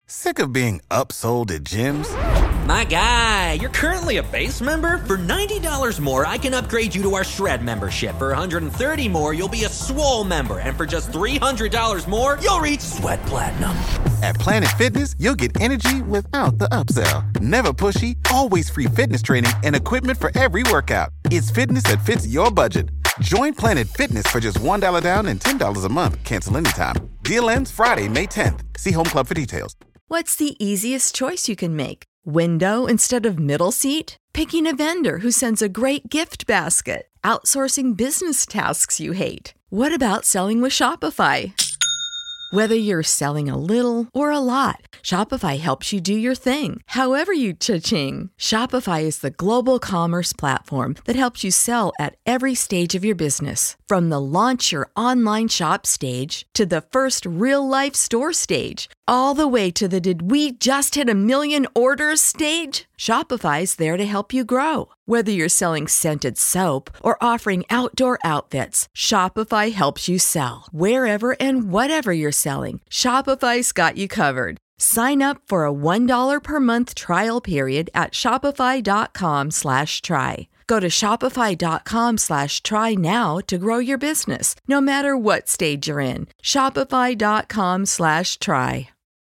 Sick of being upsold at gyms? My guy, you're currently a base member? For $90 more, I can upgrade you to our Shred membership. For $130 more, you'll be a Swole member. And for just $300 more, you'll reach Sweat Platinum. At Planet Fitness, you'll get energy without the upsell. Never pushy, always free fitness training and equipment for every workout. It's fitness that fits your budget. Join Planet Fitness for just $1 down and $10 a month. Cancel anytime. Deal ends Friday, May 10th. See Home Club for details. What's the easiest choice you can make? Window instead of middle seat? Picking a vendor who sends a great gift basket? Outsourcing business tasks you hate? What about selling with Shopify? Whether you're selling a little or a lot, Shopify helps you do your thing, however you cha-ching. Shopify is the global commerce platform that helps you sell at every stage of your business. From the launch your online shop stage to the first real-life store stage, all the way to the did we just hit 1 million orders stage. Shopify's there to help you grow. Whether you're selling scented soap or offering outdoor outfits, Shopify helps you sell. Wherever and whatever you're selling, Shopify's got you covered. Sign up for a $1 per month trial period at shopify.com/try. Go to shopify.com/try now to grow your business, no matter what stage you're in. Shopify.com/try.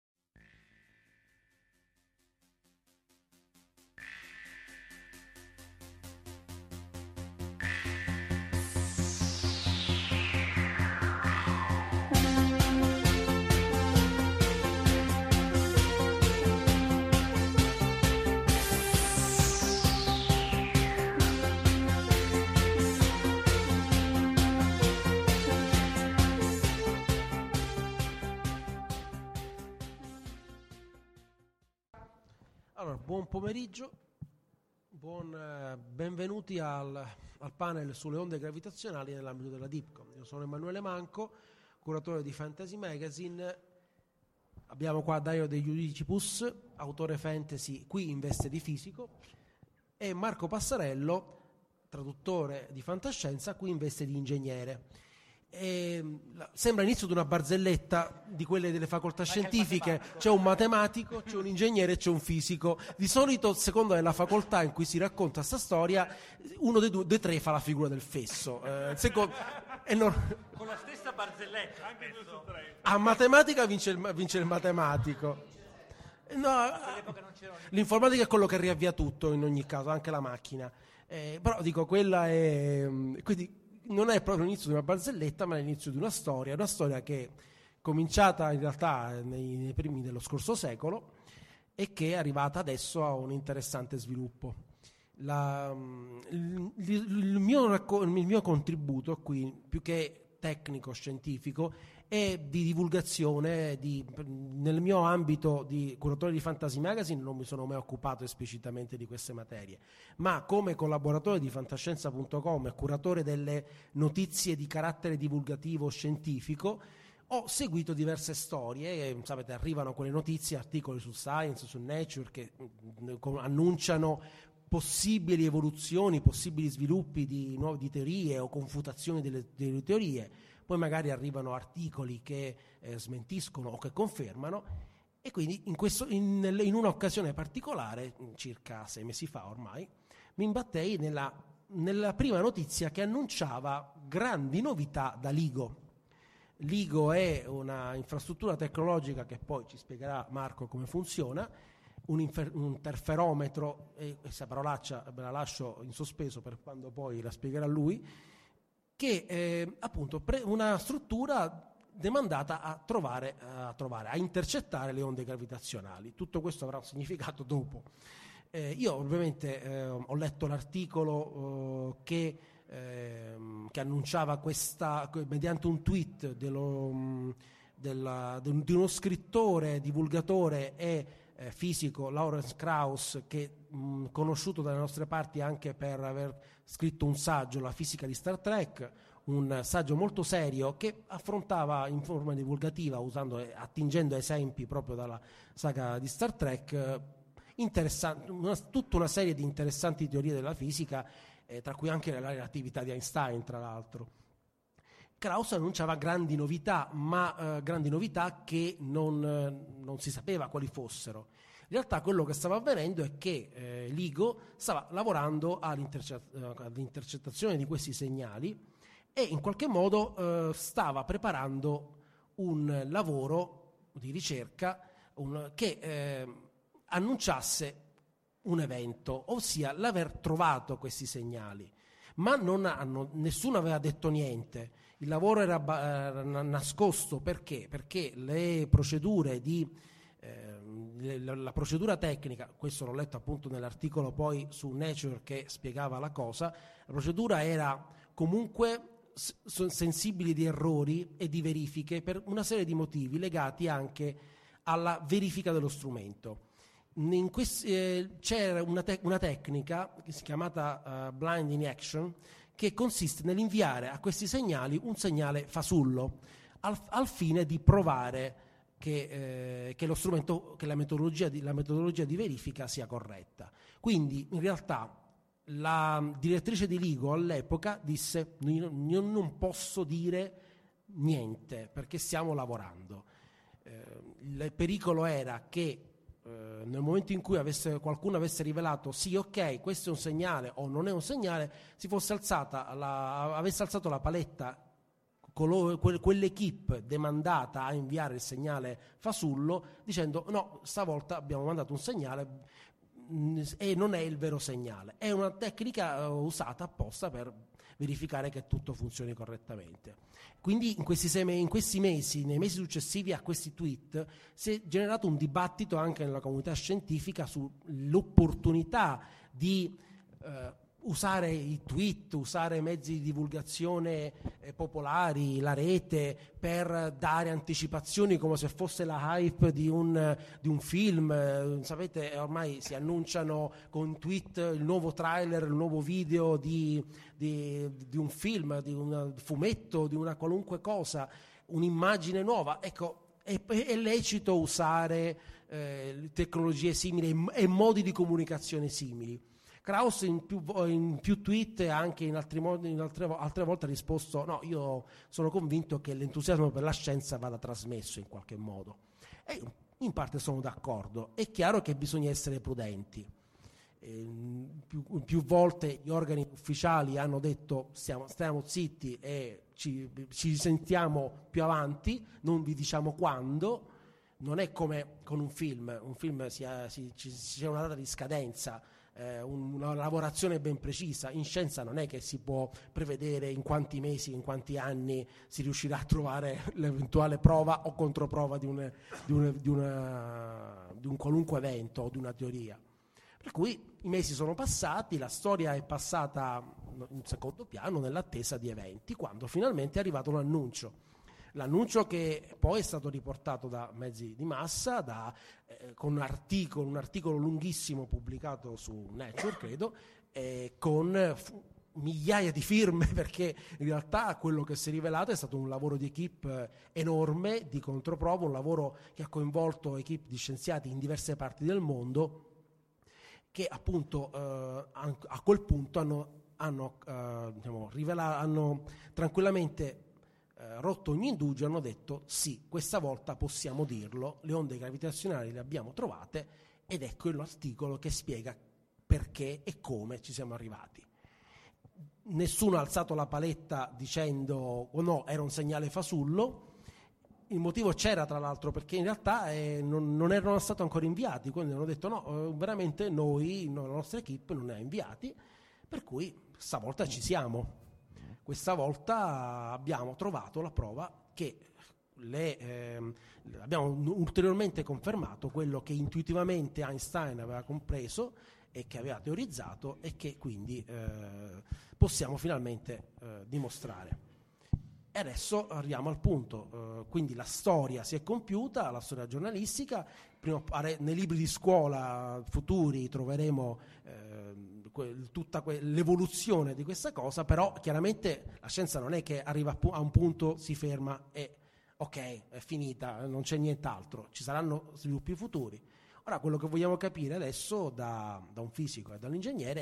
Allora, buon pomeriggio, benvenuti al panel sulle onde gravitazionali nell'ambito della DIPCOM. Io sono Emanuele Manco, curatore di Fantasy Magazine. Abbiamo qua Dario De Iudicibus, autore fantasy qui in veste di fisico, e Marco Passarello, traduttore di fantascienza qui in veste di ingegnere. Sembra l'inizio di una barzelletta di quelle delle facoltà scientifiche. C'è un matematico, c'è un ingegnere e c'è un fisico. Di solito, secondo la facoltà in cui si racconta questa storia, uno dei tre fa la figura del fesso. Con la stessa barzelletta anche 2 su 3. A matematica vince il matematico. No, l'informatica è quello che riavvia tutto in ogni caso, anche la macchina. Però dico, quella è quindi non è proprio l'inizio di una barzelletta, ma è l'inizio di una storia che è cominciata in realtà nei primi dello scorso secolo e che è arrivata adesso a un interessante sviluppo. Il mio contributo qui, più che tecnico-scientifico, è di divulgazione. Nel mio ambito di curatore di Fantasy Magazine non mi sono mai occupato esplicitamente di queste materie, ma come collaboratore di fantascienza.com e curatore delle notizie di carattere divulgativo scientifico ho seguito diverse storie. Sapete, arrivano quelle notizie, articoli su Science, su Nature, che annunciano possibili evoluzioni, possibili sviluppi di teorie o confutazioni delle teorie. Poi magari arrivano articoli che smentiscono o che confermano, e quindi in un'occasione particolare, circa 6 mesi fa ormai, mi imbattei nella prima notizia che annunciava grandi novità da LIGO. LIGO è una infrastruttura tecnologica che poi ci spiegherà Marco come funziona, un interferometro, e questa parolaccia me la lascio in sospeso per quando poi la spiegherà lui, che è appunto una struttura demandata a intercettare le onde gravitazionali. Tutto questo avrà un significato dopo. Io ovviamente ho letto l'articolo che annunciava questa, mediante un tweet di uno scrittore, divulgatore e fisico, Lawrence Krauss, che conosciuto dalle nostre parti anche per aver scritto un saggio, La fisica di Star Trek, un saggio molto serio che affrontava in forma divulgativa, attingendo esempi proprio dalla saga di Star Trek, tutta una serie di interessanti teorie della fisica, tra cui anche la relatività di Einstein, tra l'altro. Krauss annunciava grandi novità, ma grandi novità che non si sapeva quali fossero. In realtà quello che stava avvenendo è che LIGO stava lavorando all'intercettazione di questi segnali e in qualche modo stava preparando un lavoro di ricerca che annunciasse un evento, ossia l'aver trovato questi segnali. Ma nessuno aveva detto niente. Il lavoro era nascosto perché le procedure la procedura tecnica, questo l'ho letto appunto nell'articolo poi su Nature che spiegava la cosa, la procedura era comunque sensibile di errori e di verifiche per una serie di motivi legati anche alla verifica dello strumento. C'era una tecnica che si chiamata blinding action, che consiste nell'inviare a questi segnali un segnale fasullo al fine di provare che lo strumento, che la metodologia di verifica sia corretta. Quindi in realtà la direttrice di LIGO all'epoca disse: io non posso dire niente perché stiamo lavorando. Il pericolo era che nel momento in cui qualcuno avesse rivelato sì, ok, questo è un segnale o non è un segnale, si fosse avesse alzato la paletta quell'equipe demandata a inviare il segnale fasullo, dicendo no, stavolta abbiamo mandato un segnale e non è il vero segnale. È una tecnica usata apposta per verificare che tutto funzioni correttamente. Quindi in questi mesi, nei mesi successivi a questi tweet, si è generato un dibattito anche nella comunità scientifica sull'opportunità di usare i tweet, usare mezzi di divulgazione popolari, la rete, per dare anticipazioni come se fosse la hype di un film. Sapete, ormai si annunciano con tweet il nuovo trailer, il nuovo video di un film, di un fumetto, di una qualunque cosa, un'immagine nuova. Ecco, è lecito usare tecnologie simili e modi di comunicazione simili. Krauss in più tweet e anche in altre volte ha risposto: no, io sono convinto che l'entusiasmo per la scienza vada trasmesso in qualche modo, e in parte sono d'accordo. È chiaro che bisogna essere prudenti. Più volte gli organi ufficiali hanno detto stiamo zitti e ci sentiamo più avanti, non vi diciamo quando. Non è come con un film c'è una data di scadenza, una lavorazione ben precisa. In scienza non è che si può prevedere in quanti mesi, in quanti anni si riuscirà a trovare l'eventuale prova o controprova di un qualunque evento o di una teoria. Per cui i mesi sono passati, la storia è passata in secondo piano nell'attesa di eventi, quando finalmente è arrivato l'annuncio che poi è stato riportato da mezzi di massa, con un articolo lunghissimo pubblicato su Nature, credo, con migliaia di firme, perché in realtà quello che si è rivelato è stato un lavoro di equipe enorme, di controprova, un lavoro che ha coinvolto equipe di scienziati in diverse parti del mondo, che appunto a quel punto hanno tranquillamente rotto ogni indugio, hanno detto sì, questa volta possiamo dirlo, le onde gravitazionali le abbiamo trovate, ed ecco l'articolo che spiega perché e come ci siamo arrivati. Nessuno ha alzato la paletta dicendo no, era un segnale fasullo. Il motivo c'era, tra l'altro, perché in realtà non erano stati ancora inviati, quindi hanno detto no, veramente la nostra equipe non ne ha inviati, per cui stavolta ci siamo. Questa volta abbiamo trovato la prova che abbiamo ulteriormente confermato quello che intuitivamente Einstein aveva compreso e che aveva teorizzato, e che quindi possiamo finalmente dimostrare. E adesso arriviamo al punto, quindi la storia si è compiuta, la storia giornalistica. Nei libri di scuola futuri troveremo tutta l'evoluzione di questa cosa, però chiaramente la scienza non è che arriva a un punto, si ferma e ok, è finita, non c'è nient'altro, ci saranno sviluppi futuri. Ora, quello che vogliamo capire adesso da un fisico e da un ingegnere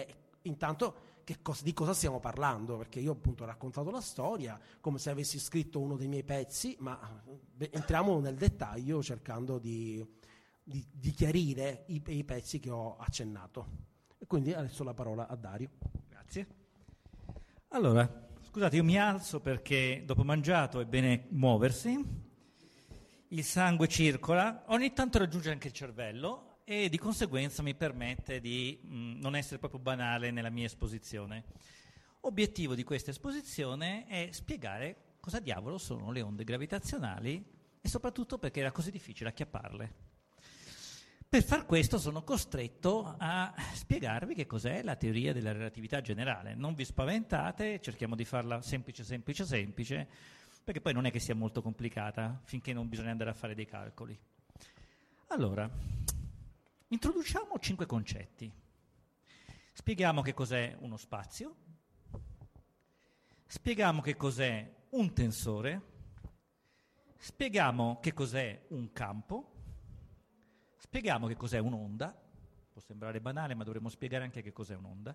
intanto di cosa stiamo parlando, perché io appunto ho raccontato la storia come se avessi scritto uno dei miei pezzi, ma entriamo nel dettaglio cercando di chiarire i pezzi che ho accennato. E quindi adesso la parola a Dario. Grazie. Allora, scusate, io mi alzo perché dopo mangiato è bene muoversi, il sangue circola, ogni tanto raggiunge anche il cervello e di conseguenza mi permette di non essere proprio banale nella mia esposizione. Obiettivo di questa esposizione è spiegare cosa diavolo sono le onde gravitazionali e soprattutto perché era così difficile acchiapparle. Per far questo sono costretto a spiegarvi che cos'è la teoria della relatività generale. Non vi spaventate, cerchiamo di farla semplice, perché poi non è che sia molto complicata, finché non bisogna andare a fare dei calcoli. Allora, introduciamo 5 concetti. Spieghiamo che cos'è uno spazio, spieghiamo che cos'è un tensore, spieghiamo che cos'è un campo, spieghiamo che cos'è un'onda, può sembrare banale ma dovremmo spiegare anche che cos'è un'onda,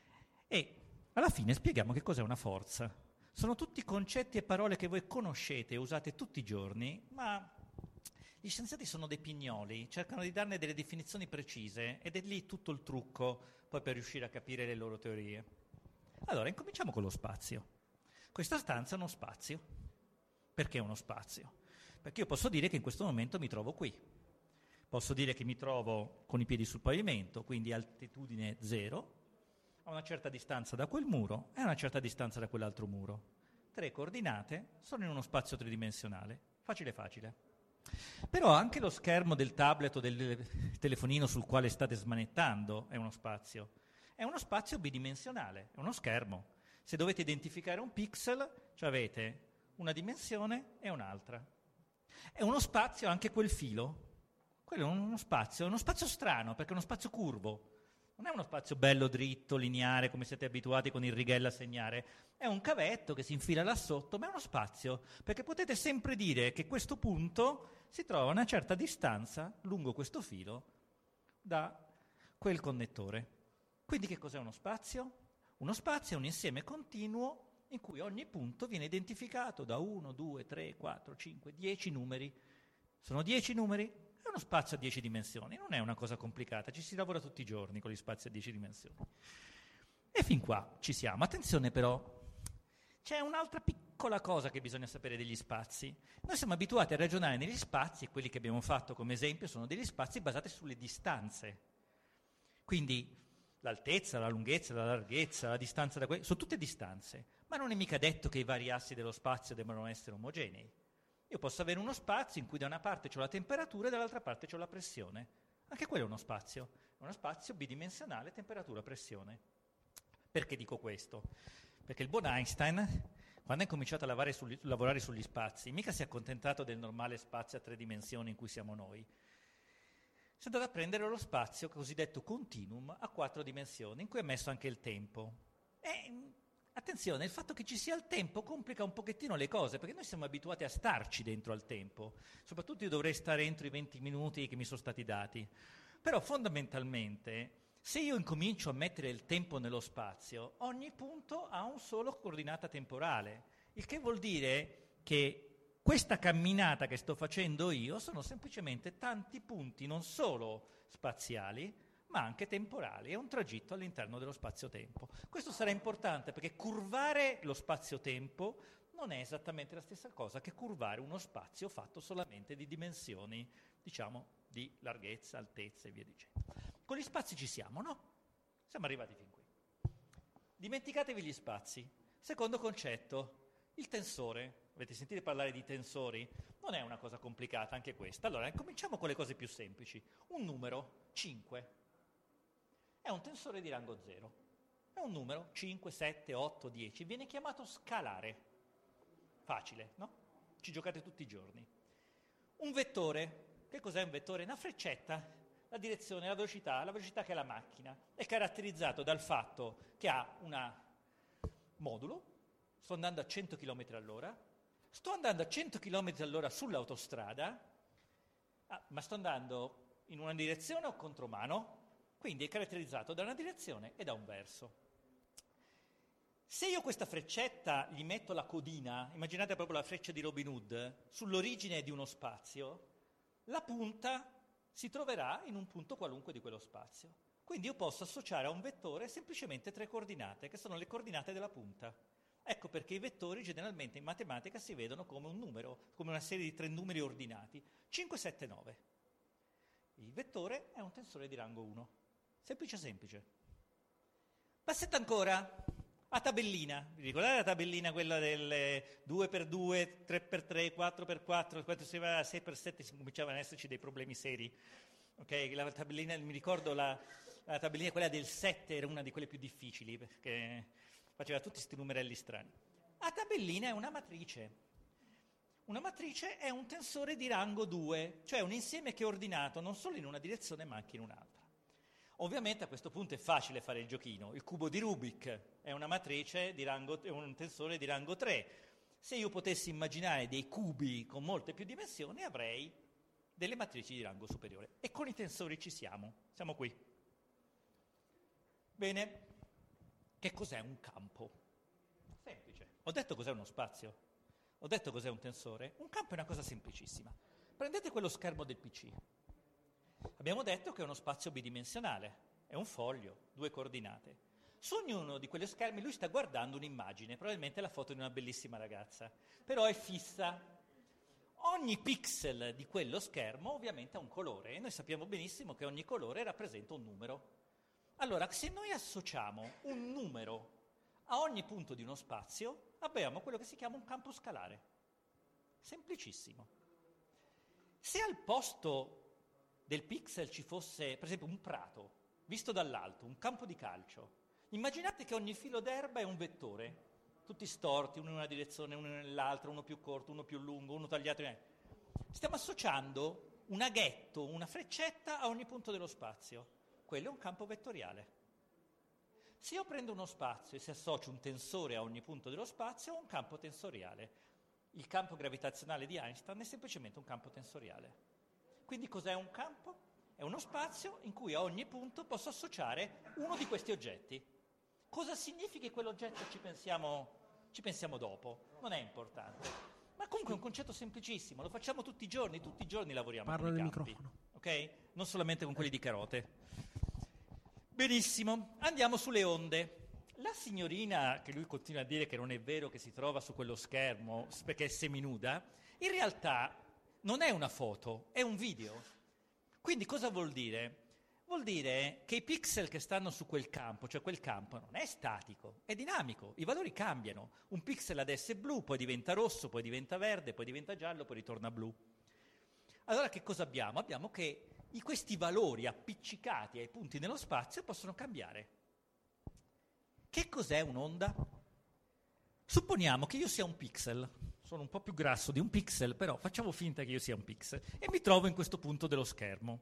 e alla fine spieghiamo che cos'è una forza. Sono tutti concetti e parole che voi conoscete e usate tutti i giorni, ma gli scienziati sono dei pignoli, cercano di darne delle definizioni precise ed è lì tutto il trucco poi per riuscire a capire le loro teorie. Allora, incominciamo con lo spazio. Questa stanza è uno spazio. Perché uno spazio? Perché io posso dire che in questo momento mi trovo qui. Posso dire che mi trovo con i piedi sul pavimento, quindi altitudine 0, a una certa distanza da quel muro e a una certa distanza da quell'altro muro. 3 coordinate, sono in uno spazio tridimensionale. Facile. Però anche lo schermo del tablet o del telefonino sul quale state smanettando è uno spazio. È uno spazio bidimensionale, è uno schermo. Se dovete identificare un pixel, cioè avete una dimensione e un'altra. È uno spazio anche quel filo. Quello è uno spazio strano, perché è uno spazio curvo. Non è uno spazio bello, dritto, lineare, come siete abituati con il righello a segnare. È un cavetto che si infila là sotto, ma è uno spazio, perché potete sempre dire che questo punto si trova a una certa distanza lungo questo filo da quel connettore. Quindi che cos'è uno spazio? Uno spazio è un insieme continuo in cui ogni punto viene identificato da 1, 2, 3, 4, 5, 10 numeri. Sono 10 numeri? È uno spazio a 10 dimensioni, non è una cosa complicata, ci si lavora tutti i giorni con gli spazi a 10 dimensioni. E fin qua ci siamo. Attenzione però, c'è un'altra piccola cosa che bisogna sapere degli spazi. Noi siamo abituati a ragionare negli spazi, e quelli che abbiamo fatto come esempio sono degli spazi basati sulle distanze. Quindi l'altezza, la lunghezza, la larghezza, la distanza da quelli, sono tutte distanze, ma non è mica detto che i vari assi dello spazio debbano essere omogenei. Io posso avere uno spazio in cui da una parte ho la temperatura e dall'altra parte ho la pressione. Anche quello è uno spazio bidimensionale, temperatura, pressione. Perché dico questo? Perché il buon Einstein, quando ha incominciato a lavorare sugli spazi, mica si è accontentato del normale spazio a 3 dimensioni in cui siamo noi. Si è andato a prendere lo spazio cosiddetto continuum a 4 dimensioni, in cui è messo anche il tempo. E attenzione, il fatto che ci sia il tempo complica un pochettino le cose, perché noi siamo abituati a starci dentro al tempo. Soprattutto io dovrei stare entro i 20 minuti che mi sono stati dati. Però fondamentalmente, se io incomincio a mettere il tempo nello spazio, ogni punto ha un solo coordinata temporale, il che vuol dire che questa camminata che sto facendo io sono semplicemente tanti punti, non solo spaziali, ma anche temporali, è un tragitto all'interno dello spazio-tempo. Questo sarà importante perché curvare lo spazio-tempo non è esattamente la stessa cosa che curvare uno spazio fatto solamente di dimensioni, diciamo, di larghezza, altezza e via dicendo. Con gli spazi ci siamo, no? Siamo arrivati fin qui. Dimenticatevi gli spazi. Secondo concetto, il tensore. Avete sentito parlare di tensori? Non è una cosa complicata anche questa. Allora, cominciamo con le cose più semplici. Un numero, 5. È un tensore di rango 0. È un numero 5, 7, 8, 10. Viene chiamato scalare. Facile, no? Ci giocate tutti i giorni. Un vettore. Che cos'è un vettore? Una freccetta. La direzione, la velocità che ha la macchina. È caratterizzato dal fatto che ha un modulo. Sto andando a 100 km all'ora. Sto andando a 100 km all'ora sull'autostrada. Ma sto andando in una direzione o contromano? Quindi è caratterizzato da una direzione e da un verso. Se io questa freccetta gli metto la codina, immaginate proprio la freccia di Robin Hood, sull'origine di uno spazio, la punta si troverà in un punto qualunque di quello spazio. Quindi io posso associare a un vettore semplicemente 3 coordinate, che sono le coordinate della punta. Ecco perché i vettori generalmente in matematica si vedono come un numero, come una serie di 3 numeri ordinati. 5, 7, 9. Il vettore è un tensore di rango 1. Semplice. Passetta ancora a tabellina. Vi ricordate la tabellina, quella del 2x2, 3x3, 4x4, quando si va a 6x7 si cominciavano ad esserci dei problemi seri. Ok, la tabellina, mi ricordo la tabellina, quella del 7 era una di quelle più difficili, perché faceva tutti questi numerelli strani. La tabellina è una matrice. Una matrice è un tensore di rango 2, cioè un insieme che è ordinato non solo in una direzione ma anche in un'altra. Ovviamente a questo punto è facile fare il giochino. Il cubo di Rubik è una matrice è un tensore di rango 3. Se io potessi immaginare dei cubi con molte più dimensioni, avrei delle matrici di rango superiore. E con i tensori ci siamo qui. Bene, che cos'è un campo? Semplice. Ho detto cos'è uno spazio, ho detto cos'è un tensore. Un campo è una cosa semplicissima. Prendete quello schermo del PC. Abbiamo detto che è uno spazio bidimensionale, è un foglio, 2 coordinate. Su ognuno di quegli schermi lui sta guardando un'immagine, probabilmente la foto di una bellissima ragazza, però è fissa. Ogni pixel di quello schermo ovviamente ha un colore e noi sappiamo benissimo che ogni colore rappresenta un numero. Allora, se noi associamo un numero a ogni punto di uno spazio, abbiamo quello che si chiama un campo scalare. Semplicissimo. Se al posto del pixel ci fosse, per esempio, un prato, visto dall'alto, un campo di calcio, immaginate che ogni filo d'erba è un vettore, tutti storti, uno in una direzione, uno nell'altra, uno più corto, uno più lungo, uno tagliato. Stiamo associando un aghetto, una freccetta a ogni punto dello spazio. Quello è un campo vettoriale. Se io prendo uno spazio e si associo un tensore a ogni punto dello spazio, ho un campo tensoriale. Il campo gravitazionale di Einstein è semplicemente un campo tensoriale. Quindi cos'è un campo? È uno spazio in cui a ogni punto posso associare uno di questi oggetti. Cosa significa quell'oggetto ci pensiamo dopo, non è importante. Ma comunque è un concetto semplicissimo, lo facciamo tutti i giorni lavoriamo Parlo con i nel campi. microfono. Ok? Non solamente con quelli di carote. Benissimo, andiamo sulle onde. La signorina, che lui continua a dire che non è vero che si trova su quello schermo perché è seminuda, in realtà non è una foto, è un video. Quindi cosa vuol dire? Vuol dire che i pixel che stanno su quel campo, cioè quel campo, non è statico, è dinamico, i valori cambiano. Un pixel adesso è blu, poi diventa rosso, poi diventa verde, poi diventa giallo, poi ritorna blu. Allora che cosa abbiamo? Abbiamo che questi valori appiccicati ai punti nello spazio possono cambiare. Che cos'è un'onda? Supponiamo che io sia un pixel, sono un po' più grasso di un pixel, però facciamo finta che io sia un pixel, e mi trovo in questo punto dello schermo.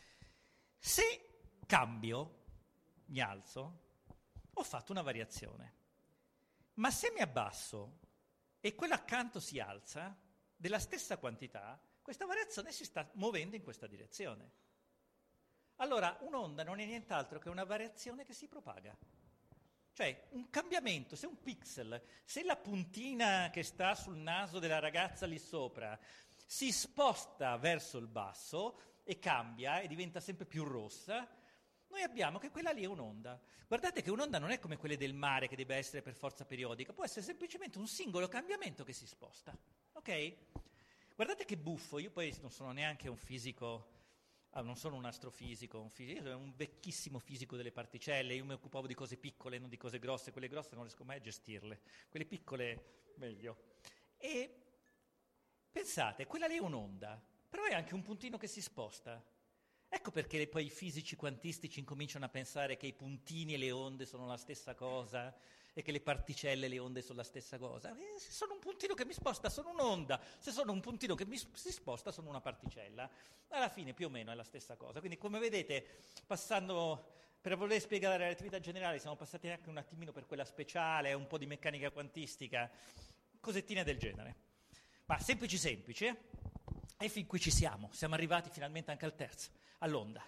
Se cambio, mi alzo, ho fatto una variazione. Ma se mi abbasso e quello accanto si alza, della stessa quantità, questa variazione si sta muovendo in questa direzione. Allora, un'onda non è nient'altro che una variazione che si propaga. Cioè, un cambiamento, se un pixel, se la puntina che sta sul naso della ragazza lì sopra si sposta verso il basso e cambia e diventa sempre più rossa, noi abbiamo che quella lì è un'onda. Guardate che un'onda non è come quelle del mare che deve essere per forza periodica, può essere semplicemente un singolo cambiamento che si sposta. Ok? Guardate che buffo, io poi non sono neanche un fisico, non sono un astrofisico, io sono un vecchissimo fisico delle particelle, io mi occupavo di cose piccole, non di cose grosse, quelle grosse non riesco mai a gestirle, quelle piccole meglio. E pensate, quella lì è un'onda, però è anche un puntino che si sposta. Ecco perché poi i fisici quantistici incominciano a pensare che i puntini e le onde sono la stessa cosa e che le particelle e le onde sono la stessa cosa. Se sono un puntino che mi sposta, sono un'onda. Se sono un puntino che si sposta, sono una particella. Alla fine più o meno è la stessa cosa. Quindi come vedete, passando, per voler spiegare la relatività generale, siamo passati anche un attimino per quella speciale, un po' di meccanica quantistica, cosettine del genere. Ma semplici, E fin qui ci siamo arrivati finalmente anche al terzo, all'onda.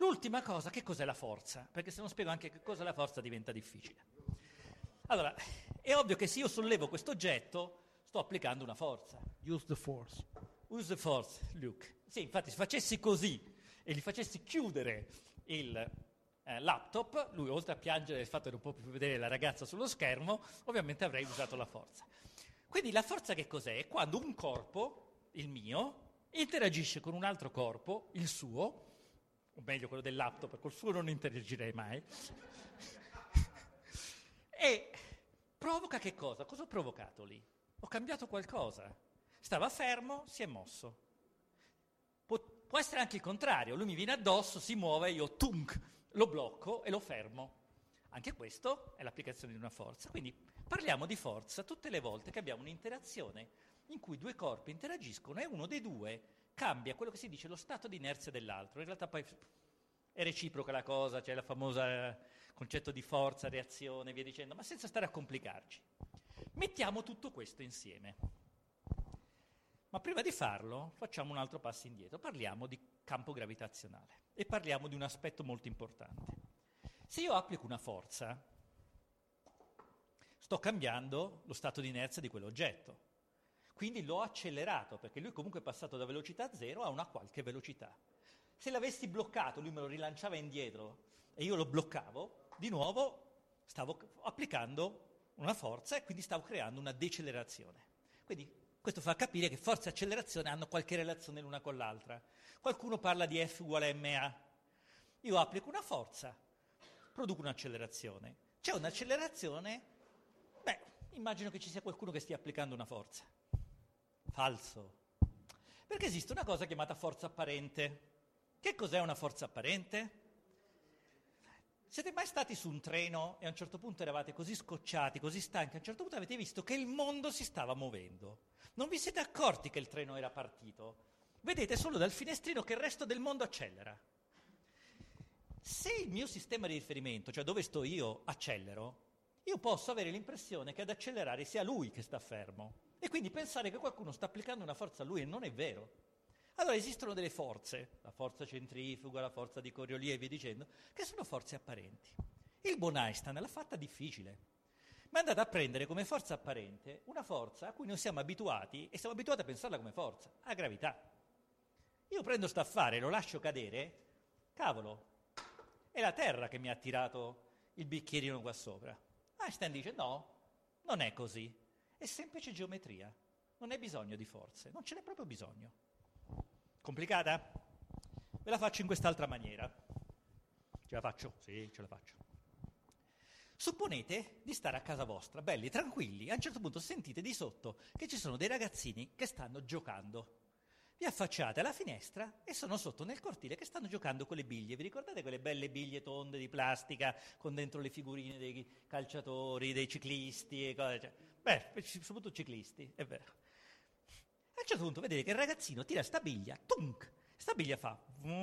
L'ultima cosa, che cos'è la forza? Perché se non spiego anche che cos'è la forza diventa difficile. Allora, è ovvio che se io sollevo questo oggetto, sto applicando una forza. Use the force. Use the force, Luke. Sì, infatti se facessi così e gli facessi chiudere il laptop, lui oltre a piangere del fatto che non può più vedere la ragazza sullo schermo, ovviamente avrei usato la forza. Quindi la forza che cos'è? È quando un corpo, il mio, interagisce con un altro corpo, il suo, o meglio quello del laptop, col suo non interagirei mai, e provoca che cosa? Cosa ho provocato lì? Ho cambiato qualcosa. Stava fermo, si è mosso. Può essere anche il contrario, lui mi viene addosso, si muove, io tunk, lo blocco e lo fermo. Anche questo è l'applicazione di una forza. Quindi parliamo di forza tutte le volte che abbiamo un'interazione in cui due corpi interagiscono e uno dei due cambia quello che si dice lo stato di inerzia dell'altro. In realtà poi è reciproca la cosa, c'è la famosa concetto di forza, reazione, via dicendo, ma senza stare a complicarci. Mettiamo tutto questo insieme. Ma prima di farlo facciamo un altro passo indietro, parliamo di campo gravitazionale e parliamo di un aspetto molto importante. Se io applico una forza, sto cambiando lo stato di inerzia di quell'oggetto, quindi l'ho accelerato, perché lui comunque è passato da velocità 0 a una qualche velocità. Se l'avessi bloccato, lui me lo rilanciava indietro e io lo bloccavo, di nuovo stavo applicando una forza e quindi stavo creando una decelerazione. Quindi questo fa capire che forza e accelerazione hanno qualche relazione l'una con l'altra. Qualcuno parla di F uguale ma. Io applico una forza, produco un'accelerazione. C'è un'accelerazione, immagino che ci sia qualcuno che stia applicando una forza. Falso. Perché esiste una cosa chiamata forza apparente. Che cos'è una forza apparente? Siete mai stati su un treno e a un certo punto eravate così scocciati, così stanchi, a un certo punto avete visto che il mondo si stava muovendo. Non vi siete accorti che il treno era partito. Vedete solo dal finestrino che il resto del mondo accelera. Se il mio sistema di riferimento, cioè dove sto io, accelero, io posso avere l'impressione che ad accelerare sia lui che sta fermo e quindi pensare che qualcuno sta applicando una forza a lui e non è vero. Allora esistono delle forze, la forza centrifuga, la forza di Coriolis e via dicendo, che sono forze apparenti. Il buon Einstein l'ha fatta difficile, ma è andato a prendere come forza apparente una forza a cui noi siamo abituati e siamo abituati a pensarla come forza, la gravità. Io prendo sto affare e lo lascio cadere, cavolo, è la Terra che mi ha tirato il bicchierino qua sopra. Einstein dice no, non è così, è semplice geometria, non hai bisogno di forze, non ce n'è proprio bisogno. Complicata? Ve la faccio in quest'altra maniera. Ce la faccio? Sì, ce la faccio. Supponete di stare a casa vostra, belli, tranquilli, a un certo punto sentite di sotto che ci sono dei ragazzini che stanno giocando. Vi affacciate alla finestra e sono sotto nel cortile che stanno giocando con le biglie. Vi ricordate quelle belle biglie tonde di plastica con dentro le figurine dei calciatori, dei ciclisti e cose? Soprattutto ciclisti, è vero. A un certo punto vedete che il ragazzino tira sta biglia, tunk, sta biglia fa...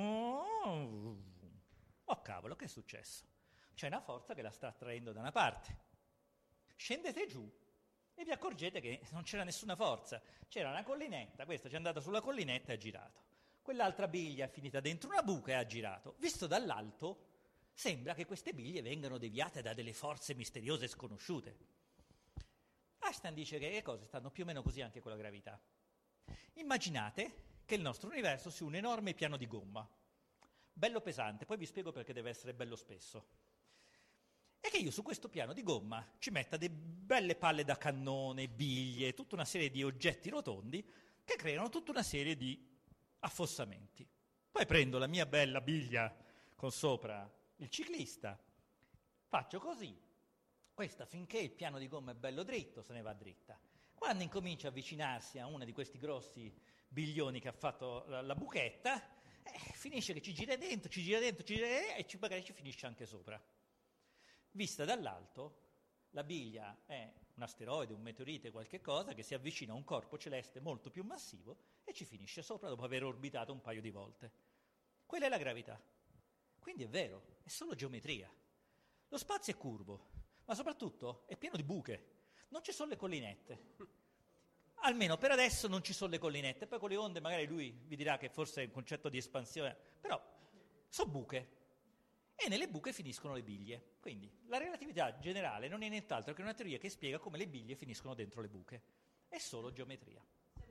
Oh cavolo, che è successo? C'è una forza che la sta attraendo da una parte. Scendete giù e vi accorgete che non c'era nessuna forza. C'era una collinetta, questa c'è andata sulla collinetta e ha girato. Quell'altra biglia è finita dentro una buca e ha girato. Visto dall'alto, sembra che queste biglie vengano deviate da delle forze misteriose e sconosciute. Einstein dice che le cose stanno più o meno così anche con la gravità. Immaginate che il nostro universo sia un enorme piano di gomma, bello pesante, poi vi spiego perché deve essere bello spesso, e che io su questo piano di gomma ci metta delle belle palle da cannone, biglie, tutta una serie di oggetti rotondi che creano tutta una serie di affossamenti. Poi prendo la mia bella biglia con sopra il ciclista, faccio così, questa finché il piano di gomma è bello dritto se ne va dritta. Quando incomincia a avvicinarsi a uno di questi grossi biglioni che ha fatto la buchetta, finisce che ci gira dentro e magari ci finisce anche sopra. Vista dall'alto, la biglia è un asteroide, un meteorite, qualche cosa che si avvicina a un corpo celeste molto più massivo e ci finisce sopra dopo aver orbitato un paio di volte. Quella è la gravità. Quindi è vero, è solo geometria. Lo spazio è curvo, ma soprattutto è pieno di buche. Non ci sono le collinette. Almeno per adesso non ci sono le collinette. Poi con le onde magari lui vi dirà che forse è un concetto di espansione. Però sono buche. E nelle buche finiscono le biglie. Quindi la relatività generale non è nient'altro che una teoria che spiega come le biglie finiscono dentro le buche. È solo geometria.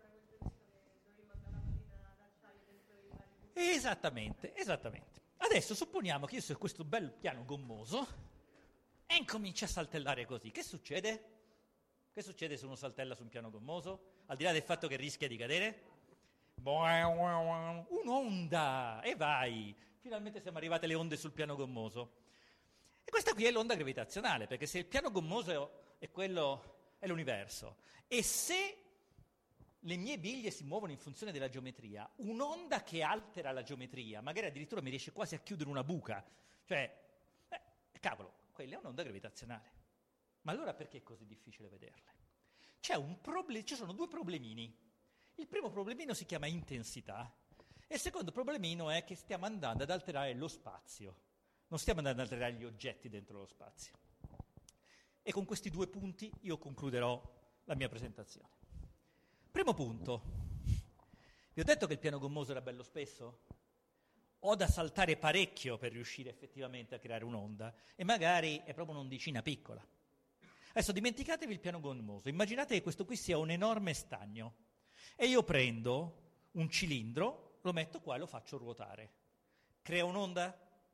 Esattamente. Adesso supponiamo che io sia questo bel piano gommoso e incomincio a saltellare così. Che succede? Che succede se uno saltella su un piano gommoso? Al di là del fatto che rischia di cadere? Un'onda! E vai! Finalmente siamo arrivati alle onde sul piano gommoso. E questa qui è l'onda gravitazionale, perché se il piano gommoso è l'universo, e se le mie biglie si muovono in funzione della geometria, un'onda che altera la geometria, magari addirittura mi riesce quasi a chiudere una buca, cioè, cavolo, quella è un'onda gravitazionale. Ma allora perché è così difficile vederle? Ci sono due problemini. Il primo problemino si chiama intensità, e il secondo problemino è che stiamo andando ad alterare lo spazio, non stiamo andando ad alterare gli oggetti dentro lo spazio. E con questi due punti io concluderò la mia presentazione. Primo punto, vi ho detto che il piano gommoso era bello spesso? Ho da saltare parecchio per riuscire effettivamente a creare un'onda, e magari è proprio un'ondicina piccola. Adesso dimenticatevi il piano gommoso, immaginate che questo qui sia un enorme stagno, e io prendo un cilindro, lo metto qua e lo faccio ruotare. Crea un'onda?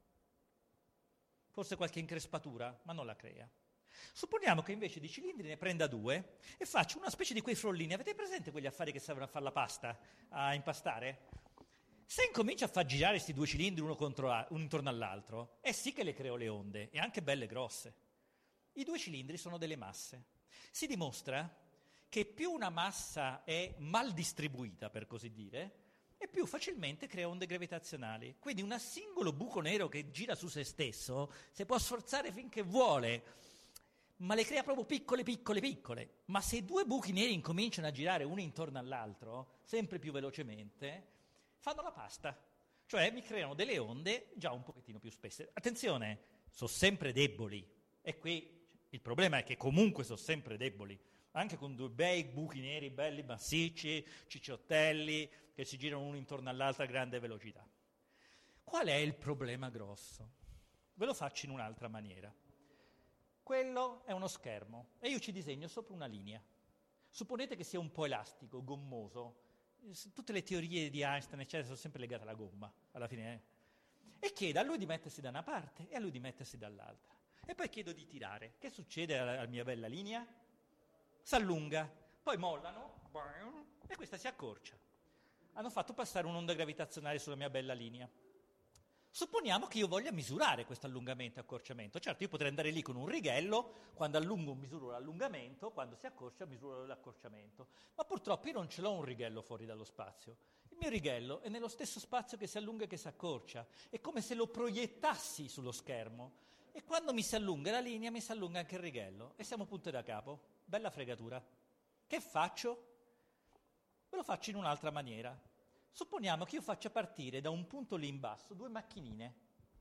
Forse qualche increspatura, ma non la crea. Supponiamo che invece di cilindri ne prenda due e faccio una specie di quei frollini. Avete presente quegli affari che servono a fare la pasta, a impastare? Se incomincio a far girare questi due cilindri uno intorno all'altro, è sì che le creo le onde, e anche belle grosse. I due cilindri sono delle masse. Si dimostra che più una massa è mal distribuita, per così dire, e più facilmente crea onde gravitazionali. Quindi un singolo buco nero che gira su se stesso si può sforzare finché vuole, ma le crea proprio piccole. Ma se due buchi neri incominciano a girare uno intorno all'altro, sempre più velocemente, fanno la pasta. Cioè mi creano delle onde già un pochettino più spesse. Attenzione, sono sempre deboli. E qui il problema è che comunque sono sempre deboli. Anche con due bei buchi neri, belli, massicci, cicciottelli, che si girano uno intorno all'altro a grande velocità. Qual è il problema grosso? Ve lo faccio in un'altra maniera. Quello è uno schermo e io ci disegno sopra una linea. Supponete che sia un po' elastico, gommoso. Tutte le teorie di Einstein, eccetera, sono sempre legate alla gomma, alla fine. E chiedo a lui di mettersi da una parte e a lui di mettersi dall'altra. E poi chiedo di tirare. Che succede alla mia bella linea? S'allunga, poi mollano e questa si accorcia. Hanno fatto passare un'onda gravitazionale sulla mia bella linea. Supponiamo che io voglia misurare questo allungamento e accorciamento. Certo, io potrei andare lì con un righello, quando allungo misuro l'allungamento, quando si accorcia misuro l'accorciamento. Ma purtroppo io non ce l'ho un righello fuori dallo spazio. Il mio righello è nello stesso spazio che si allunga e che si accorcia. È come se lo proiettassi sullo schermo. E quando mi si allunga la linea, mi si allunga anche il righello. E siamo punto da capo. Bella fregatura. Che faccio? Ve lo faccio in un'altra maniera. Supponiamo che io faccia partire da un punto lì in basso due macchinine.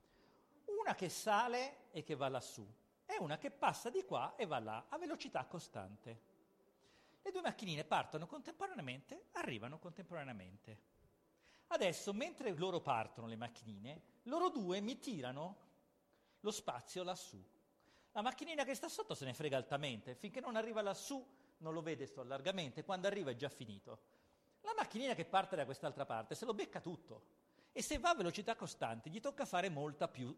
Una che sale e che va lassù, e una che passa di qua e va là, a velocità costante. Le due macchinine partono contemporaneamente, arrivano contemporaneamente. Adesso, mentre loro partono, le macchinine, loro due mi tirano lo spazio lassù. La macchinina che sta sotto se ne frega altamente, finché non arriva lassù non lo vede sto allargamento, e quando arriva è già finito. La macchinina che parte da quest'altra parte se lo becca tutto, e se va a velocità costante gli tocca fare molto più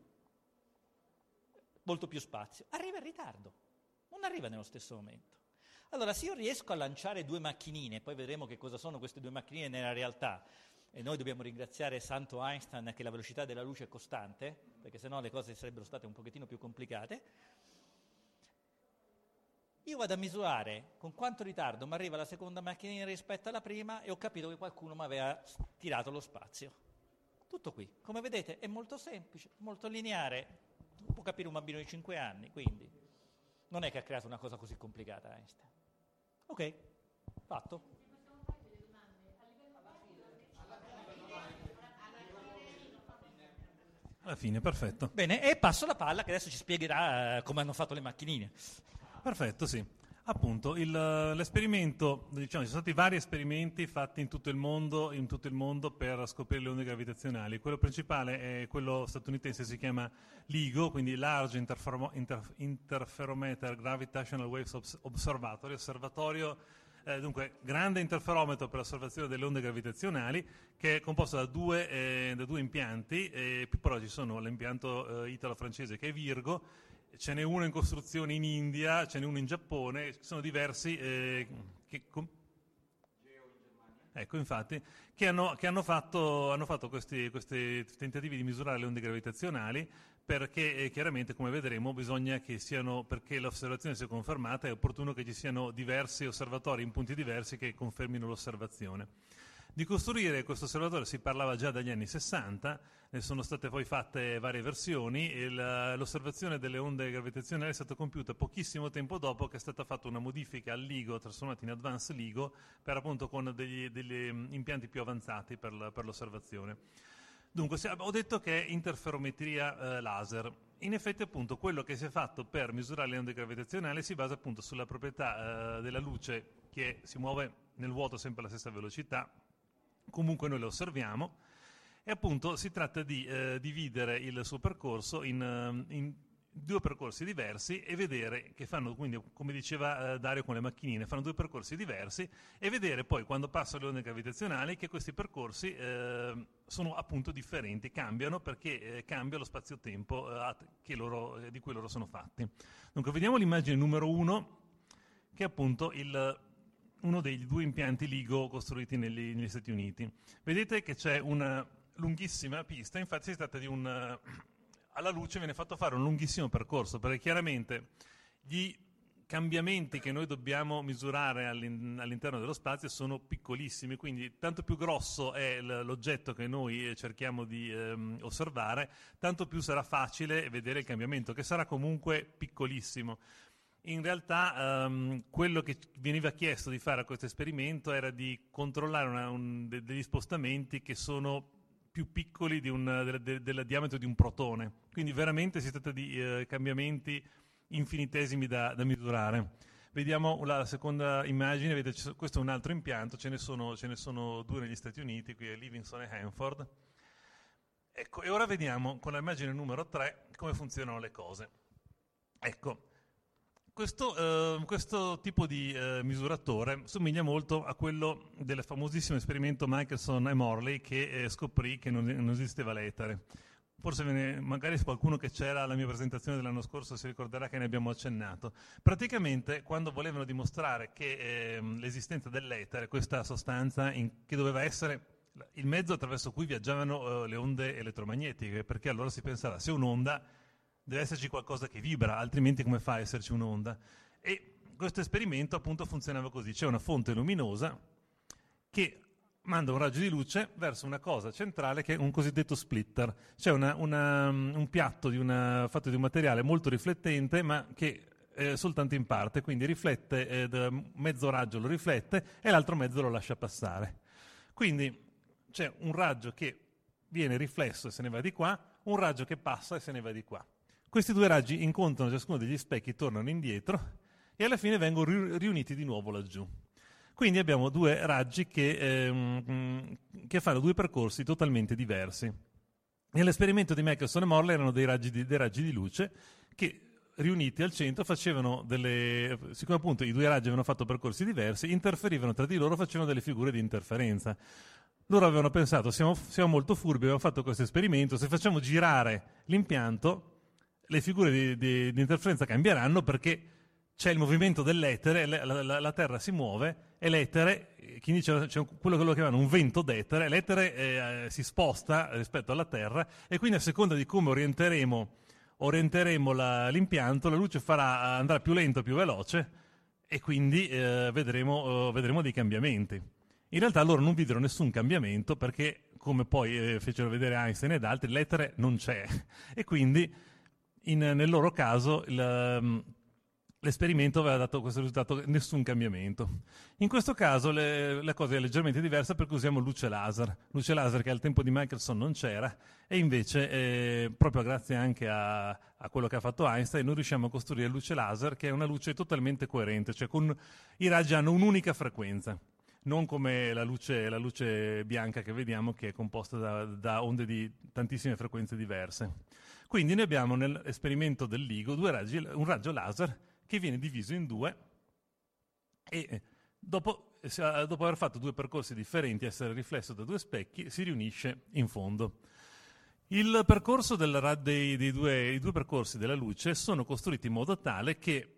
spazio. Arriva in ritardo, non arriva nello stesso momento. Allora, se io riesco a lanciare due macchinine, poi vedremo che cosa sono queste due macchinine nella realtà, e noi dobbiamo ringraziare santo Einstein che la velocità della luce è costante, perché sennò le cose sarebbero state un pochettino più complicate. Io vado a misurare con quanto ritardo mi arriva la seconda macchinina rispetto alla prima, e ho capito che qualcuno mi aveva tirato lo spazio. Tutto qui. Come vedete è molto semplice, molto lineare, può capire un bambino di 5 anni, quindi non è che ha creato una cosa così complicata Einstein. Ok, fatto. Alla fine, perfetto. Bene, e passo la palla che adesso ci spiegherà come hanno fatto le macchinine. Perfetto, sì. Appunto, l'esperimento, diciamo, ci sono stati vari esperimenti fatti in tutto il mondo per scoprire le onde gravitazionali. Quello principale è quello statunitense, si chiama LIGO, quindi Large Interferometer Gravitational Waves Observatory, osservatorio, dunque grande interferometro per l'osservazione delle onde gravitazionali, che è composto da due impianti, però ci sono l'impianto italo-francese che è Virgo. Ce n'è uno in costruzione in India, ce n'è uno in Giappone, ci sono diversi ecco, infatti, che hanno fatto questi tentativi di misurare le onde gravitazionali, perché chiaramente, come vedremo, bisogna che perché l'osservazione sia confermata, è opportuno che ci siano diversi osservatori in punti diversi che confermino l'osservazione. Di costruire questo osservatorio si parlava già dagli anni 60, ne sono state poi fatte varie versioni e l'osservazione delle onde gravitazionali è stata compiuta pochissimo tempo dopo che è stata fatta una modifica al LIGO, trasformata in Advanced LIGO, per appunto con degli impianti più avanzati per l'osservazione. Dunque, ho detto che è interferometria laser. In effetti, appunto, quello che si è fatto per misurare le onde gravitazionali si basa appunto sulla proprietà della luce che si muove nel vuoto sempre alla stessa velocità. Comunque noi lo osserviamo e appunto si tratta di dividere il suo percorso in due percorsi diversi e vedere che fanno, quindi come diceva Dario con le macchinine, fanno due percorsi diversi e vedere poi quando passano le onde gravitazionali che questi percorsi sono appunto differenti, cambiano perché cambia lo spazio-tempo di cui loro sono fatti. Dunque vediamo l'immagine numero 1 che è appunto uno dei due impianti LIGO costruiti negli Stati Uniti. Vedete che c'è una lunghissima pista, infatti si tratta di alla luce viene fatto fare un lunghissimo percorso, perché chiaramente gli cambiamenti che noi dobbiamo misurare all'interno dello spazio sono piccolissimi, quindi tanto più grosso è l'oggetto che noi cerchiamo di osservare, tanto più sarà facile vedere il cambiamento, che sarà comunque piccolissimo. In realtà quello che veniva chiesto di fare a questo esperimento era di controllare degli spostamenti che sono più piccoli del diametro di un protone. Quindi veramente si tratta di cambiamenti infinitesimi da misurare. Vediamo la seconda immagine, vedete, questo è un altro impianto, ce ne sono due negli Stati Uniti, qui è Livingston e Hanford. Ecco, e ora vediamo con l'immagine numero 3 come funzionano le cose. Ecco. Questo tipo di misuratore somiglia molto a quello del famosissimo esperimento Michelson e Morley che scoprì che non esisteva l'etere. Forse magari qualcuno che c'era alla mia presentazione dell'anno scorso si ricorderà che ne abbiamo accennato. Praticamente quando volevano dimostrare che l'esistenza dell'etere, questa sostanza che doveva essere il mezzo attraverso cui viaggiavano le onde elettromagnetiche, perché allora si pensava se un'onda deve esserci qualcosa che vibra, altrimenti come fa a esserci un'onda? E questo esperimento appunto funzionava così, c'è una fonte luminosa che manda un raggio di luce verso una cosa centrale che è un cosiddetto splitter, c'è un piatto fatto di un materiale molto riflettente ma che soltanto in parte, quindi riflette, mezzo raggio lo riflette e l'altro mezzo lo lascia passare. Quindi c'è un raggio che viene riflesso e se ne va di qua, un raggio che passa e se ne va di qua. Questi due raggi incontrano ciascuno degli specchi, tornano indietro e alla fine vengono riuniti di nuovo laggiù. Quindi abbiamo due raggi che fanno due percorsi totalmente diversi. Nell'esperimento di Michelson e Morley erano dei raggi di luce che riuniti al centro facevano siccome appunto i due raggi avevano fatto percorsi diversi, interferivano tra di loro, facevano delle figure di interferenza. Loro avevano pensato, siamo molto furbi, abbiamo fatto questo esperimento, se facciamo girare l'impianto le figure di interferenza cambieranno perché c'è il movimento dell'etere, la Terra si muove e l'etere, chi dice c'è quello che loro chiamano un vento d'etere, l'etere si sposta rispetto alla Terra e quindi a seconda di come orienteremo l'impianto, la luce andrà più lento o più veloce e quindi vedremo dei cambiamenti. In realtà loro non videro nessun cambiamento perché, come poi fecero vedere Einstein ed altri, l'etere non c'è e quindi nel loro caso la l'esperimento aveva dato questo risultato, nessun cambiamento. In questo caso la cosa è leggermente diversa perché usiamo luce laser che al tempo di Michelson non c'era, e invece proprio grazie anche a quello che ha fatto Einstein noi riusciamo a costruire luce laser che è una luce totalmente coerente, cioè i raggi hanno un'unica frequenza, non come la luce bianca che vediamo che è composta da onde di tantissime frequenze diverse. Quindi noi abbiamo nell'esperimento del LIGO un raggio laser che viene diviso in due e dopo aver fatto due percorsi differenti, essere riflesso da due specchi, si riunisce in fondo. Il percorso i due percorsi della luce sono costruiti in modo tale che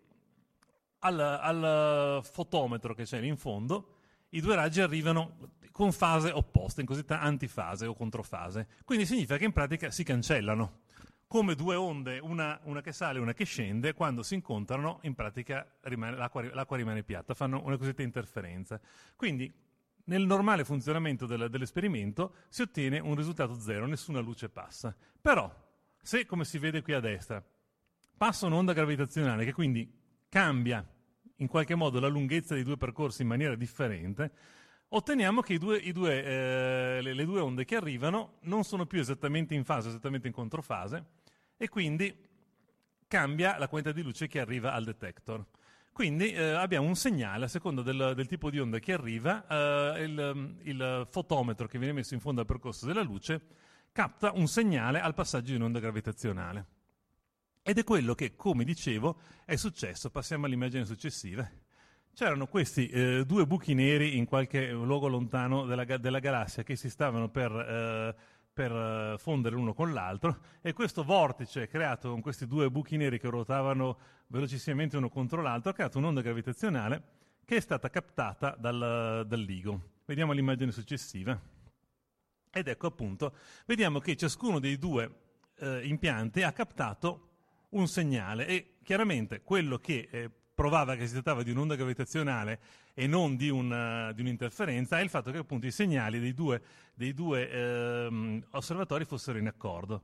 al fotometro che c'è lì in fondo i due raggi arrivano con fase opposta, in cosiddetta antifase o controfase. Quindi significa che in pratica si cancellano. Come due onde, una che sale e una che scende, quando si incontrano in pratica l'acqua rimane piatta, fanno una cosiddetta interferenza. Quindi nel normale funzionamento dell'esperimento si ottiene un risultato zero, nessuna luce passa. Però, se come si vede qui a destra, passa un'onda gravitazionale che quindi cambia in qualche modo la lunghezza dei due percorsi in maniera differente, otteniamo che le due onde che arrivano non sono più esattamente in fase, esattamente in controfase, e quindi cambia la quantità di luce che arriva al detector. Quindi abbiamo un segnale a seconda del tipo di onda che arriva, il fotometro che viene messo in fondo al percorso della luce capta un segnale al passaggio di un'onda gravitazionale. Ed è quello che, come dicevo, è successo. Passiamo all'immagine successiva. C'erano questi due buchi neri in qualche luogo lontano della galassia che si stavano per fondere l'uno con l'altro, e questo vortice creato con questi due buchi neri che ruotavano velocissimamente uno contro l'altro ha creato un'onda gravitazionale che è stata captata dal LIGO. Vediamo l'immagine successiva. Ed ecco appunto, vediamo che ciascuno dei due impianti ha captato un segnale, e chiaramente quello che provava che si trattava di un'onda gravitazionale e non di un'interferenza è il fatto che appunto i segnali dei due osservatori fossero in accordo.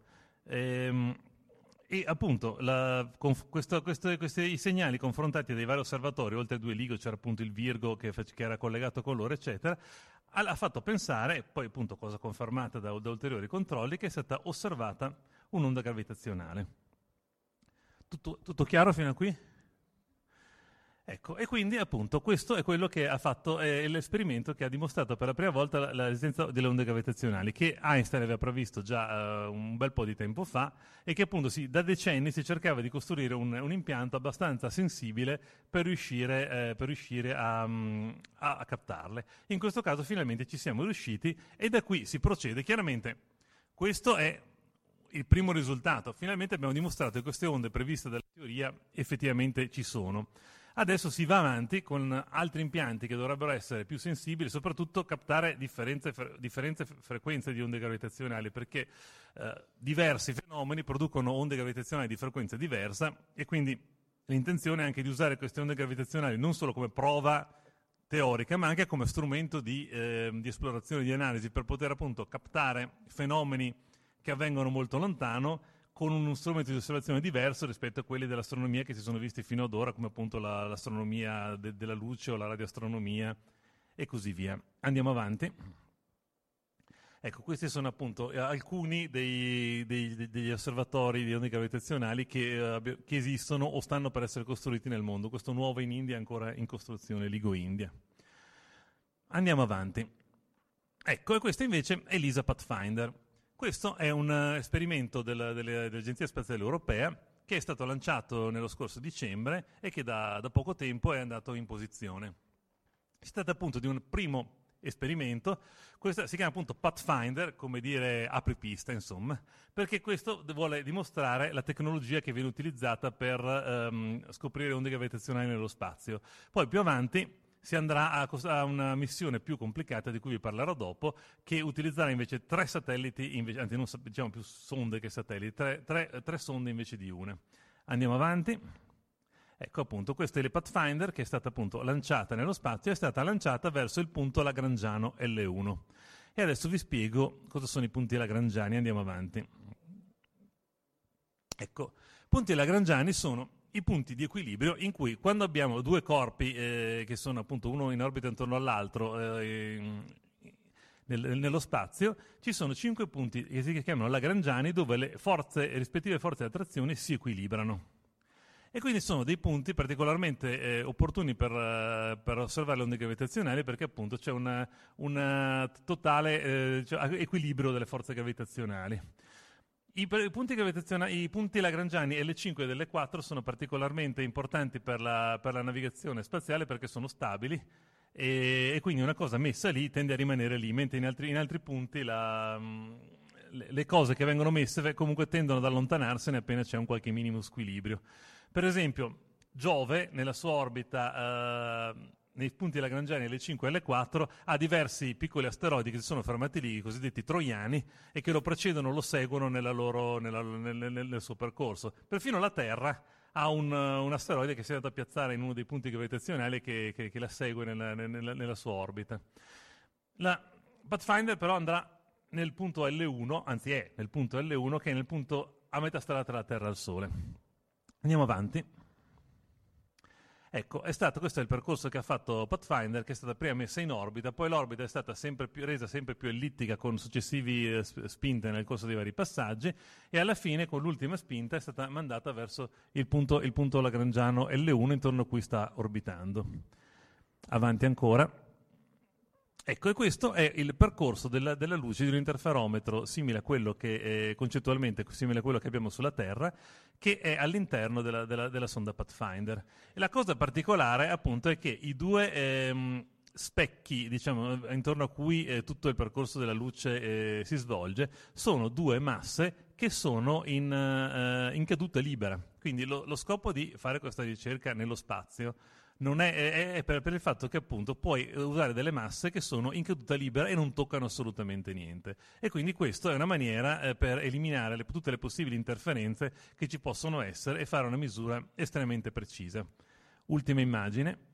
E appunto i segnali confrontati dai vari osservatori, oltre ai due LIGO c'era appunto il Virgo che era collegato con loro, eccetera, ha fatto pensare, poi appunto cosa confermata da ulteriori controlli, che è stata osservata un'onda gravitazionale. Tutto chiaro fino a qui? Ecco, e quindi appunto questo è quello che ha fatto l'esperimento che ha dimostrato per la prima volta l'esistenza delle onde gravitazionali, che Einstein aveva previsto già un bel po' di tempo fa, e che appunto da decenni si cercava di costruire un impianto abbastanza sensibile per riuscire a captarle. In questo caso finalmente ci siamo riusciti, e da qui si procede. Chiaramente questo è il primo risultato. Finalmente abbiamo dimostrato che queste onde previste dalla teoria effettivamente ci sono. Adesso si va avanti con altri impianti che dovrebbero essere più sensibili, soprattutto captare differenti frequenze di onde gravitazionali, perché diversi fenomeni producono onde gravitazionali di frequenza diversa, e quindi l'intenzione è anche di usare queste onde gravitazionali non solo come prova teorica, ma anche come strumento di esplorazione, di analisi, per poter appunto captare fenomeni che avvengono molto lontano, con uno strumento di osservazione diverso rispetto a quelli dell'astronomia che si sono visti fino ad ora, come appunto l'astronomia della luce o la radioastronomia e così via. Andiamo avanti. Ecco, questi sono appunto alcuni degli osservatori di onde gravitazionali che esistono o stanno per essere costruiti nel mondo. Questo nuovo in India è ancora in costruzione, LIGO India. Andiamo avanti. Ecco, e questo invece è l'ESA Pathfinder. Questo è un esperimento dell'Agenzia Spaziale Europea che è stato lanciato nello scorso dicembre e che da poco tempo è andato in posizione. Si tratta appunto di un primo esperimento, questo si chiama appunto Pathfinder, come dire apripista insomma, perché questo vuole dimostrare la tecnologia che viene utilizzata per scoprire onde gravitazionali nello spazio. Poi più avanti si andrà a una missione più complicata di cui vi parlerò dopo, che utilizzerà invece 3 satelliti, anzi non diciamo più sonde che satelliti, tre sonde invece di una. Andiamo avanti. Ecco appunto, questa è la Pathfinder che è stata appunto lanciata nello spazio, è stata lanciata verso il punto lagrangiano L1. E adesso vi spiego cosa sono i punti lagrangiani, andiamo avanti. Ecco, punti lagrangiani sono i punti di equilibrio in cui quando abbiamo due corpi che sono appunto uno in orbita intorno all'altro nello spazio, ci sono 5 punti che si chiamano lagrangiani dove le rispettive forze di attrazione si equilibrano. E quindi sono dei punti particolarmente opportuni per osservare le onde gravitazionali, perché appunto c'è un totale equilibrio delle forze gravitazionali. I punti lagrangiani L5 e L4 sono particolarmente importanti per la navigazione spaziale perché sono stabili e quindi una cosa messa lì tende a rimanere lì, mentre in altri punti le cose che vengono messe comunque tendono ad allontanarsene appena c'è un qualche minimo squilibrio. Per esempio, Giove, nella sua orbita, nei punti lagrangiani L5 e L4, ha diversi piccoli asteroidi che si sono fermati lì, i cosiddetti troiani, e che lo precedono, lo seguono nel suo percorso. Perfino la Terra ha un asteroide che si è andato a piazzare in uno dei punti gravitazionali che la segue nella sua orbita. La Pathfinder però andrà nel punto L1, anzi è nel punto L1, che è nel punto a metà strada tra la Terra e il Sole. Andiamo avanti. Ecco, questo è il percorso che ha fatto Pathfinder, che è stata prima messa in orbita, poi l'orbita è stata resa sempre più ellittica con successive spinte nel corso dei vari passaggi e alla fine con l'ultima spinta è stata mandata verso il punto lagrangiano L1 intorno a cui sta orbitando. Avanti ancora. Ecco, e questo è il percorso della luce di un interferometro simile a quello concettualmente simile a quello che abbiamo sulla Terra, che è all'interno della sonda Pathfinder. E la cosa particolare, appunto, è che i due specchi, diciamo, intorno a cui tutto il percorso della luce si svolge, sono due masse che sono in caduta libera. Quindi lo scopo di fare questa ricerca nello spazio non è per il fatto che appunto puoi usare delle masse che sono in caduta libera e non toccano assolutamente niente, e quindi questo è una maniera per eliminare tutte le possibili interferenze che ci possono essere e fare una misura estremamente precisa. Ultima immagine.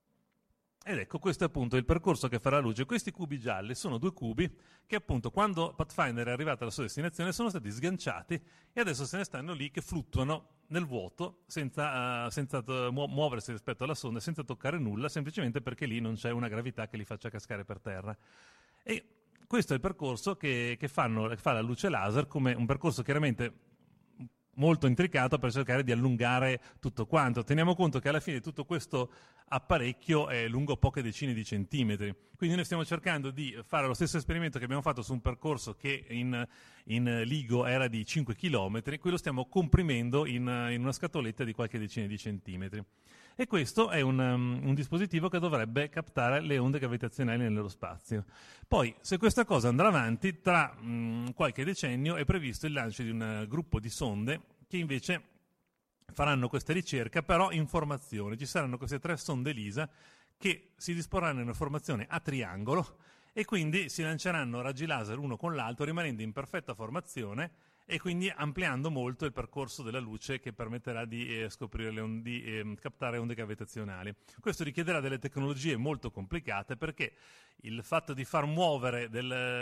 Ed ecco, questo è appunto il percorso che farà la luce. Questi cubi gialli sono due cubi che appunto quando Pathfinder è arrivata alla sua destinazione sono stati sganciati e adesso se ne stanno lì che fluttuano nel vuoto senza muoversi rispetto alla sonda, senza toccare nulla, semplicemente perché lì non c'è una gravità che li faccia cascare per terra. E questo è il percorso che fa la luce laser, come un percorso chiaramente molto intricato per cercare di allungare tutto quanto. Teniamo conto che alla fine tutto questo apparecchio è lungo poche decine di centimetri, quindi noi stiamo cercando di fare lo stesso esperimento che abbiamo fatto su un percorso che in LIGO era di 5 km, qui lo stiamo comprimendo in una scatoletta di qualche decina di centimetri. E questo è un dispositivo che dovrebbe captare le onde gravitazionali nello spazio. Poi, se questa cosa andrà avanti, tra qualche decennio è previsto il lancio di un gruppo di sonde che invece faranno questa ricerca, però in formazione. Ci saranno queste 3 sonde LISA che si disporranno in una formazione a triangolo e quindi si lanceranno raggi laser uno con l'altro, rimanendo in perfetta formazione e quindi ampliando molto il percorso della luce che permetterà di scoprire di captare onde gravitazionali. Questo richiederà delle tecnologie molto complicate, perché il fatto di far muovere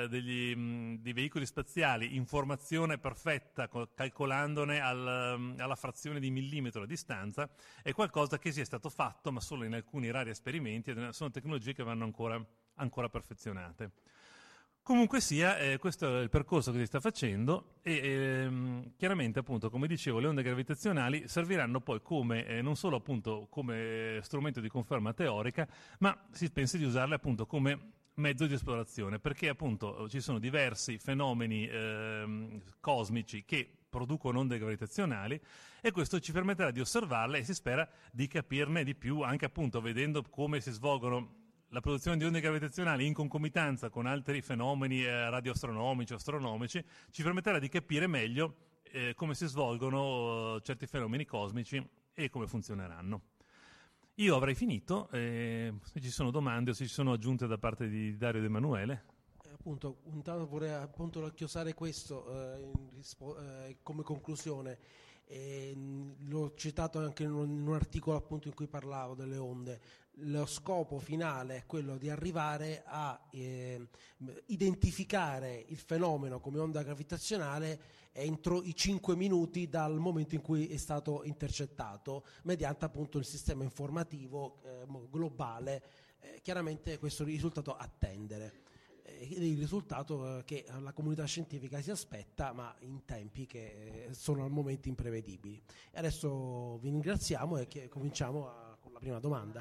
dei veicoli spaziali in formazione perfetta, calcolandone alla frazione di millimetro la distanza, è qualcosa che sia stato fatto, ma solo in alcuni rari esperimenti, e sono tecnologie che vanno ancora perfezionate. Comunque sia, questo è il percorso che si sta facendo e chiaramente, appunto, come dicevo, le onde gravitazionali serviranno poi come non solo appunto come strumento di conferma teorica, ma si pensa di usarle appunto come mezzo di esplorazione, perché appunto ci sono diversi fenomeni cosmici che producono onde gravitazionali e questo ci permetterà di osservarle e si spera di capirne di più, anche appunto vedendo come si svolgono la produzione di onde gravitazionali in concomitanza con altri fenomeni radioastronomici o astronomici, ci permetterà di capire meglio come si svolgono certi fenomeni cosmici e come funzioneranno. Io avrei finito, se ci sono domande o se ci sono aggiunte da parte di Dario ed Emanuele. Appunto, intanto vorrei appunto racchiosare questo come conclusione. L'ho citato anche in un articolo appunto in cui parlavo delle onde. Lo scopo finale è quello di arrivare a identificare il fenomeno come onda gravitazionale entro i 5 minuti dal momento in cui è stato intercettato, mediante appunto il sistema informativo globale. Chiaramente questo risultato attendere. Il risultato che la comunità scientifica si aspetta, ma in tempi che sono al momento imprevedibili. E adesso vi ringraziamo e cominciamo con la prima domanda.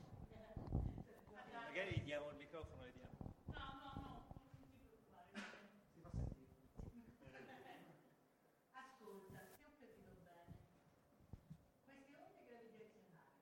Magari diamo il microfono e diamo. No, ascolta, se ho capito bene, queste onde gravitazionali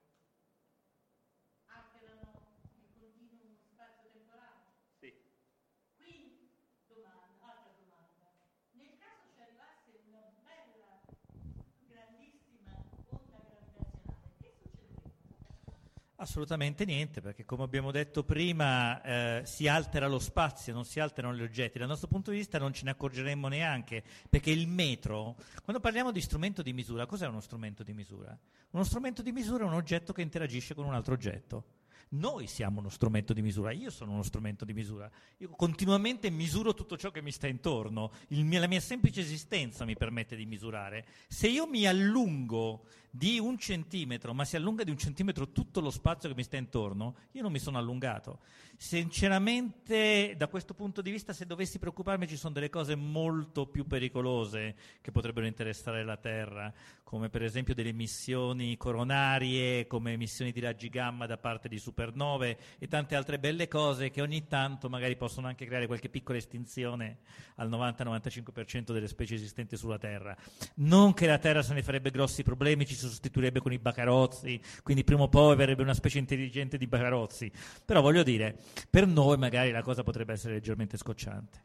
alterano il continuum spazio-temporale? Sì. Quindi, altra domanda, nel caso ci arrivasse una bella, grandissima onda gravitazionale, che succederebbe? Assolutamente niente, perché come abbiamo detto prima si altera lo spazio, non si alterano gli oggetti. Dal nostro punto di vista non ce ne accorgeremmo neanche, perché il metro, quando parliamo di strumento di misura, cos'è uno strumento di misura? Uno strumento di misura è un oggetto che interagisce con un altro oggetto. Noi siamo uno strumento di misura, io sono uno strumento di misura, io continuamente misuro tutto ciò che mi sta intorno, la mia semplice esistenza mi permette di misurare. Se io mi allungo di 1 centimetro, ma si allunga di 1 centimetro tutto lo spazio che mi sta intorno, io non mi sono allungato. Sinceramente, da questo punto di vista, se dovessi preoccuparmi, ci sono delle cose molto più pericolose che potrebbero interessare la Terra, come per esempio delle emissioni coronarie, come emissioni di raggi gamma da parte di supernove e tante altre belle cose che ogni tanto magari possono anche creare qualche piccola estinzione al 90-95% delle specie esistenti sulla Terra. Non che la Terra se ne farebbe grossi problemi, ci sostituirebbe con i bacarozzi, quindi prima o poi avrebbe una specie intelligente di bacarozzi, però voglio dire, per noi magari la cosa potrebbe essere leggermente scocciante.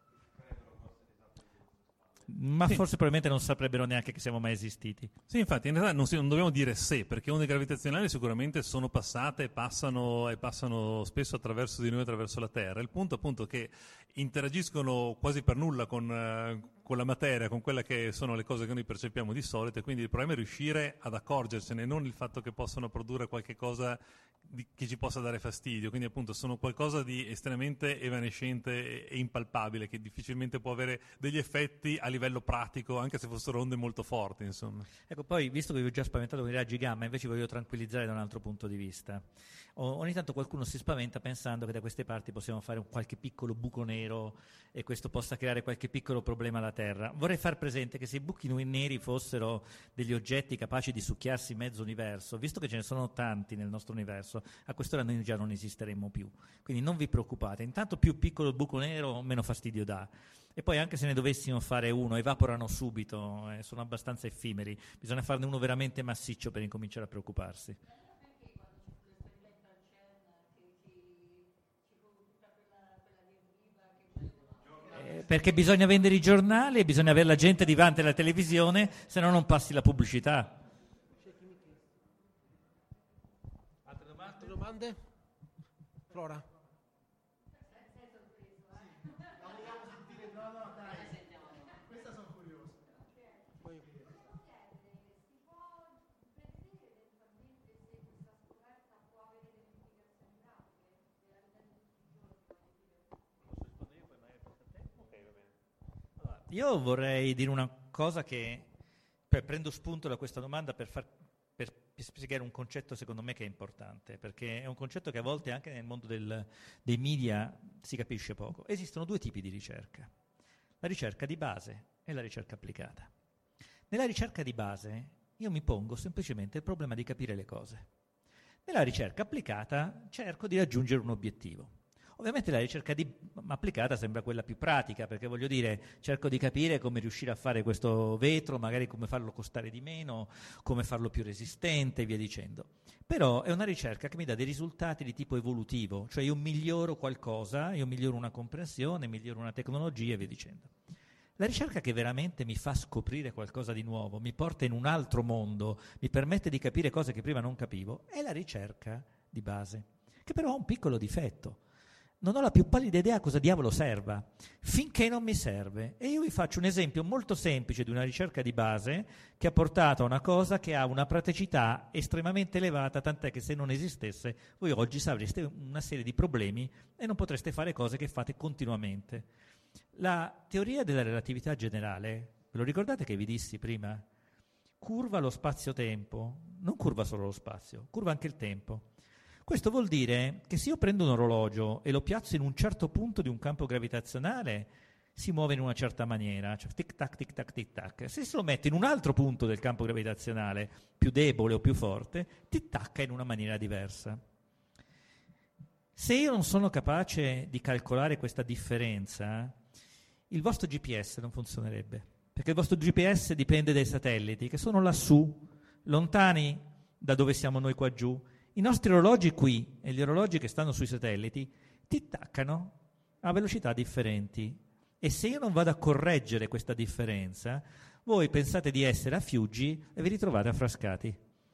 Ma forse probabilmente non saprebbero neanche che siamo mai esistiti. Sì, infatti, in realtà non dobbiamo dire se, perché onde gravitazionali sicuramente sono passate e passano spesso attraverso di noi, attraverso la Terra. Il punto appunto è che interagiscono quasi per nulla con la materia, con quelle che sono le cose che noi percepiamo di solito, e quindi il problema è riuscire ad accorgersene, non il fatto che possano produrre qualche cosa che ci possa dare fastidio. Quindi appunto sono qualcosa di estremamente evanescente e impalpabile, che difficilmente può avere degli effetti a livello pratico, anche se fossero onde molto forti, insomma. Ecco, poi, visto che vi ho già spaventato con i raggi gamma, invece voglio tranquillizzare da un altro punto di vista. Ogni tanto qualcuno si spaventa pensando che da queste parti possiamo fare qualche piccolo buco nero e questo possa creare qualche piccolo problema alla Terra. Vorrei far presente che se i buchi neri fossero degli oggetti capaci di succhiarsi mezzo universo, visto che ce ne sono tanti nel nostro universo, a quest'ora noi già non esisteremmo più. Quindi non vi preoccupate, intanto più piccolo il buco nero meno fastidio dà. E poi anche se ne dovessimo fare uno, evaporano subito, sono abbastanza effimeri, bisogna farne uno veramente massiccio per incominciare a preoccuparsi. Perché bisogna vendere i giornali e bisogna avere la gente davanti alla televisione, se no non passi la pubblicità. Altre domande? Flora? Io vorrei dire una cosa che prendo spunto da questa domanda per spiegare un concetto secondo me che è importante, perché è un concetto che a volte anche nel mondo dei media si capisce poco. Esistono 2 tipi di ricerca: la ricerca di base e la ricerca applicata. Nella ricerca di base io mi pongo semplicemente il problema di capire le cose. Nella ricerca applicata cerco di raggiungere un obiettivo. Ovviamente la ricerca applicata sembra quella più pratica, perché voglio dire, cerco di capire come riuscire a fare questo vetro, magari come farlo costare di meno, come farlo più resistente e via dicendo. Però è una ricerca che mi dà dei risultati di tipo evolutivo, cioè io miglioro qualcosa, io miglioro una comprensione, miglioro una tecnologia e via dicendo. La ricerca che veramente mi fa scoprire qualcosa di nuovo, mi porta in un altro mondo, mi permette di capire cose che prima non capivo, è la ricerca di base, che però ha un piccolo difetto. non ho la più pallida idea cosa diavolo serva, finché non mi serve. E io vi faccio un esempio molto semplice di una ricerca di base che ha portato a una cosa che ha una praticità estremamente elevata, tant'è che se non esistesse voi oggi avreste una serie di problemi e non potreste fare cose che fate continuamente. La teoria della relatività generale, ve lo ricordate che vi dissi prima? Curva lo spazio-tempo, non curva solo lo spazio, curva anche il tempo. Questo vuol dire che se io prendo un orologio e lo piazzo in un certo punto di un campo gravitazionale, si muove in una certa maniera, cioè tic-tac, tic-tac, tic-tac. Se lo metto in un altro punto del campo gravitazionale, più debole o più forte, tic-tac in una maniera diversa. Se io non sono capace di calcolare questa differenza, il vostro GPS non funzionerebbe, perché il vostro GPS dipende dai satelliti, che sono lassù, lontani da dove siamo noi qua giù. I nostri orologi qui e gli orologi che stanno sui satelliti tittaccano a velocità differenti e se io non vado a correggere questa differenza, voi pensate di essere a Fiuggi e vi ritrovate affrascati.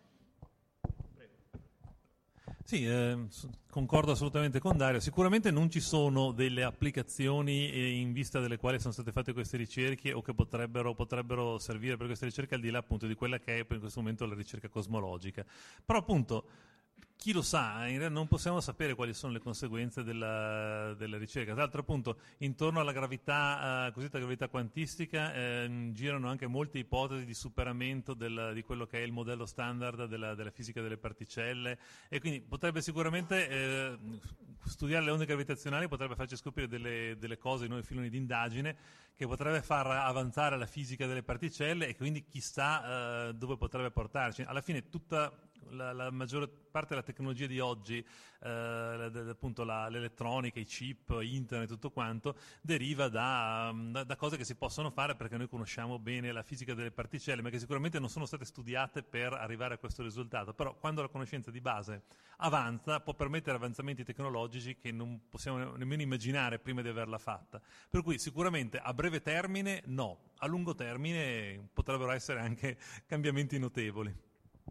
Sì, concordo assolutamente con Dario. Sicuramente non ci sono delle applicazioni in vista delle quali sono state fatte queste ricerche o che potrebbero servire per queste ricerche al di là appunto di quella che è in questo momento la ricerca cosmologica. Però appunto chi lo sa, in realtà non possiamo sapere quali sono le conseguenze della ricerca. Tra l'altro appunto intorno alla gravità, cosiddetta gravità quantistica, girano anche molte ipotesi di superamento di quello che è il modello standard della fisica delle particelle e quindi potrebbe sicuramente studiare le onde gravitazionali, potrebbe farci scoprire delle cose, nuovi filoni di indagine che potrebbe far avanzare la fisica delle particelle e quindi chissà dove potrebbe portarci. Alla fine tutta la maggiore parte della tecnologia di oggi, appunto l'elettronica, i chip, internet, tutto quanto, deriva da cose che si possono fare perché noi conosciamo bene la fisica delle particelle, ma che sicuramente non sono state studiate per arrivare a questo risultato. Però quando la conoscenza di base avanza, può permettere avanzamenti tecnologici che non possiamo nemmeno immaginare prima di averla fatta. Per cui sicuramente a breve termine no, a lungo termine potrebbero essere anche cambiamenti notevoli.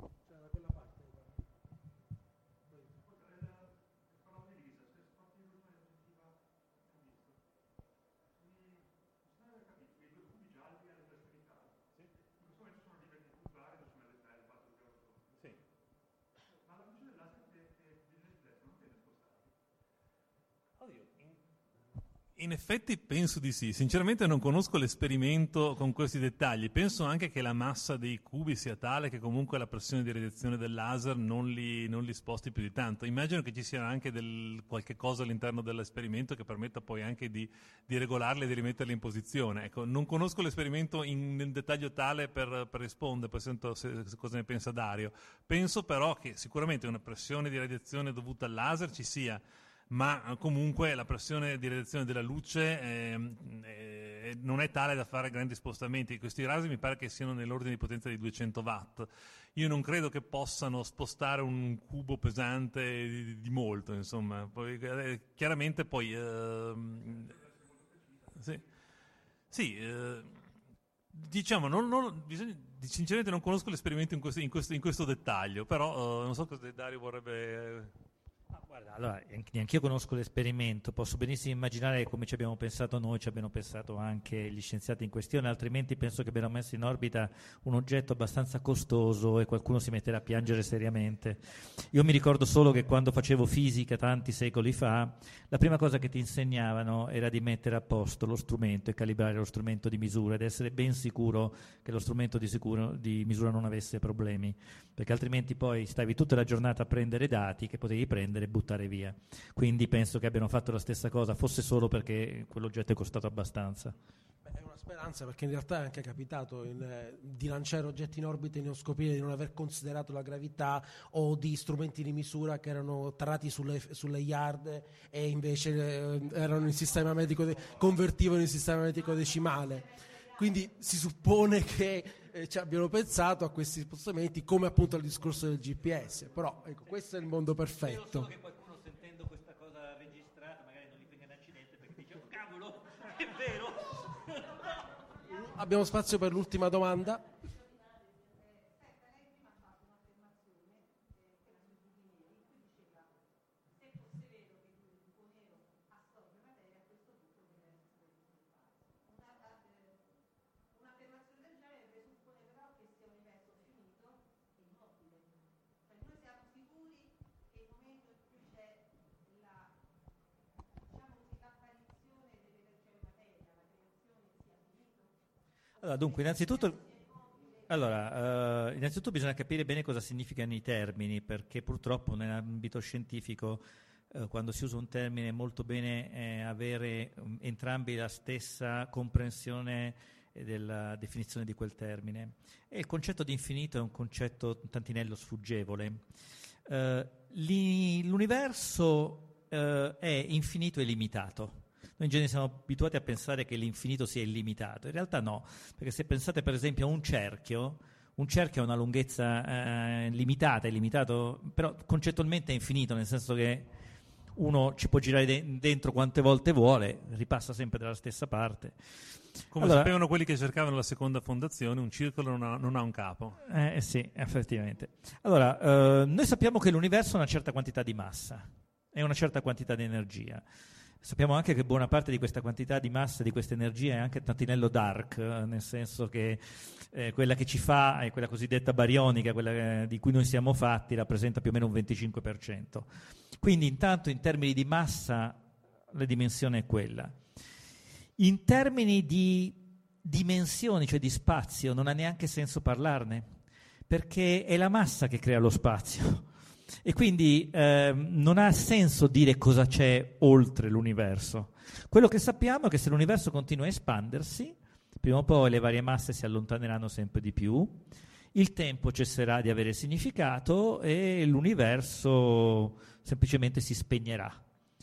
In effetti penso di sì, sinceramente non conosco l'esperimento con questi dettagli, penso anche che la massa dei cubi sia tale che comunque la pressione di radiazione del laser non li sposti più di tanto. Immagino che ci sia anche qualche cosa all'interno dell'esperimento che permetta poi anche di regolarli e di rimetterli in posizione. Ecco, non conosco l'esperimento nel dettaglio tale per rispondere, poi sento cosa ne pensa Dario. Penso però che sicuramente una pressione di radiazione dovuta al laser ci sia, ma comunque la pressione di radiazione della luce non è tale da fare grandi spostamenti. Questi rasi mi pare che siano nell'ordine di potenza di 200 watt. Io non credo che possano spostare un cubo pesante di molto, insomma. Poi, chiaramente poi... sì, diciamo, sinceramente non conosco l'esperimento in questo dettaglio, però non so cosa Dario vorrebbe... Guarda, allora, neanche io conosco l'esperimento, posso benissimo immaginare che come ci abbiamo pensato noi, ci abbiano pensato anche gli scienziati in questione, altrimenti penso che abbiano messo in orbita un oggetto abbastanza costoso e qualcuno si metterà a piangere seriamente. Io mi ricordo solo che quando facevo fisica tanti secoli fa, la prima cosa che ti insegnavano era di mettere a posto lo strumento e calibrare lo strumento di misura ed essere ben sicuro che lo strumento di misura non avesse problemi, perché altrimenti poi stavi tutta la giornata a prendere dati che potevi prendere e buttare via. Quindi penso che abbiano fatto la stessa cosa, fosse solo perché quell'oggetto è costato abbastanza. È una speranza, perché in realtà è anche capitato di lanciare oggetti in orbita e non scoprire di non aver considerato la gravità, o di strumenti di misura che erano tarati sulle yard e invece erano in sistema metrico convertivano in sistema metrico decimale. Quindi si suppone che ci abbiano pensato a questi spostamenti, come appunto al discorso del GPS. Però ecco, questo è il mondo perfetto. Spero solo che qualcuno, sentendo questa cosa registrata, magari non gli venga un accidente perché dice: oh, cavolo, è vero. Abbiamo spazio per l'ultima domanda. Allora, dunque, innanzitutto bisogna capire bene cosa significano i termini, perché purtroppo nell'ambito scientifico quando si usa un termine è molto bene avere entrambi la stessa comprensione della definizione di quel termine. E il concetto di infinito è un concetto un tantinello sfuggevole. L'universo è infinito e limitato. Noi in genere siamo abituati a pensare che l'infinito sia illimitato, in realtà no, perché se pensate per esempio a un cerchio ha una lunghezza limitata, è limitato, però concettualmente è infinito, nel senso che uno ci può girare dentro quante volte vuole, ripassa sempre dalla stessa parte. Come sapevano quelli che cercavano la seconda fondazione, un circolo non ha un capo. Sì, effettivamente. Allora, noi sappiamo che l'universo ha una certa quantità di massa e una certa quantità di energia. Sappiamo anche che buona parte di questa quantità di massa, di questa energia, è anche tantinello dark, nel senso che quella che ci fa è quella cosiddetta barionica, quella di cui noi siamo fatti, rappresenta più o meno un 25%. Quindi intanto in termini di massa la dimensione è quella. In termini di dimensioni, cioè di spazio, non ha neanche senso parlarne, perché è la massa che crea lo spazio. E quindi non ha senso dire cosa c'è oltre l'universo. Quello che sappiamo è che se l'universo continua a espandersi, prima o poi le varie masse si allontaneranno sempre di più, il tempo cesserà di avere significato e l'universo semplicemente si spegnerà.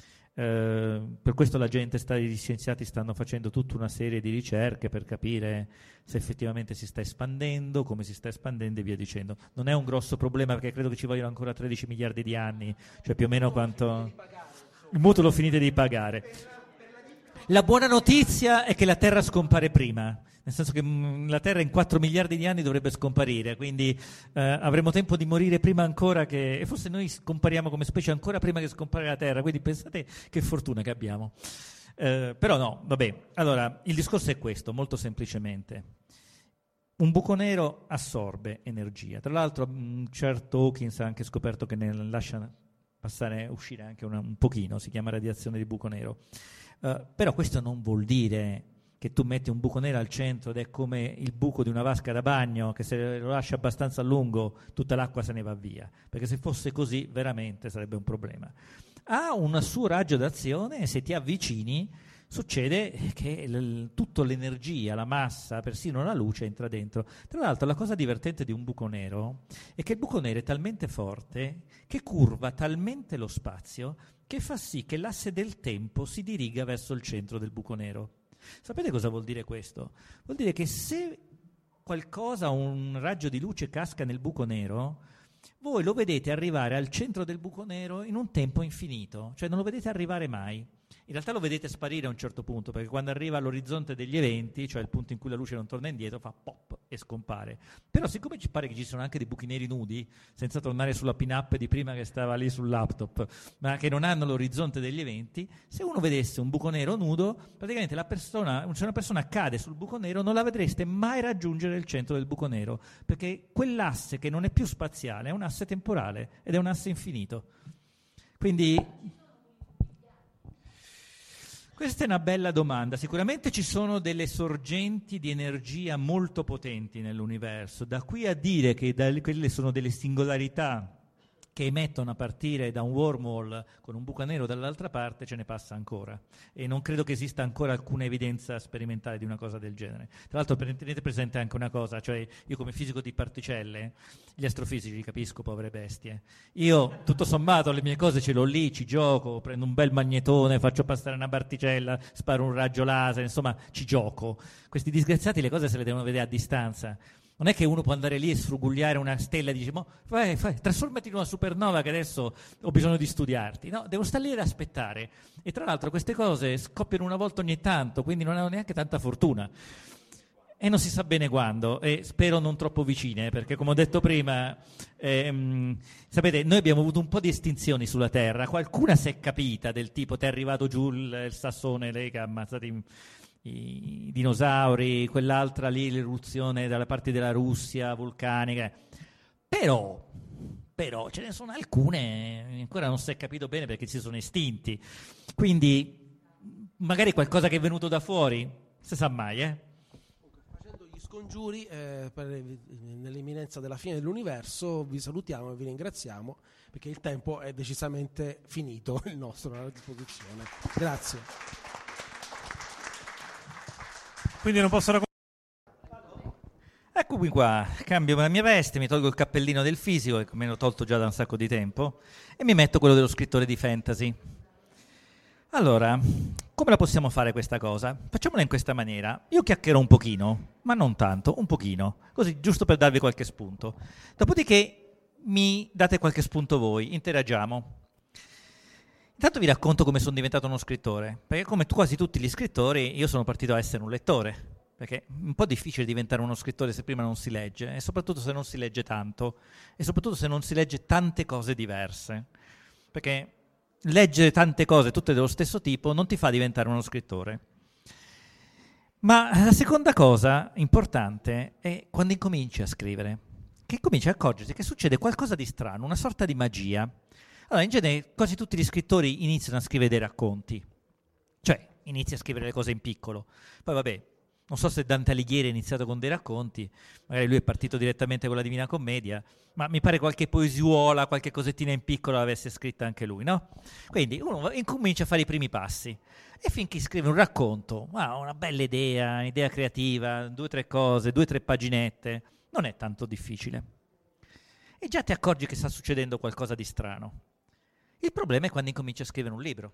Per questo gli scienziati stanno facendo tutta una serie di ricerche per capire se effettivamente si sta espandendo, come si sta espandendo e via dicendo. Non è un grosso problema perché credo che ci vogliono ancora 13 miliardi di anni, cioè più o meno quanto il mutuo lo finite di pagare. La buona notizia è che la Terra scompare prima, nel senso che la Terra in 4 miliardi di anni dovrebbe scomparire, quindi avremo tempo di morire prima ancora e forse noi scompariamo come specie ancora prima che scompare la Terra, quindi pensate che fortuna che abbiamo. Però no, vabbè, allora il discorso è questo, molto semplicemente. Un buco nero assorbe energia, tra l'altro un certo Hawkins ha anche scoperto che ne lascia uscire anche un pochino, si chiama radiazione di buco nero. Però questo non vuol dire che tu metti un buco nero al centro ed è come il buco di una vasca da bagno che se lo lasci abbastanza a lungo tutta l'acqua se ne va via, perché se fosse così veramente sarebbe un problema. Ha un suo raggio d'azione e se ti avvicini succede che tutta l'energia, la massa, persino la luce entra dentro. Tra l'altro la cosa divertente di un buco nero è che il buco nero è talmente forte che curva talmente lo spazio che fa sì che l'asse del tempo si diriga verso il centro del buco nero. Sapete cosa vuol dire questo? Vuol dire che se qualcosa, un raggio di luce casca nel buco nero, voi lo vedete arrivare al centro del buco nero in un tempo infinito, cioè non lo vedete arrivare mai. In realtà lo vedete sparire a un certo punto, perché quando arriva all'orizzonte degli eventi, cioè il punto in cui la luce non torna indietro, fa pop e scompare. Però siccome ci pare che ci sono anche dei buchi neri nudi, senza tornare sulla pin-up di prima che stava lì sul laptop, ma che non hanno l'orizzonte degli eventi, se uno vedesse un buco nero nudo, praticamente se una persona cade sul buco nero non la vedreste mai raggiungere il centro del buco nero, perché quell'asse che non è più spaziale è un asse temporale ed è un asse infinito. Quindi questa è una bella domanda. Sicuramente ci sono delle sorgenti di energia molto potenti nell'universo. Da qui a dire che quelle sono delle singolarità che emettono a partire da un wormhole con un buco nero dall'altra parte, ce ne passa ancora. E non credo che esista ancora alcuna evidenza sperimentale di una cosa del genere. Tra l'altro tenete presente anche una cosa, cioè io come fisico di particelle, gli astrofisici li capisco, povere bestie. Io tutto sommato le mie cose ce l'ho lì, ci gioco, prendo un bel magnetone, faccio passare una particella, sparo un raggio laser, insomma ci gioco. Questi disgraziati le cose se le devono vedere a distanza. Non è che uno può andare lì e sfrugugliare una stella e dice vai, trasformati in una supernova che adesso ho bisogno di studiarti. No, devo stare lì ad aspettare. E tra l'altro queste cose scoppiano una volta ogni tanto, quindi non hanno neanche tanta fortuna. E non si sa bene quando, e spero non troppo vicine, perché come ho detto prima, sapete, noi abbiamo avuto un po' di estinzioni sulla Terra, qualcuna si è capita del tipo ti è arrivato giù il sassone lei che ha ammazzato i dinosauri, quell'altra lì, l'eruzione dalla parte della Russia, vulcanica. Però ce ne sono alcune, ancora non si è capito bene perché si sono estinti. Quindi magari qualcosa che è venuto da fuori, si sa mai, Facendo Scongiuri, nell'imminenza della fine dell'universo, vi salutiamo e vi ringraziamo perché il tempo è decisamente finito, il nostro a disposizione. Grazie. Quindi non posso raccontare. Eccomi qua, cambio la mia veste, mi tolgo il cappellino del fisico, che me l'ho tolto già da un sacco di tempo, e mi metto quello dello scrittore di fantasy. Allora, come la possiamo fare questa cosa? Facciamola in questa maniera. Io chiacchierò un pochino, ma non tanto, un pochino, così giusto per darvi qualche spunto. Dopodiché mi date qualche spunto voi, interagiamo. Intanto vi racconto come sono diventato uno scrittore, perché come quasi tutti gli scrittori io sono partito a essere un lettore. Perché è un po' difficile diventare uno scrittore se prima non si legge, e soprattutto se non si legge tanto, e soprattutto se non si legge tante cose diverse. Perché leggere tante cose, tutte dello stesso tipo, non ti fa diventare uno scrittore. Ma la seconda cosa importante è quando incominci a scrivere, che cominci a accorgerti che succede qualcosa di strano, una sorta di magia. Allora, in genere, quasi tutti gli scrittori iniziano a scrivere dei racconti, cioè inizi a scrivere le cose in piccolo. Poi vabbè, non so se Dante Alighieri ha iniziato con dei racconti, magari lui è partito direttamente con la Divina Commedia, ma mi pare qualche poesiuola, qualche cosettina in piccolo l'avesse scritta anche lui, no? Quindi uno incomincia a fare i primi passi e finché scrive un racconto, una bella idea, un'idea creativa, 2 o 3 cose, 2 o 3 paginette, non è tanto difficile. E già ti accorgi che sta succedendo qualcosa di strano. Il problema è quando incominci a scrivere un libro.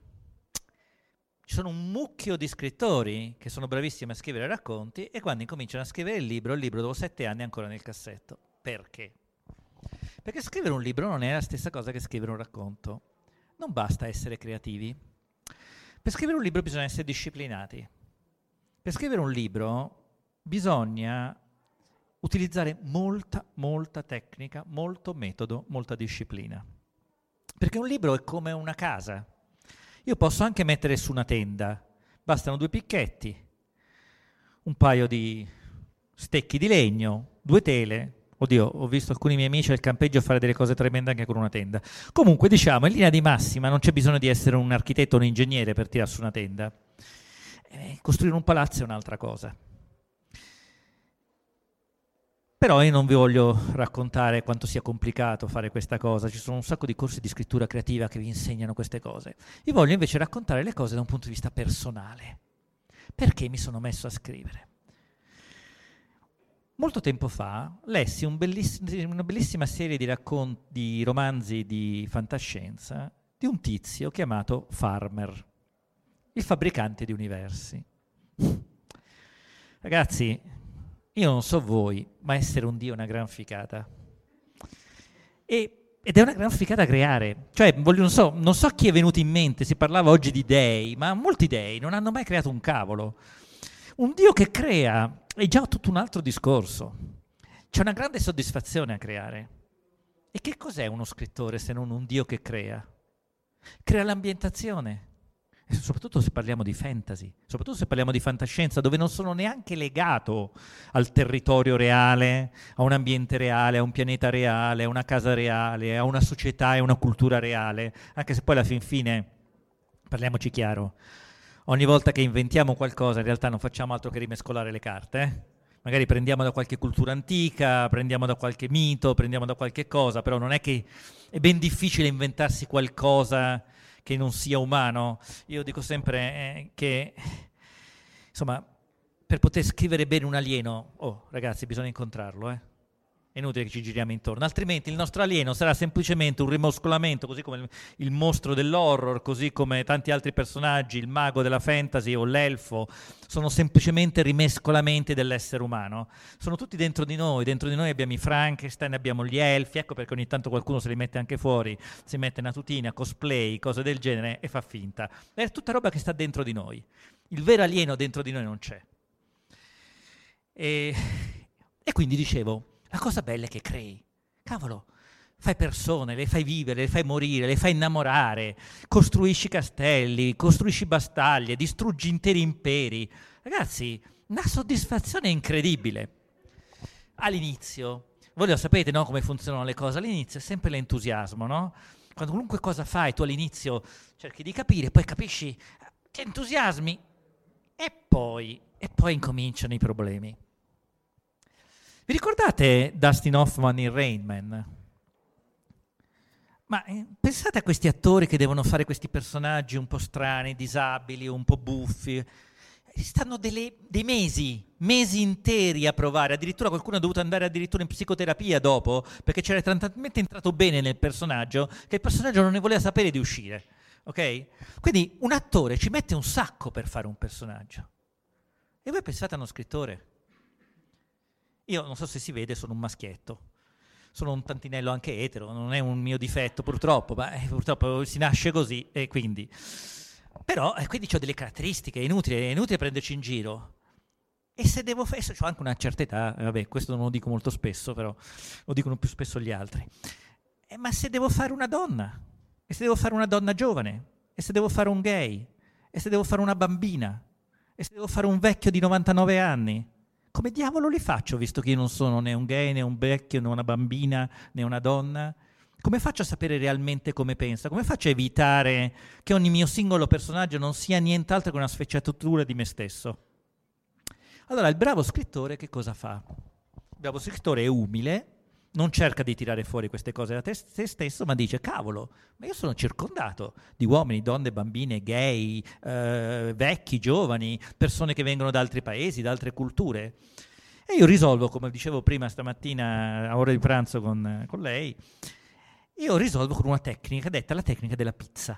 Ci sono un mucchio di scrittori che sono bravissimi a scrivere racconti e quando incominciano a scrivere il libro dopo 7 anni è ancora nel cassetto. Perché? Perché scrivere un libro non è la stessa cosa che scrivere un racconto. Non basta essere creativi. Per scrivere un libro bisogna essere disciplinati. Per scrivere un libro bisogna utilizzare molta tecnica, molto metodo, molta disciplina. Perché un libro è come una casa. Io posso anche mettere su una tenda, bastano 2 picchetti, un paio di stecchi di legno, 2 tele. Oddio, ho visto alcuni miei amici al campeggio fare delle cose tremende anche con una tenda. Comunque, diciamo, in linea di massima non c'è bisogno di essere un architetto o un ingegnere per tirare su una tenda. Costruire un palazzo è un'altra cosa. Però io non vi voglio raccontare quanto sia complicato fare questa cosa, ci sono un sacco di corsi di scrittura creativa che vi insegnano queste cose. Io voglio invece raccontare le cose da un punto di vista personale. Perché mi sono messo a scrivere? Molto tempo fa lessi una bellissima serie di romanzi di fantascienza di un tizio chiamato Farmer, il fabbricante di universi. Ragazzi, io non so voi, ma essere un dio è una gran ficata. Ed è una gran ficata creare. Cioè, non so chi è venuto in mente, si parlava oggi di dei, ma molti dei non hanno mai creato un cavolo. Un dio che crea è già tutto un altro discorso. C'è una grande soddisfazione a creare. E che cos'è uno scrittore se non un dio che crea? Crea l'ambientazione. E soprattutto se parliamo di fantasy, soprattutto se parliamo di fantascienza, dove non sono neanche legato al territorio reale, a un ambiente reale, a un pianeta reale, a una casa reale, a una società e una cultura reale, anche se poi alla fin fine, parliamoci chiaro, ogni volta che inventiamo qualcosa in realtà non facciamo altro che rimescolare le carte, Magari prendiamo da qualche cultura antica, prendiamo da qualche mito, prendiamo da qualche cosa, però non è che è ben difficile inventarsi qualcosa che non sia umano. Io dico sempre che, insomma, per poter scrivere bene un alieno, ragazzi, bisogna incontrarlo, È inutile che ci giriamo intorno, altrimenti il nostro alieno sarà semplicemente un rimoscolamento, così come il mostro dell'horror, così come tanti altri personaggi, il mago della fantasy o l'elfo, sono semplicemente rimescolamenti dell'essere umano. Sono tutti dentro di noi abbiamo i Frankenstein, abbiamo gli elfi, ecco perché ogni tanto qualcuno se li mette anche fuori, si mette una tutina, cosplay, cose del genere e fa finta. È tutta roba che sta dentro di noi. Il vero alieno dentro di noi non c'è. E quindi dicevo, la cosa bella è che crei. Cavolo, fai persone, le fai vivere, le fai morire, le fai innamorare, costruisci castelli, costruisci battaglie, distruggi interi imperi. Ragazzi, una soddisfazione incredibile. All'inizio, voi lo sapete, no, come funzionano le cose? All'inizio è sempre l'entusiasmo, no? Quando qualunque cosa fai, tu all'inizio cerchi di capire, poi capisci, ti entusiasmi e poi incominciano i problemi. Vi ricordate Dustin Hoffman in Rain Man? Ma pensate a questi attori che devono fare questi personaggi un po' strani, disabili, un po' buffi. Stanno dei mesi interi a provare. Addirittura qualcuno ha dovuto andare addirittura in psicoterapia dopo, perché c'era talmente entrato bene nel personaggio che il personaggio non ne voleva sapere di uscire. Ok? Quindi un attore ci mette un sacco per fare un personaggio. E voi pensate a uno scrittore? Io non so se si vede, sono un maschietto. Sono un tantinello anche etero, non è un mio difetto purtroppo, ma purtroppo si nasce così e quindi... Però quindi ho delle caratteristiche, è inutile prenderci in giro. E se devo fare... Ho anche una certa età, vabbè, questo non lo dico molto spesso, però lo dicono più spesso gli altri. Ma se devo fare una donna, e se devo fare una donna giovane, e se devo fare un gay, e se devo fare una bambina, e se devo fare un vecchio di 99 anni... Come diavolo li faccio, visto che io non sono né un gay, né un vecchio, né una bambina, né una donna? Come faccio a sapere realmente come pensa? Come faccio a evitare che ogni mio singolo personaggio non sia nient'altro che una sfaccettatura di me stesso? Allora, il bravo scrittore che cosa fa? Il bravo scrittore è umile, non cerca di tirare fuori queste cose da se stesso, ma dice, cavolo, ma io sono circondato di uomini, donne, bambine, gay, vecchi, giovani, persone che vengono da altri paesi, da altre culture. E io risolvo, come dicevo prima stamattina a ora di pranzo con lei, io risolvo con una tecnica detta la tecnica della pizza.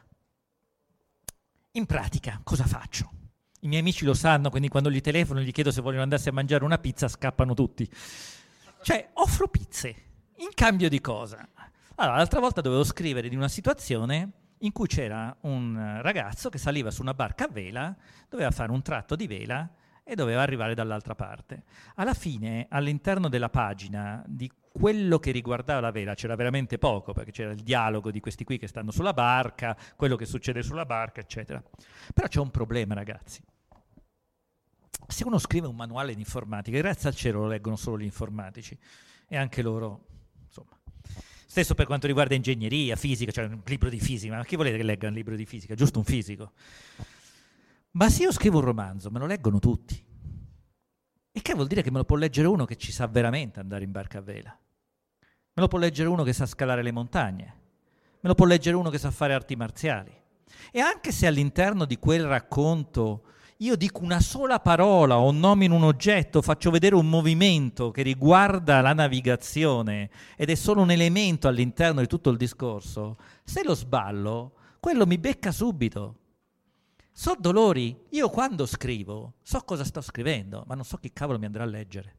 In pratica, cosa faccio? I miei amici lo sanno, quindi quando gli telefono e gli chiedo se vogliono andarsi a mangiare una pizza, scappano tutti. Cioè, offro pizze. In cambio di cosa? Allora, l'altra volta dovevo scrivere di una situazione in cui c'era un ragazzo che saliva su una barca a vela, doveva fare un tratto di vela e doveva arrivare dall'altra parte. Alla fine, all'interno della pagina di quello che riguardava la vela, c'era veramente poco, perché c'era il dialogo di questi qui che stanno sulla barca, quello che succede sulla barca, eccetera. Però c'è un problema, ragazzi. Se uno scrive un manuale di informatica, grazie al cielo lo leggono solo gli informatici, e anche loro, insomma. Stesso per quanto riguarda ingegneria, fisica, cioè un libro di fisica, ma chi volete che legga un libro di fisica? Giusto un fisico. Ma se io scrivo un romanzo, me lo leggono tutti. E che vuol dire che me lo può leggere uno che ci sa veramente andare in barca a vela? Me lo può leggere uno che sa scalare le montagne? Me lo può leggere uno che sa fare arti marziali? E anche se all'interno di quel racconto io dico una sola parola o nomino un oggetto, faccio vedere un movimento che riguarda la navigazione ed è solo un elemento all'interno di tutto il discorso, se lo sballo, quello mi becca subito. So dolori, io quando scrivo so cosa sto scrivendo, ma non so chi cavolo mi andrà a leggere.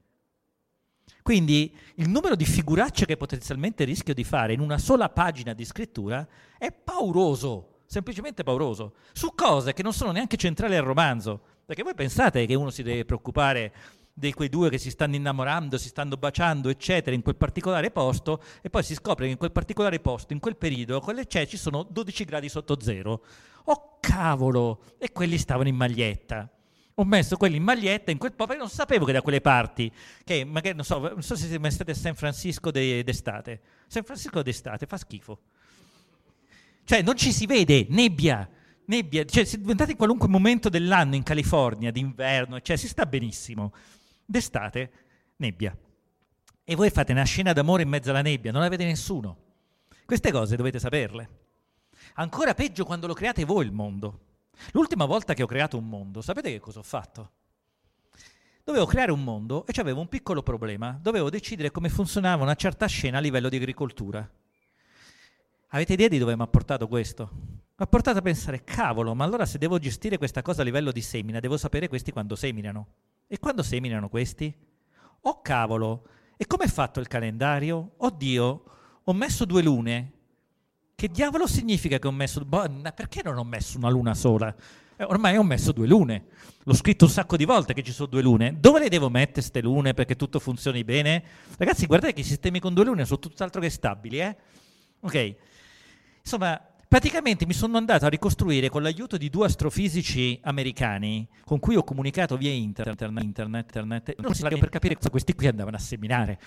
Quindi il numero di figuracce che potenzialmente rischio di fare in una sola pagina di scrittura è pauroso. Semplicemente pauroso, su cose che non sono neanche centrali al romanzo, perché voi pensate che uno si deve preoccupare di quei due che si stanno innamorando, si stanno baciando, eccetera, in quel particolare posto, e poi si scopre che in quel particolare posto, in quel periodo, ci sono 12 gradi sotto zero. Oh cavolo! E quelli stavano in maglietta. Ho messo quelli in maglietta in quel posto, perché non sapevo che da quelle parti, che magari non so se siete mai stati a San Francisco d'estate. San Francisco d'estate fa schifo. Cioè non ci si vede, nebbia, cioè se andate in qualunque momento dell'anno in California, d'inverno, cioè si sta benissimo, d'estate, nebbia. E voi fate una scena d'amore in mezzo alla nebbia, non la vede nessuno. Queste cose dovete saperle. Ancora peggio quando lo create voi il mondo. L'ultima volta che ho creato un mondo, sapete che cosa ho fatto? Dovevo creare un mondo e avevo un piccolo problema, dovevo decidere come funzionava una certa scena a livello di agricoltura. Avete idea di dove mi ha portato questo? Mi ha portato a pensare, cavolo, ma allora se devo gestire questa cosa a livello di semina, devo sapere questi quando seminano. E quando seminano questi? Oh cavolo, e come è fatto il calendario? Oddio, ho messo 2 lune. Che diavolo significa che ho messo... perché non ho messo una luna sola? Ormai ho messo 2 lune. L'ho scritto un sacco di volte che ci sono 2 lune. Dove le devo mettere ste lune perché tutto funzioni bene? Ragazzi, guardate che i sistemi con 2 lune sono tutt'altro che stabili, Ok. Insomma, praticamente mi sono andato a ricostruire con l'aiuto di 2 astrofisici americani con cui ho comunicato via internet non si per capire cosa questi qui andavano a seminare.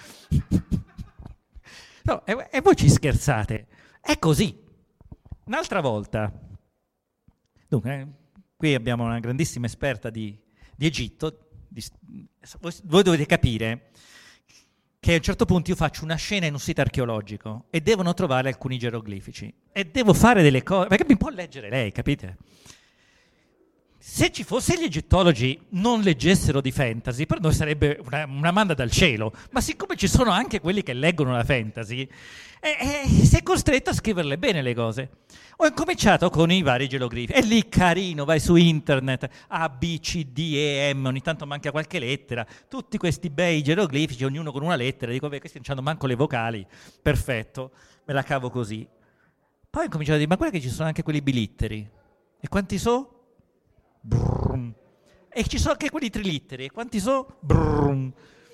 No, e voi ci scherzate. È così. Un'altra volta, dunque, qui abbiamo una grandissima esperta di Egitto. Voi dovete capire che a un certo punto io faccio una scena in un sito archeologico e devono trovare alcuni geroglifici e devo fare delle cose, perché mi può leggere lei, capite? Se ci fosse gli egittologi non leggessero di fantasy, per noi sarebbe una manda dal cielo, ma siccome ci sono anche quelli che leggono la fantasy, sei costretto a scriverle bene le cose. Ho incominciato con i vari geroglifi, è lì carino, vai su internet, A, B, C, D, E, M, ogni tanto manca qualche lettera, tutti questi bei geroglifici, ognuno con una lettera, dico, beh, questi non hanno manco le vocali, perfetto, me la cavo così. Poi ho cominciato a dire, ma guarda che ci sono anche quelli bilitteri, e quanti so? Brum. E ci sono anche quelli trilitteri, e quanti so? Brum.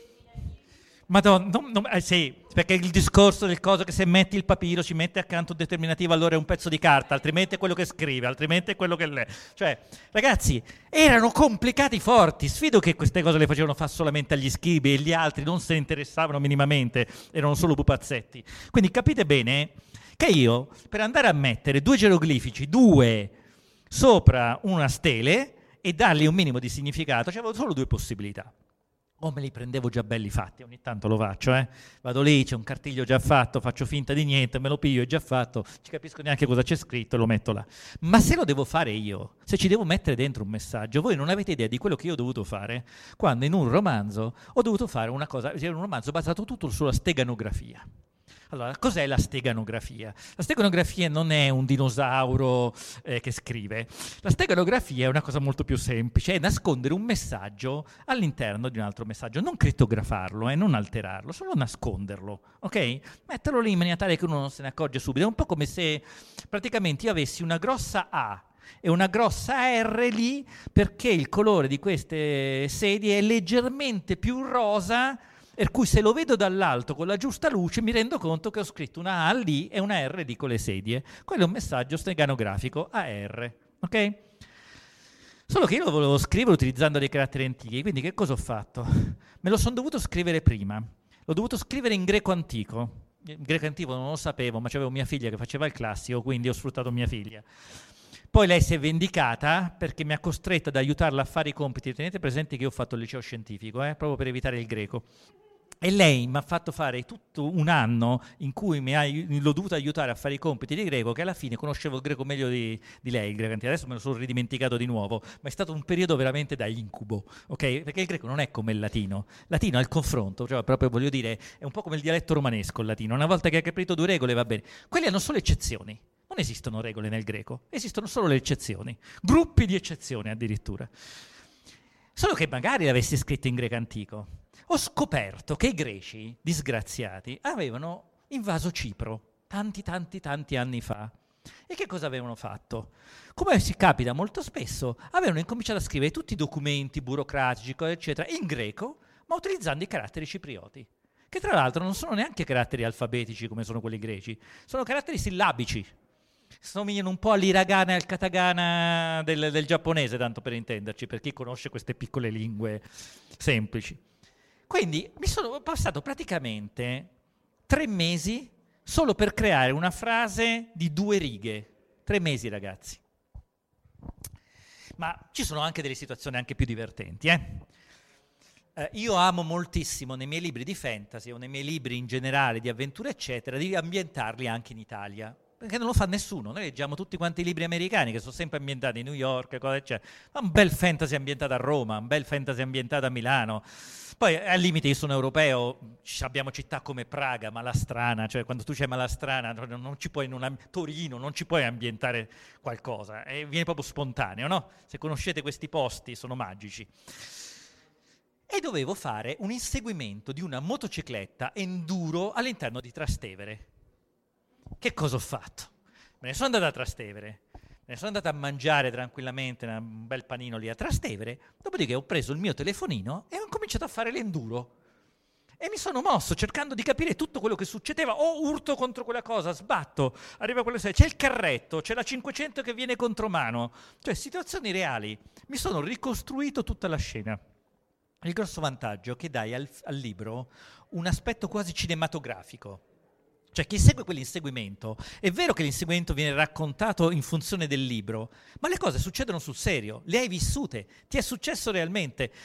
Madonna, sì, perché il discorso del coso che se metti il papiro ci mette accanto un determinativo, allora è un pezzo di carta, altrimenti è quello che scrive, altrimenti è quello che legge. Cioè, ragazzi, erano complicati forti. Sfido che queste cose le facevano fare solamente agli scribi e gli altri non se ne interessavano minimamente, erano solo pupazzetti. Quindi capite bene che io, per andare a mettere 2 geroglifici, 2 sopra una stele e dargli un minimo di significato, c'avevo solo 2 possibilità. O me li prendevo già belli fatti, ogni tanto lo faccio, vado lì, c'è un cartiglio già fatto, faccio finta di niente, me lo piglio, è già fatto, ci capisco neanche cosa c'è scritto e lo metto là. Ma se lo devo fare io, se ci devo mettere dentro un messaggio, voi non avete idea di quello che io ho dovuto fare quando in un romanzo ho dovuto fare una cosa, un romanzo basato tutto sulla steganografia. Allora, cos'è la steganografia? La steganografia non è un dinosauro che scrive. La steganografia è una cosa molto più semplice, è nascondere un messaggio all'interno di un altro messaggio, non crittografarlo, non alterarlo, solo nasconderlo, ok? Metterlo lì in maniera tale che uno non se ne accorge subito. È un po' come se praticamente io avessi una grossa A e una grossa R lì, perché il colore di queste sedie è leggermente più rosa, per cui se lo vedo dall'alto con la giusta luce mi rendo conto che ho scritto una A lì e una R lì con le sedie. Quello è un messaggio steganografico AR, ok? Solo che io lo volevo scrivere utilizzando dei caratteri antichi, quindi che cosa ho fatto? Me lo sono dovuto scrivere prima, l'ho dovuto scrivere in greco antico. In greco antico non lo sapevo, ma c'avevo mia figlia che faceva il classico, quindi ho sfruttato mia figlia. Poi lei si è vendicata perché mi ha costretto ad aiutarla a fare i compiti. Tenete presente che io ho fatto il liceo scientifico, proprio per evitare il greco. E lei mi ha fatto fare tutto un anno in cui l'ho dovuto aiutare a fare i compiti di greco, che alla fine conoscevo il greco meglio di lei, il greco antico. Adesso me lo sono ridimenticato di nuovo, ma è stato un periodo veramente da incubo, ok? Perché il greco non è come il latino. Il latino è il confronto, cioè proprio voglio dire, è un po' come il dialetto romanesco il latino. Una volta che hai capito 2 regole va bene. Quelli hanno solo eccezioni. Non esistono regole nel greco, esistono solo le eccezioni, gruppi di eccezioni addirittura. Solo che magari l'avessi scritto in greco antico. Ho scoperto che i greci, disgraziati, avevano invaso Cipro tanti anni fa. E che cosa avevano fatto? Come si capita molto spesso, avevano incominciato a scrivere tutti i documenti burocratici, eccetera, in greco, ma utilizzando i caratteri ciprioti, che tra l'altro non sono neanche caratteri alfabetici come sono quelli greci, sono caratteri sillabici. Somigliano un po' all'hiragana e al katakana del giapponese, tanto per intenderci, per chi conosce queste piccole lingue semplici. Quindi mi sono passato praticamente 3 mesi solo per creare una frase di 2 righe. 3 mesi, ragazzi. Ma ci sono anche delle situazioni anche più divertenti, io amo moltissimo nei miei libri di fantasy o nei miei libri in generale di avventura, eccetera, di ambientarli anche in Italia. Perché non lo fa nessuno, noi leggiamo tutti quanti i libri americani che sono sempre ambientati a New York, cosa eccetera. Ma un bel fantasy ambientato a Roma, un bel fantasy ambientato a Milano. Poi al limite io sono europeo, abbiamo città come Praga, Malastrana, cioè quando tu c'hai Malastrana non ci puoi, Torino, non ci puoi ambientare qualcosa, viene proprio spontaneo, no? Se conoscete questi posti sono magici. E dovevo fare un inseguimento di una motocicletta enduro all'interno di Trastevere. Che cosa ho fatto? Me ne sono andato a Trastevere, me ne sono andato a mangiare tranquillamente un bel panino lì a Trastevere, dopodiché ho preso il mio telefonino e ho cominciato a fare l'enduro. E mi sono mosso cercando di capire tutto quello che succedeva. Urto contro quella cosa, sbatto, arriva quello che c'è il carretto, c'è la 500 che viene contromano. Cioè situazioni reali. Mi sono ricostruito tutta la scena. Il grosso vantaggio è che dai al libro un aspetto quasi cinematografico. Cioè chi segue quell'inseguimento, è vero che l'inseguimento viene raccontato in funzione del libro, ma le cose succedono sul serio, le hai vissute, ti è successo realmente.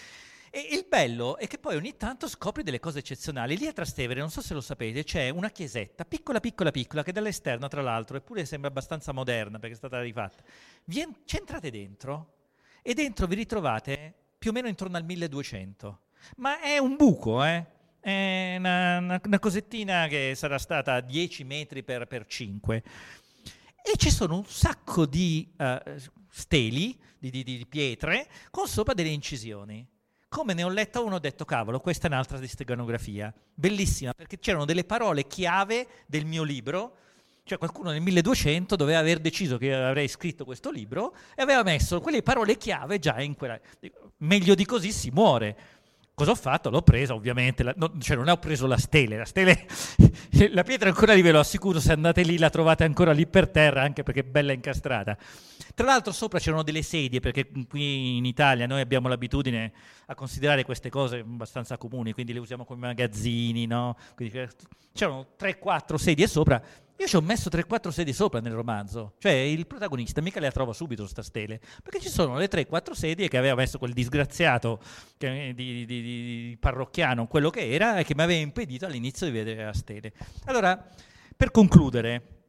E il bello è che poi ogni tanto scopri delle cose eccezionali. Lì a Trastevere, non so se lo sapete, c'è una chiesetta piccola piccola piccola che dall'esterno, tra l'altro, eppure sembra abbastanza moderna perché è stata rifatta. C'entrate dentro e dentro vi ritrovate più o meno intorno al 1200. Ma è un buco, è una cosettina che sarà stata 10 metri per 5. E ci sono un sacco di steli, di pietre, con sopra delle incisioni. Come ne ho letta uno, ho detto, cavolo, questa è un'altra di steganografia. Bellissima, perché c'erano delle parole chiave del mio libro. Cioè qualcuno nel 1200 doveva aver deciso che avrei scritto questo libro e aveva messo quelle parole chiave già in quella... Meglio di così si muore. Cosa ho fatto? L'ho presa, ovviamente, cioè non ho preso la stele, la pietra ancora lì, ve lo assicuro, se andate lì la trovate ancora lì per terra, anche perché è bella incastrata. Tra l'altro sopra c'erano delle sedie, perché qui in Italia noi abbiamo l'abitudine a considerare queste cose abbastanza comuni, quindi le usiamo come magazzini, no? Quindi c'erano 3-4 sedie sopra. Io ci ho messo 3-4 sedie sopra nel romanzo, cioè il protagonista mica le trova subito sta stele, perché ci sono le 3-4 sedie che aveva messo quel disgraziato di parrocchiano, quello che era, e che mi aveva impedito all'inizio di vedere la stele. Allora, per concludere,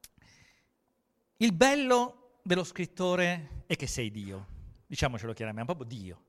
il bello dello scrittore è che sei Dio, diciamocelo chiaramente, proprio Dio.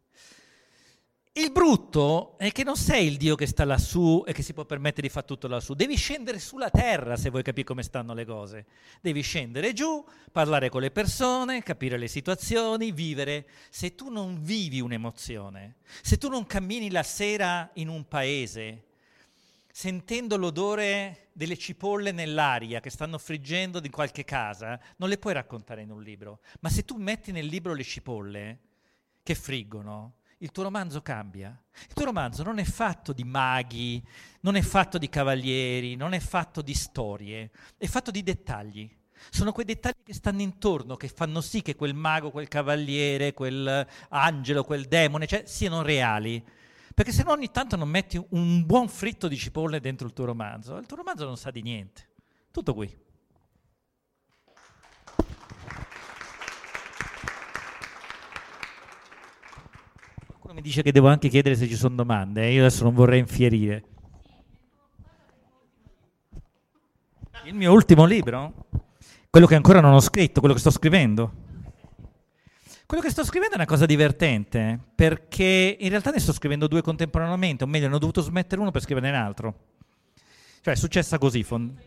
Il brutto è che non sei il Dio che sta lassù e che si può permettere di fare tutto lassù. Devi scendere sulla terra se vuoi capire come stanno le cose. Devi scendere giù, parlare con le persone, capire le situazioni, vivere. Se tu non vivi un'emozione, se tu non cammini la sera in un paese, sentendo l'odore delle cipolle nell'aria che stanno friggendo di qualche casa, non le puoi raccontare in un libro. Ma se tu metti nel libro le cipolle che friggono, il tuo romanzo cambia. Il tuo romanzo non è fatto di maghi, non è fatto di cavalieri, non è fatto di storie, è fatto di dettagli. Sono quei dettagli che stanno intorno, che fanno sì che quel mago, quel cavaliere, quel angelo, quel demone, cioè, siano reali. Perché se no ogni tanto non metti un buon fritto di cipolle dentro il tuo romanzo non sa di niente. Tutto qui. Mi dice che devo anche chiedere se ci sono domande, io adesso non vorrei infierire. Il mio ultimo libro? Quello che ancora non ho scritto, quello che sto scrivendo. Quello che sto scrivendo è una cosa divertente, perché in realtà ne sto scrivendo 2 contemporaneamente, o meglio, ne ho dovuto smettere uno per scriverne un altro. Cioè è successa così.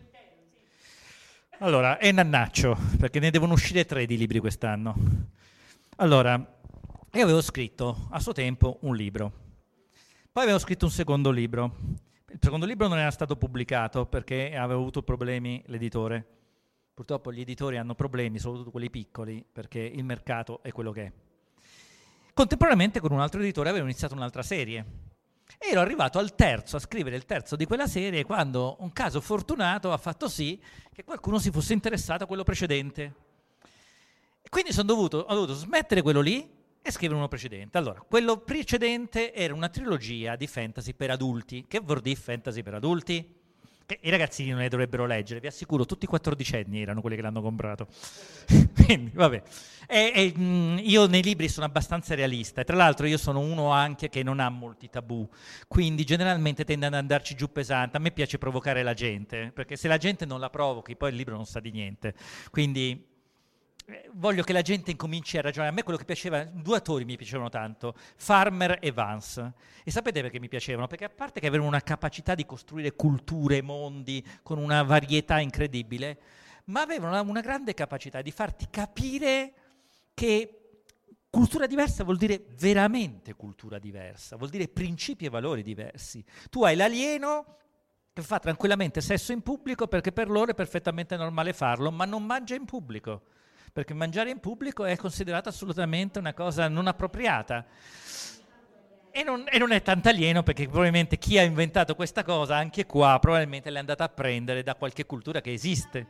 Allora, è nannaccio, perché ne devono uscire 3 di libri quest'anno. Allora... Io avevo scritto a suo tempo un libro, poi avevo scritto un secondo libro. Il secondo libro non era stato pubblicato perché aveva avuto problemi l'editore. Purtroppo gli editori hanno problemi, soprattutto quelli piccoli, perché il mercato è quello che è. Contemporaneamente con un altro editore avevo iniziato un'altra serie. E ero arrivato al terzo, a scrivere il terzo di quella serie, quando un caso fortunato ha fatto sì che qualcuno si fosse interessato a quello precedente. E quindi ho dovuto smettere quello lì e scrivere uno precedente. Allora, quello precedente era una trilogia di fantasy per adulti. Che vuol dire fantasy per adulti? Che i ragazzini non le dovrebbero leggere, vi assicuro, tutti i 14enni erano quelli che l'hanno comprato. Quindi, vabbè. Io nei libri sono abbastanza realista, e tra l'altro io sono uno anche che non ha molti tabù, quindi generalmente tende ad andarci giù pesante. A me piace provocare la gente, perché se la gente non la provochi, poi il libro non sa di niente. Quindi... voglio che la gente incominci a ragionare. A me quello che piaceva, 2 attori mi piacevano tanto, Farmer e Vance. E sapete perché mi piacevano? Perché a parte che avevano una capacità di costruire culture, mondi, con una varietà incredibile, ma avevano una grande capacità di farti capire che cultura diversa vuol dire veramente cultura diversa, vuol dire principi e valori diversi. Tu hai l'alieno che fa tranquillamente sesso in pubblico perché per loro è perfettamente normale farlo, ma non mangia in pubblico, perché mangiare in pubblico è considerato assolutamente una cosa non appropriata. E non è tanto alieno, perché probabilmente chi ha inventato questa cosa, anche qua, probabilmente l'è andata a prendere da qualche cultura che esiste.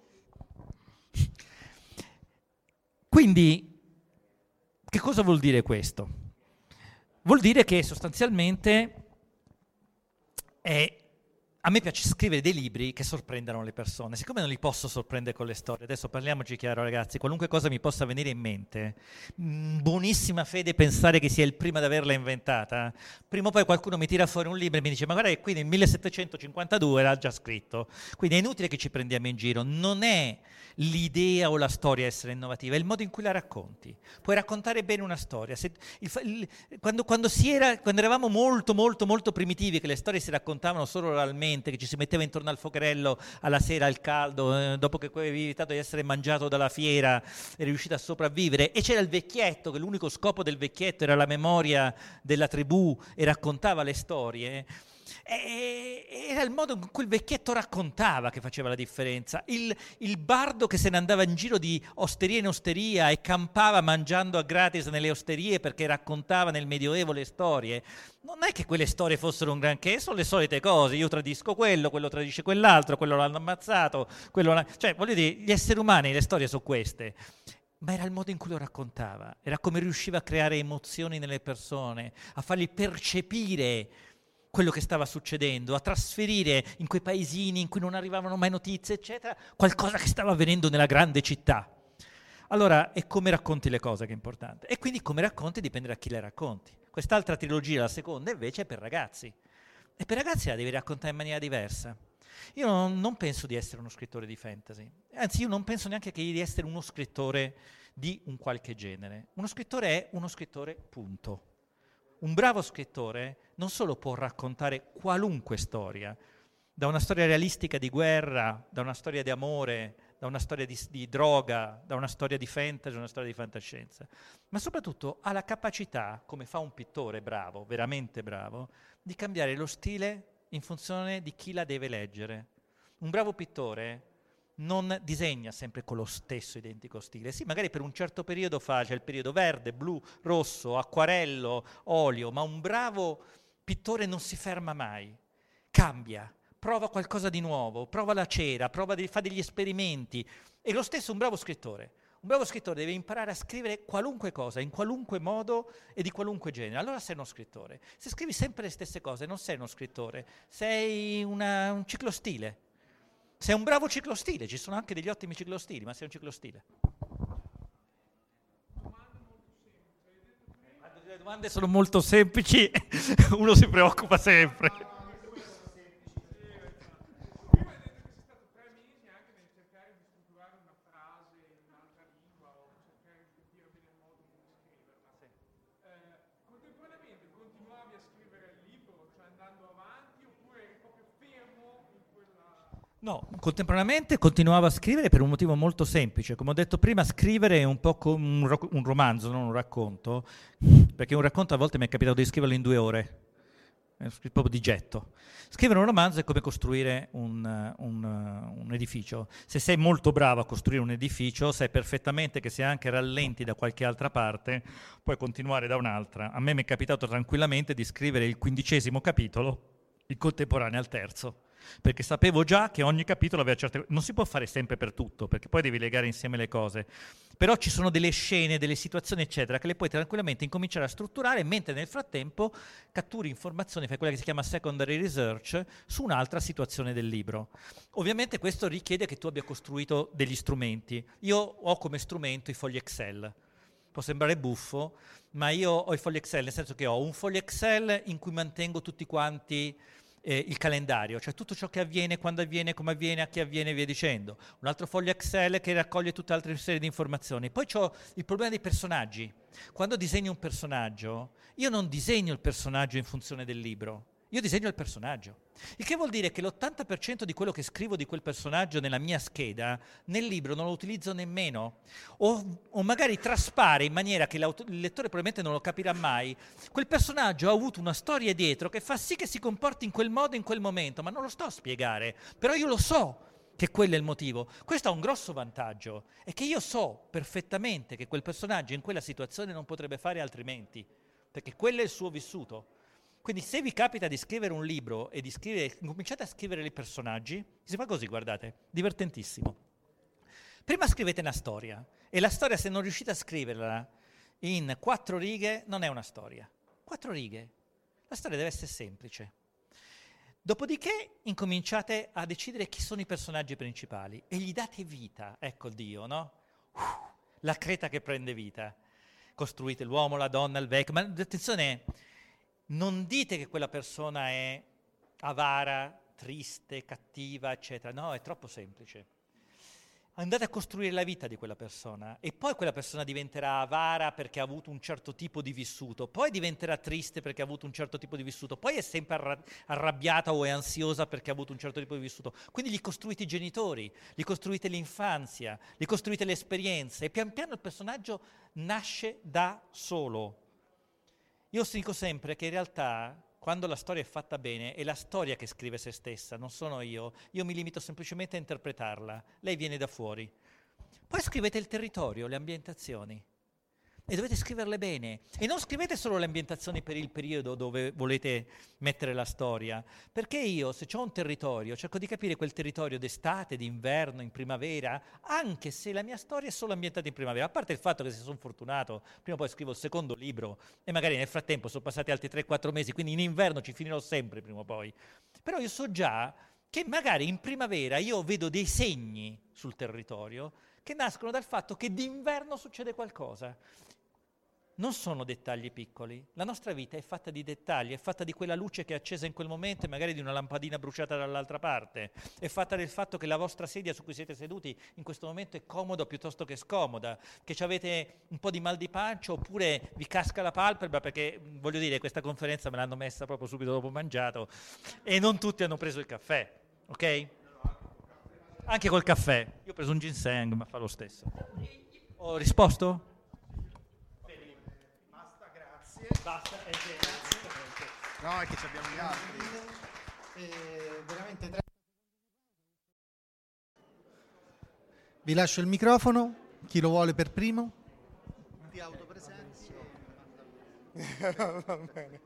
Quindi, che cosa vuol dire questo? Vuol dire che sostanzialmente a me piace scrivere dei libri che sorprendano le persone. Siccome non li posso sorprendere con le storie, adesso parliamoci chiaro ragazzi, qualunque cosa mi possa venire in mente, buonissima fede pensare che sia il primo ad averla inventata, prima o poi qualcuno mi tira fuori un libro e mi dice ma guarda che qui nel 1752 era già scritto. Quindi è inutile che ci prendiamo in giro, non è l'idea o la storia a essere innovativa, è il modo in cui la racconti. Puoi raccontare bene una storia. Quando eravamo molto primitivi, che le storie si raccontavano solo oralmente, che ci si metteva intorno al focherello alla sera al caldo, dopo che avevi evitato di essere mangiato dalla fiera, eri riuscito a sopravvivere, e c'era il vecchietto, che l'unico scopo del vecchietto era la memoria della tribù e raccontava le storie. Era il modo in cui il vecchietto raccontava che faceva la differenza. Il bardo che se ne andava in giro di osteria in osteria e campava mangiando a gratis nelle osterie perché raccontava nel Medioevo le storie. Non è che quelle storie fossero un granché, sono le solite cose. Io tradisco quello tradisce quell'altro, quello l'hanno ammazzato, cioè voglio dire, gli esseri umani, le storie sono queste. Ma era il modo in cui lo raccontava, era come riusciva a creare emozioni nelle persone, a fargli percepire quello che stava succedendo, a trasferire in quei paesini in cui non arrivavano mai notizie, eccetera, qualcosa che stava avvenendo nella grande città. Allora, è come racconti le cose che è importante. E quindi come racconti dipende da chi le racconti. Quest'altra trilogia, la seconda, invece, è per ragazzi. E per ragazzi la devi raccontare in maniera diversa. Io non penso di essere uno scrittore di fantasy. Anzi, io non penso neanche che di essere uno scrittore di un qualche genere. Uno scrittore è uno scrittore, punto. Un bravo scrittore non solo può raccontare qualunque storia, da una storia realistica di guerra, da una storia di amore, da una storia di droga, da una storia di fantasy, una storia di fantascienza, ma soprattutto ha la capacità, come fa un pittore bravo, veramente bravo, di cambiare lo stile in funzione di chi la deve leggere. Un bravo pittore non disegna sempre con lo stesso identico stile. Sì, magari per un certo periodo c'è il periodo verde, blu, rosso, acquarello, olio, ma un bravo pittore non si ferma mai, cambia, prova qualcosa di nuovo, prova la cera, fa degli esperimenti. E lo stesso un bravo scrittore. Un bravo scrittore deve imparare a scrivere qualunque cosa, in qualunque modo e di qualunque genere. Allora sei uno scrittore. Se scrivi sempre le stesse cose non sei uno scrittore, sei un ciclostile. Sei un bravo ciclostile, ci sono anche degli ottimi ciclostili, ma sei un ciclostile. Le domande sono molto semplici, uno si preoccupa sempre. Prima hai detto che sei stato 3 mesi anche nel cercare di strutturare una frase in un'altra lingua o cercare di capire bene il modo come scriverla. Contemporaneamente continuavi a scrivere il libro, cioè andando avanti, oppure eri proprio fermo in quella... No, contemporaneamente continuavo a scrivere per un motivo molto semplice. Come ho detto prima, scrivere è un po' come un romanzo, non un racconto, perché un racconto a volte mi è capitato di scriverlo in 2 ore, proprio di getto. Scrivere un romanzo è come costruire un edificio. Se sei molto bravo a costruire un edificio, sai perfettamente che se anche rallenti da qualche altra parte, puoi continuare da un'altra. A me mi è capitato tranquillamente di scrivere il 15° capitolo in contemporanea al terzo, perché sapevo già che ogni capitolo aveva certe... Non si può fare sempre per tutto, perché poi devi legare insieme le cose, però ci sono delle scene, delle situazioni eccetera che le puoi tranquillamente incominciare a strutturare, mentre nel frattempo catturi informazioni, fai quella che si chiama secondary research su un'altra situazione del libro. Ovviamente questo richiede che tu abbia costruito degli strumenti. Io ho come strumento i fogli Excel. Può sembrare buffo, ma io ho i fogli Excel, nel senso che ho un foglio Excel in cui mantengo tutti quanti il calendario, cioè tutto ciò che avviene, quando avviene, come avviene, a chi avviene e via dicendo. Un altro foglio Excel che raccoglie tutta altre serie di informazioni. Poi ho il problema dei personaggi. Quando disegno un personaggio, io non disegno il personaggio in funzione del libro, io disegno il personaggio. Il che vuol dire che l'80% di quello che scrivo di quel personaggio nella mia scheda, nel libro non lo utilizzo nemmeno. O magari traspare in maniera che il lettore probabilmente non lo capirà mai. Quel personaggio ha avuto una storia dietro che fa sì che si comporti in quel modo in quel momento, ma non lo sto a spiegare. Però io lo so che quello è il motivo. Questo ha un grosso vantaggio, è che io so perfettamente che quel personaggio in quella situazione non potrebbe fare altrimenti, perché quello è il suo vissuto. Quindi se vi capita di scrivere un libro e cominciate a scrivere i personaggi, si fa così, guardate, divertentissimo. Prima scrivete una storia, e la storia, se non riuscite a scriverla in 4 righe, non è una storia. 4 righe. La storia deve essere semplice. Dopodiché incominciate a decidere chi sono i personaggi principali e gli date vita, ecco Dio, no? La creta che prende vita. Costruite l'uomo, la donna, il vecchio, ma attenzione, non dite che quella persona è avara, triste, cattiva, eccetera. No, è troppo semplice. Andate a costruire la vita di quella persona e poi quella persona diventerà avara perché ha avuto un certo tipo di vissuto, poi diventerà triste perché ha avuto un certo tipo di vissuto, poi è sempre arrabbiata o è ansiosa perché ha avuto un certo tipo di vissuto. Quindi gli costruite i genitori, gli costruite l'infanzia, gli costruite le esperienze e pian piano il personaggio nasce da solo. Io dico sempre che in realtà quando la storia è fatta bene è la storia che scrive se stessa, non sono io mi limito semplicemente a interpretarla, lei viene da fuori. Poi scrivete il territorio, le ambientazioni, e dovete scriverle bene, e non scrivete solo le ambientazioni per il periodo dove volete mettere la storia, perché io se ho un territorio cerco di capire quel territorio d'estate, d'inverno, in primavera, anche se la mia storia è solo ambientata in primavera, a parte il fatto che se sono fortunato prima o poi scrivo il secondo libro e magari nel frattempo sono passati altri 3-4 mesi, quindi in inverno ci finirò sempre prima o poi, però io so già che magari in primavera io vedo dei segni sul territorio che nascono dal fatto che d'inverno succede qualcosa. Non sono dettagli piccoli, la nostra vita è fatta di dettagli, è fatta di quella luce che è accesa in quel momento e magari di una lampadina bruciata dall'altra parte, è fatta del fatto che la vostra sedia su cui siete seduti in questo momento è comoda piuttosto che scomoda, che avete un po' di mal di pancia oppure vi casca la palpebra perché, voglio dire, questa conferenza me l'hanno messa proprio subito dopo mangiato e non tutti hanno preso il caffè, ok? Anche col caffè, io ho preso un ginseng ma fa lo stesso. Ho risposto? Basta, no, è che ci abbiamo gli altri. Veramente vi lascio il microfono, chi lo vuole per primo? Ti autopresenti. Va bene.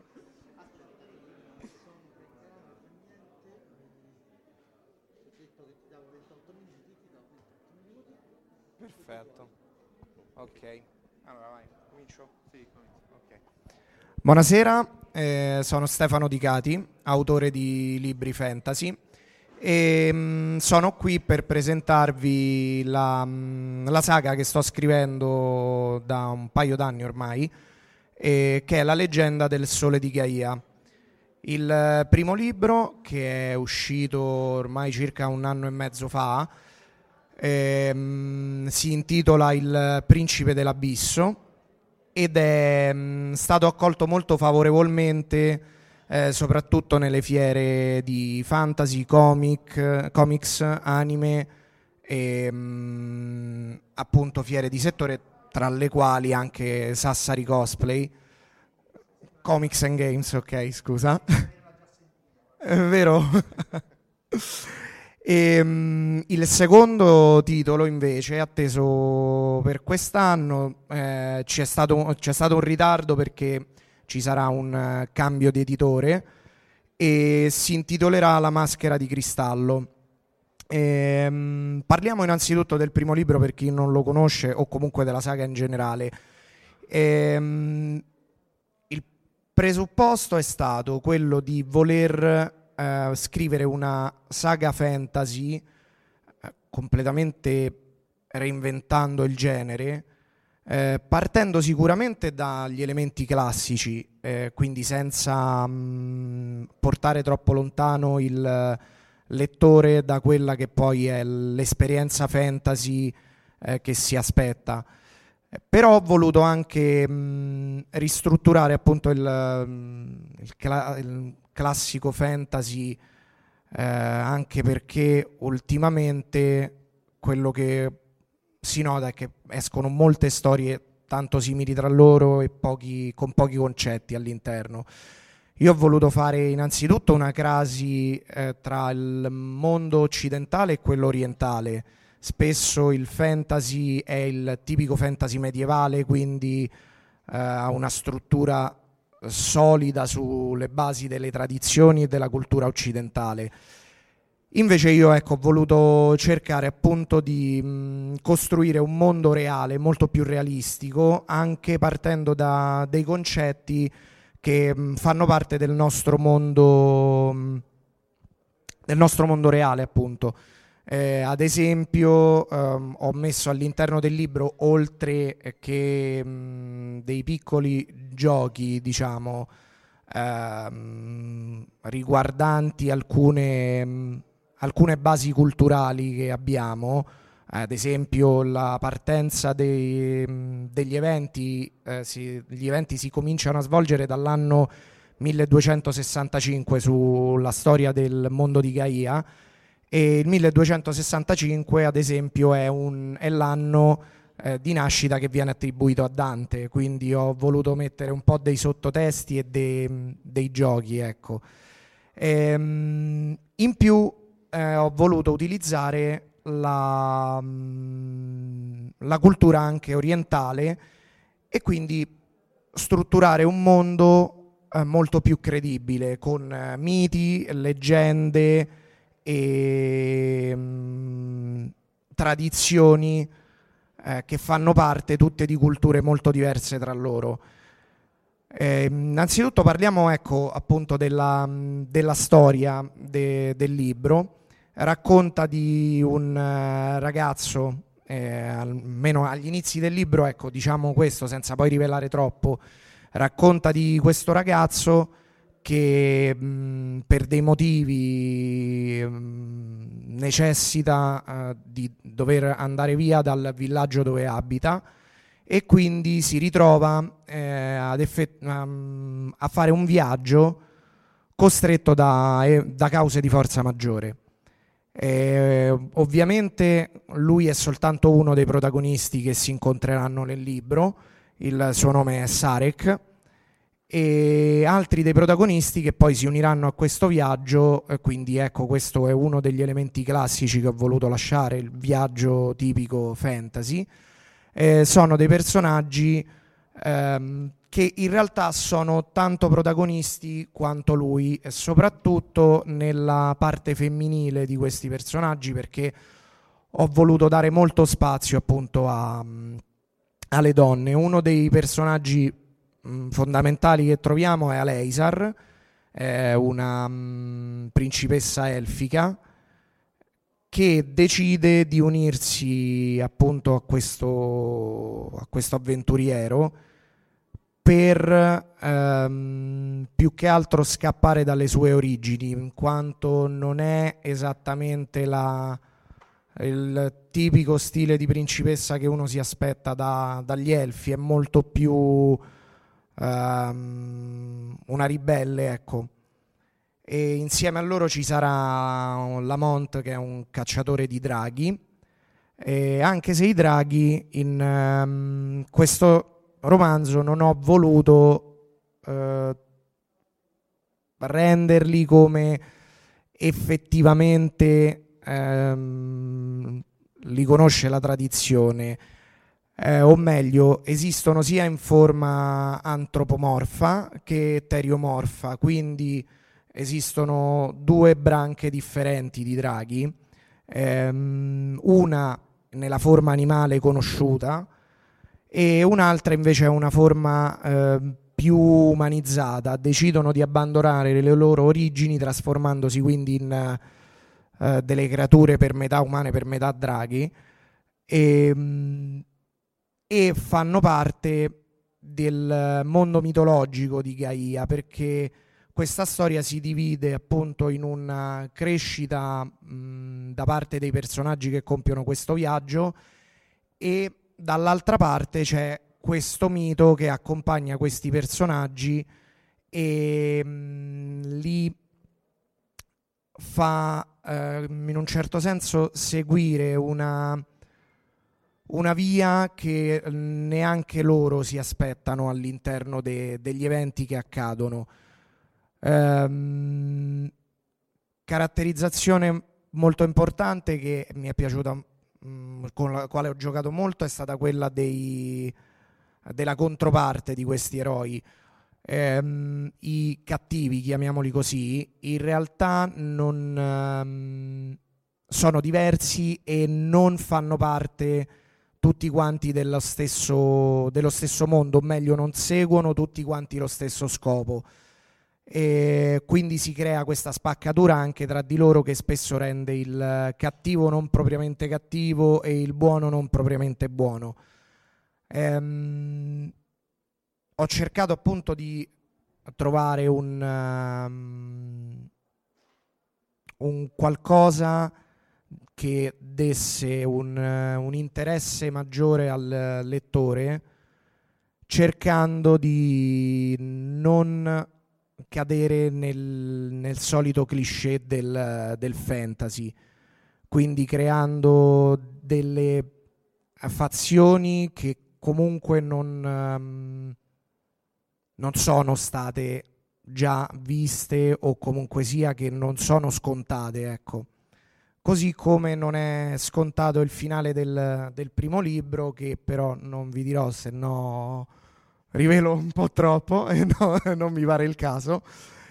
Perfetto. Ok. Allora vai, comincio? Sì, comincio. Ok. Buonasera, sono Stefano Di Cati, autore di libri fantasy e sono qui per presentarvi la saga che sto scrivendo da un paio d'anni ormai, che è La leggenda del sole di Gaia. Il primo libro, che è uscito ormai circa un anno e mezzo fa, si intitola Il principe dell'abisso ed è stato accolto molto favorevolmente soprattutto nelle fiere di fantasy, comics, anime e appunto fiere di settore, tra le quali anche Sassari Cosplay, Comics and Games, ok, scusa. È vero? Il secondo titolo invece, atteso per quest'anno, c'è stato un ritardo perché ci sarà un cambio di editore e si intitolerà La maschera di cristallo. Parliamo innanzitutto del primo libro per chi non lo conosce o comunque della saga in generale. Il presupposto è stato quello di voler scrivere una saga fantasy completamente reinventando il genere, partendo sicuramente dagli elementi classici, quindi senza portare troppo lontano il lettore da quella che poi è l'esperienza fantasy che si aspetta. Però ho voluto anche ristrutturare appunto il classico fantasy, anche perché ultimamente quello che si nota è che escono molte storie tanto simili tra loro e con pochi concetti all'interno. Io ho voluto fare innanzitutto una crasi tra il mondo occidentale e quello orientale. Spesso il fantasy è il tipico fantasy medievale, quindi ha una struttura solida sulle basi delle tradizioni e della cultura occidentale. Invece io ho voluto cercare appunto di costruire un mondo reale, molto più realistico, anche partendo da dei concetti che fanno parte del nostro mondo del nostro mondo reale, appunto. Ad esempio, ho messo all'interno del libro, oltre che dei piccoli giochi, diciamo, riguardanti alcune basi culturali che abbiamo, ad esempio la partenza degli eventi, gli eventi si cominciano a svolgere dall'anno 1265 sulla storia del mondo di Gaia, e il 1265 ad esempio è l'anno di nascita che viene attribuito a Dante, quindi ho voluto mettere un po' dei sottotesti e dei giochi, ecco. In più ho voluto utilizzare la cultura anche orientale e quindi strutturare un mondo molto più credibile, con miti, leggende e tradizioni che fanno parte tutte di culture molto diverse tra loro. Innanzitutto parliamo, ecco, appunto della storia del libro. Racconta di un ragazzo, almeno agli inizi del libro, ecco, diciamo questo senza poi rivelare troppo, racconta di questo ragazzo che per dei motivi necessita di dover andare via dal villaggio dove abita, e quindi si ritrova a fare un viaggio costretto da cause di forza maggiore. Ovviamente lui è soltanto uno dei protagonisti che si incontreranno nel libro, il suo nome è Sarek, e altri dei protagonisti che poi si uniranno a questo viaggio, quindi ecco, questo è uno degli elementi classici che ho voluto lasciare, il viaggio tipico fantasy. Sono dei personaggi che in realtà sono tanto protagonisti quanto lui, e soprattutto nella parte femminile di questi personaggi, perché ho voluto dare molto spazio appunto alle donne. Uno dei personaggi fondamentali che troviamo è Aleisar, una principessa elfica che decide di unirsi appunto a questo avventuriero per più che altro scappare dalle sue origini, in quanto non è esattamente il tipico stile di principessa che uno si aspetta dagli elfi, è molto più una ribelle, ecco. E insieme a loro ci sarà Lamont, che è un cacciatore di draghi, anche se i draghi in questo romanzo non ho voluto renderli come effettivamente li conosce la tradizione, o meglio, esistono sia in forma antropomorfa che teriomorfa, quindi esistono due branche differenti di draghi, una nella forma animale conosciuta e un'altra invece è una forma più umanizzata. Decidono di abbandonare le loro origini trasformandosi quindi in delle creature per metà umane per metà draghi, e fanno parte del mondo mitologico di Gaia, perché questa storia si divide appunto in una crescita da parte dei personaggi che compiono questo viaggio, e dall'altra parte c'è questo mito che accompagna questi personaggi e li fa in un certo senso seguire una via che neanche loro si aspettano all'interno degli eventi che accadono. Caratterizzazione molto importante che mi è piaciuta, con la quale ho giocato molto, è stata quella della controparte di questi eroi. I cattivi, chiamiamoli così, in realtà non sono diversi e non fanno parte tutti quanti dello stesso mondo, o meglio non seguono tutti quanti lo stesso scopo. e quindi si crea questa spaccatura anche tra di loro che spesso rende il cattivo non propriamente cattivo e il buono non propriamente buono. Ho cercato appunto di trovare un qualcosa che desse un interesse maggiore al lettore, cercando di non cadere nel solito cliché del fantasy, quindi creando delle fazioni che comunque non sono state già viste o comunque sia che non sono scontate, ecco. Così come non è scontato il finale del primo libro, che però non vi dirò, se no rivelo un po' troppo e non mi pare il caso.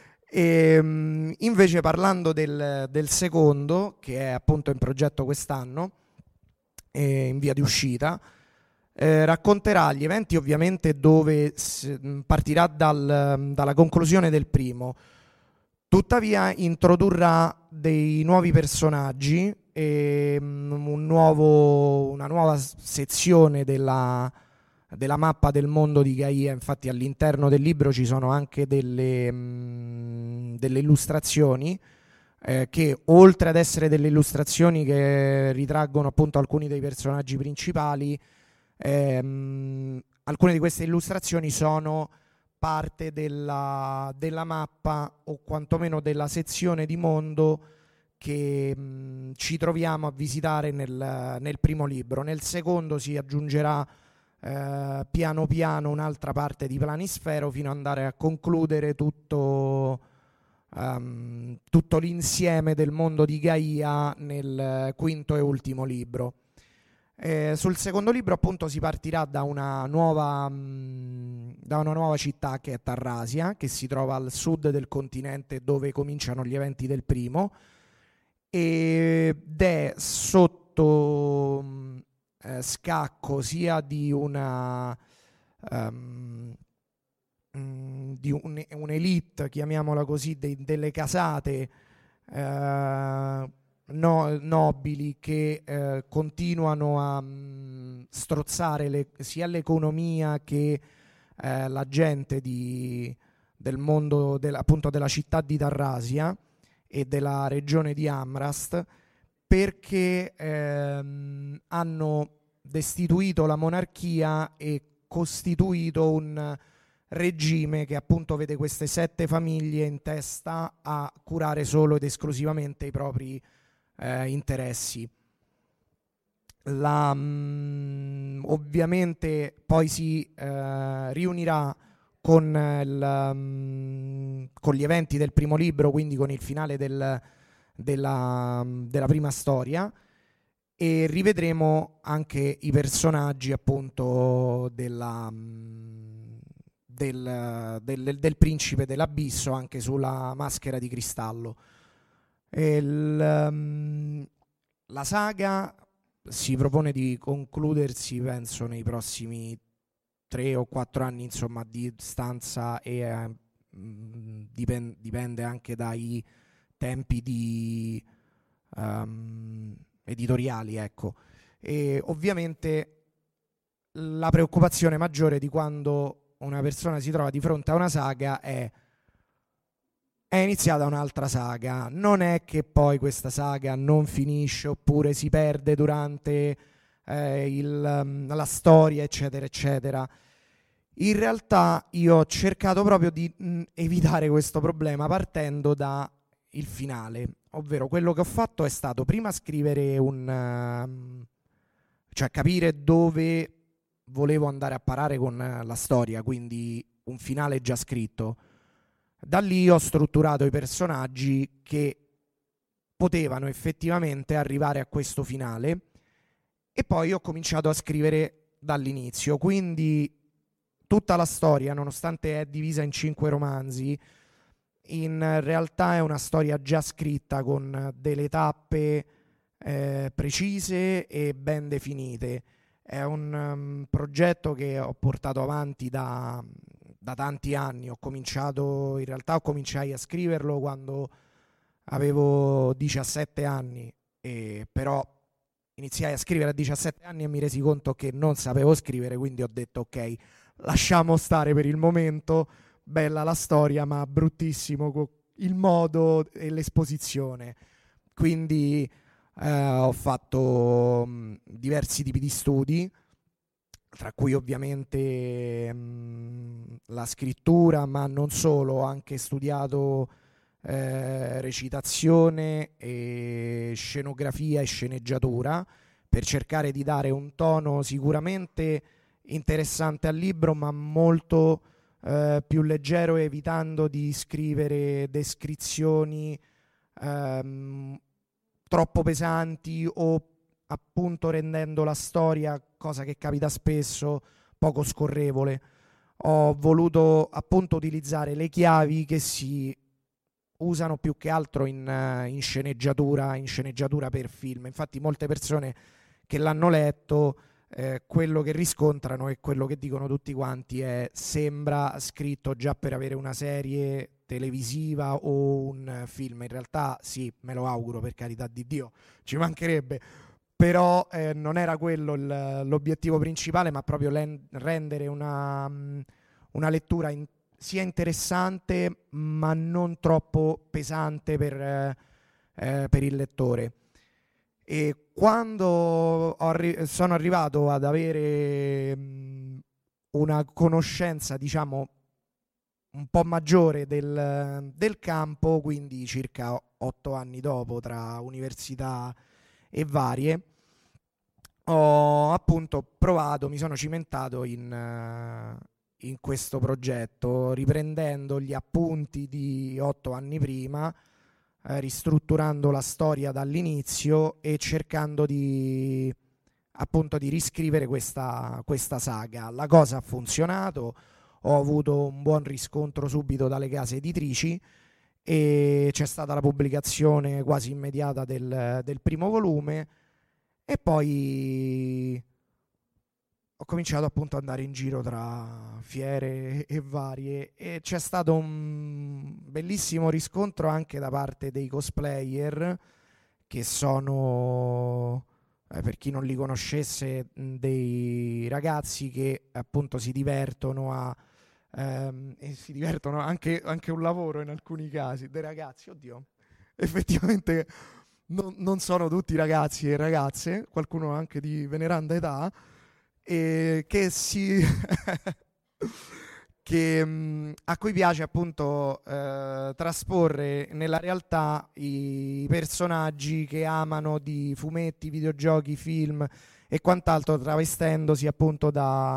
Invece parlando del secondo, che è appunto in progetto quest'anno, in via di uscita, racconterà gli eventi ovviamente dove partirà dalla conclusione del primo. Tuttavia introdurrà dei nuovi personaggi e una nuova sezione della mappa del mondo di Gaia. Infatti all'interno del libro ci sono anche delle illustrazioni che, oltre ad essere delle illustrazioni che ritraggono appunto alcuni dei personaggi principali, alcune di queste illustrazioni sono parte della mappa o quantomeno della sezione di mondo che ci troviamo a visitare nel primo libro. Nel secondo si aggiungerà piano piano un'altra parte di Planisfero fino ad andare a concludere tutto l'insieme del mondo di Gaia nel quinto e ultimo libro. Sul secondo libro appunto si partirà da una nuova città che è Tarrasia, che si trova al sud del continente dove cominciano gli eventi del primo, ed è sotto scacco sia di un'elite, chiamiamola così, delle casate nobili che continuano a strozzare sia l'economia che la gente del mondo appunto della città di Tarrasia e della regione di Amrast, perché hanno destituito la monarchia e costituito un regime che appunto vede queste 7 famiglie in testa a curare solo ed esclusivamente i propri interessi. Ovviamente poi si riunirà con gli eventi del primo libro, quindi con il finale della prima storia, e rivedremo anche i personaggi appunto del principe dell'abisso, anche sulla maschera di cristallo. La saga si propone di concludersi, penso, nei prossimi 3 o 4 anni, insomma, di distanza, e dipende anche dai tempi editoriali, ecco. E ovviamente la preoccupazione maggiore di quando una persona si trova di fronte a una saga è iniziata un'altra saga, non è che poi questa saga non finisce oppure si perde durante la storia, eccetera eccetera. In realtà io ho cercato proprio di evitare questo problema partendo da il finale, ovvero quello che ho fatto è stato prima scrivere cioè capire dove volevo andare a parare con la storia, quindi un finale già scritto. Da lì ho strutturato i personaggi che potevano effettivamente arrivare a questo finale e poi ho cominciato a scrivere dall'inizio, quindi tutta la storia, nonostante è divisa in 5 romanzi, in realtà è una storia già scritta con delle tappe precise e ben definite. È un progetto che ho portato avanti da da tanti anni. In realtà cominciai a scriverlo quando avevo 17 anni, però iniziai a scrivere a 17 anni e mi resi conto che non sapevo scrivere, quindi ho detto ok, lasciamo stare per il momento, bella la storia ma bruttissimo il modo e l'esposizione. Quindi ho fatto diversi tipi di studi, tra cui ovviamente la scrittura, ma non solo, ho anche studiato recitazione e scenografia e sceneggiatura per cercare di dare un tono sicuramente interessante al libro, ma molto più leggero, evitando di scrivere descrizioni troppo pesanti o appunto rendendo la storia, cosa che capita spesso, poco scorrevole. Ho voluto appunto utilizzare le chiavi che si usano più che altro in sceneggiatura per film. Infatti molte persone che l'hanno letto, quello che riscontrano e quello che dicono tutti quanti è: sembra scritto già per avere una serie televisiva o un film. In realtà sì, me lo auguro, per carità di Dio, ci mancherebbe, però non era quello l'obiettivo principale, ma proprio rendere una lettura sia interessante ma non troppo pesante per il lettore. E quando sono arrivato ad avere una conoscenza, diciamo, un po' maggiore del campo, quindi circa 8 anni dopo, tra università e varie, ho appunto provato, mi sono cimentato in questo progetto, riprendendo gli appunti di 8 anni prima, ristrutturando la storia dall'inizio e cercando di riscrivere questa saga. La cosa ha funzionato, ho avuto un buon riscontro subito dalle case editrici e c'è stata la pubblicazione quasi immediata del primo volume, e poi ho cominciato appunto ad andare in giro tra fiere e varie, e c'è stato un bellissimo riscontro anche da parte dei cosplayer, che sono, per chi non li conoscesse, dei ragazzi che appunto si divertono e si divertono anche un lavoro in alcuni casi, dei ragazzi, oddio, effettivamente non sono tutti ragazzi e ragazze, qualcuno anche di veneranda età, e a cui piace appunto trasporre nella realtà i personaggi che amano di fumetti, videogiochi, film e quant'altro, travestendosi appunto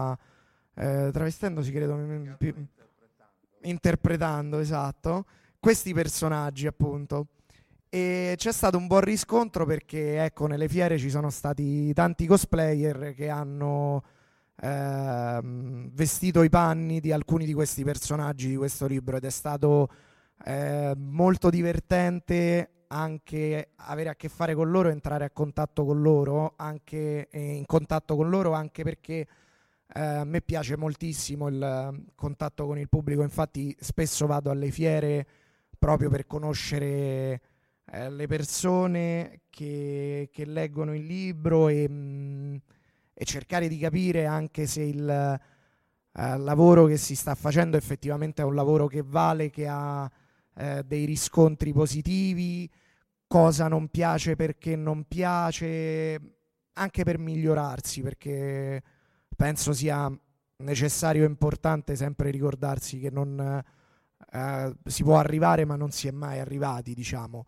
credo, interpretando, esatto, questi personaggi appunto. E c'è stato un buon riscontro perché, ecco, nelle fiere ci sono stati tanti cosplayer che hanno vestito i panni di alcuni di questi personaggi di questo libro, ed è stato molto divertente anche avere a che fare con loro, entrare a contatto con loro, anche in contatto con loro, anche perché a me piace moltissimo il contatto con il pubblico. Infatti spesso vado alle fiere proprio per conoscere le persone che leggono il libro e cercare di capire anche se il lavoro che si sta facendo effettivamente è un lavoro che vale, che ha dei riscontri positivi, cosa non piace, perché non piace, anche per migliorarsi, perché penso sia necessario e importante sempre ricordarsi che non si può arrivare ma non si è mai arrivati, diciamo.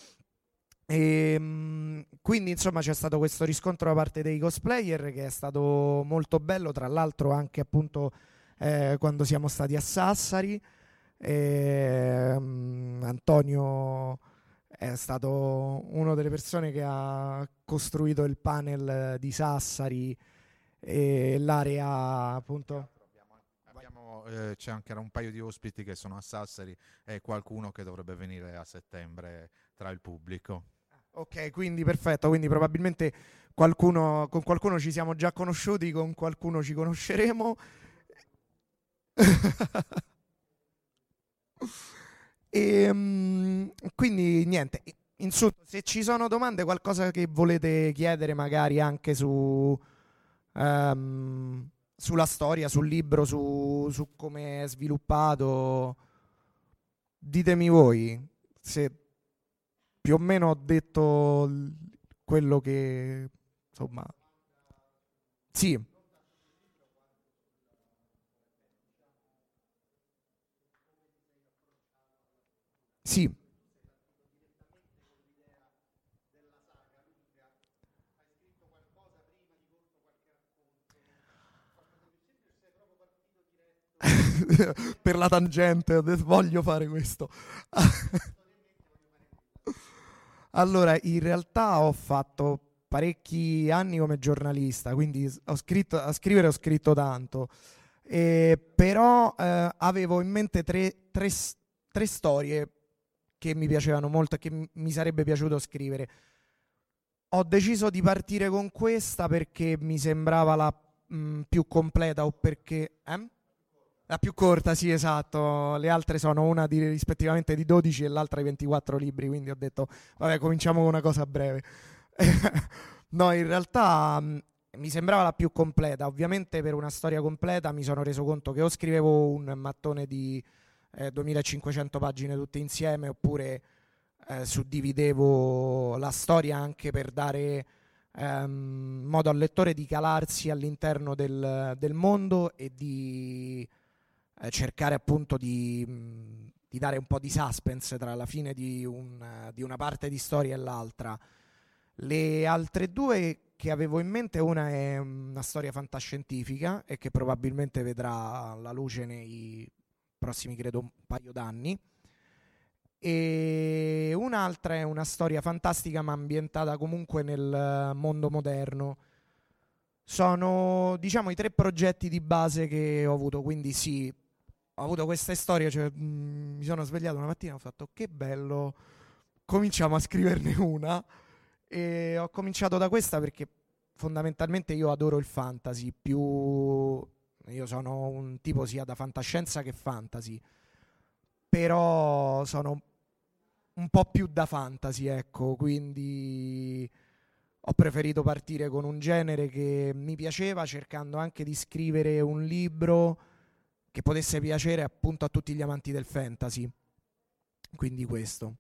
E quindi insomma c'è stato questo riscontro da parte dei cosplayer che è stato molto bello, tra l'altro anche appunto quando siamo stati a Sassari. Antonio è stato una delle persone che ha costruito il panel di Sassari e l'area appunto. C'è anche un paio di ospiti che sono a Sassari e qualcuno che dovrebbe venire a settembre tra il pubblico. Ok, quindi perfetto, quindi probabilmente con qualcuno ci siamo già conosciuti, con qualcuno ci conosceremo. Quindi niente, se ci sono domande, qualcosa che volete chiedere magari anche sulla storia, sul libro, su come è sviluppato, ditemi voi, se più o meno ho detto quello che, insomma, sì. Sì. Per la tangente, voglio fare questo. Allora, in realtà ho fatto parecchi anni come giornalista, quindi a scrivere ho scritto tanto. Però avevo in mente tre storie che mi piacevano molto e che mi sarebbe piaciuto scrivere. Ho deciso di partire con questa perché mi sembrava la più completa, o perché... La più corta, sì, esatto. Le altre sono una rispettivamente di 12 e l'altra di 24 libri, quindi ho detto, vabbè, cominciamo con una cosa breve. No, in realtà mi sembrava la più completa. Ovviamente per una storia completa mi sono reso conto che o scrivevo un mattone di 2500 pagine tutte insieme, oppure suddividevo la storia anche per dare modo al lettore di calarsi all'interno del mondo e di cercare appunto di dare un po' di suspense tra la fine di una parte di storia e l'altra. Le altre due che avevo in mente, una è una storia fantascientifica e che probabilmente vedrà la luce nei prossimi, credo, un paio d'anni, e un'altra è una storia fantastica ma ambientata comunque nel mondo moderno. Sono, diciamo, i tre progetti di base che ho avuto, quindi sì, ho avuto queste storie, cioè, mi sono svegliato una mattina e ho fatto che bello, cominciamo a scriverne una, e ho cominciato da questa perché fondamentalmente io adoro il fantasy, io sono un tipo sia da fantascienza che fantasy, però sono un po' più da fantasy, ecco, quindi ho preferito partire con un genere che mi piaceva, cercando anche di scrivere un libro che potesse piacere appunto a tutti gli amanti del fantasy. Quindi questo.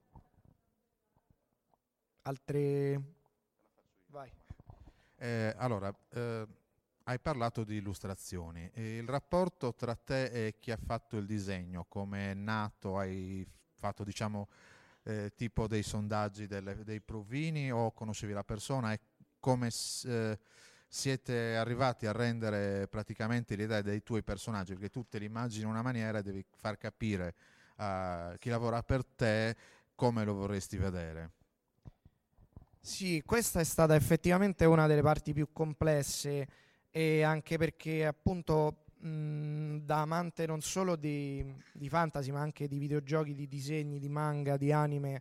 Altre... Vai. Allora, hai parlato di illustrazioni. Il rapporto tra te e chi ha fatto il disegno, come è nato? Hai fatto, diciamo, tipo dei sondaggi dei provini, o conoscevi la persona? E come siete arrivati a rendere praticamente l'idea dei tuoi personaggi? Perché tu te li immagini in una maniera e devi far capire a chi lavora per te come lo vorresti vedere. Sì, questa è stata effettivamente una delle parti più complesse, e anche perché appunto da amante non solo di fantasy ma anche di videogiochi, di disegni, di manga, di anime,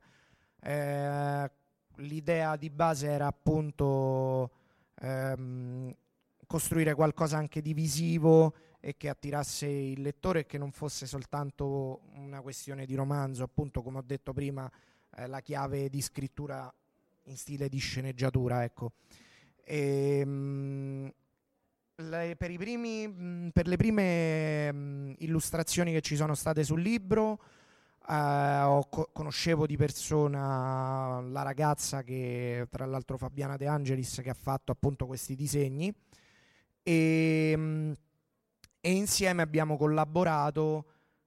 l'idea di base era appunto costruire qualcosa anche di visivo e che attirasse il lettore e che non fosse soltanto una questione di romanzo, appunto come ho detto prima, la chiave di scrittura in stile di sceneggiatura, ecco. Per le prime illustrazioni che ci sono state sul libro, conoscevo di persona la ragazza, che tra l'altro Fabiana De Angelis, che ha fatto appunto questi disegni, e insieme abbiamo collaborato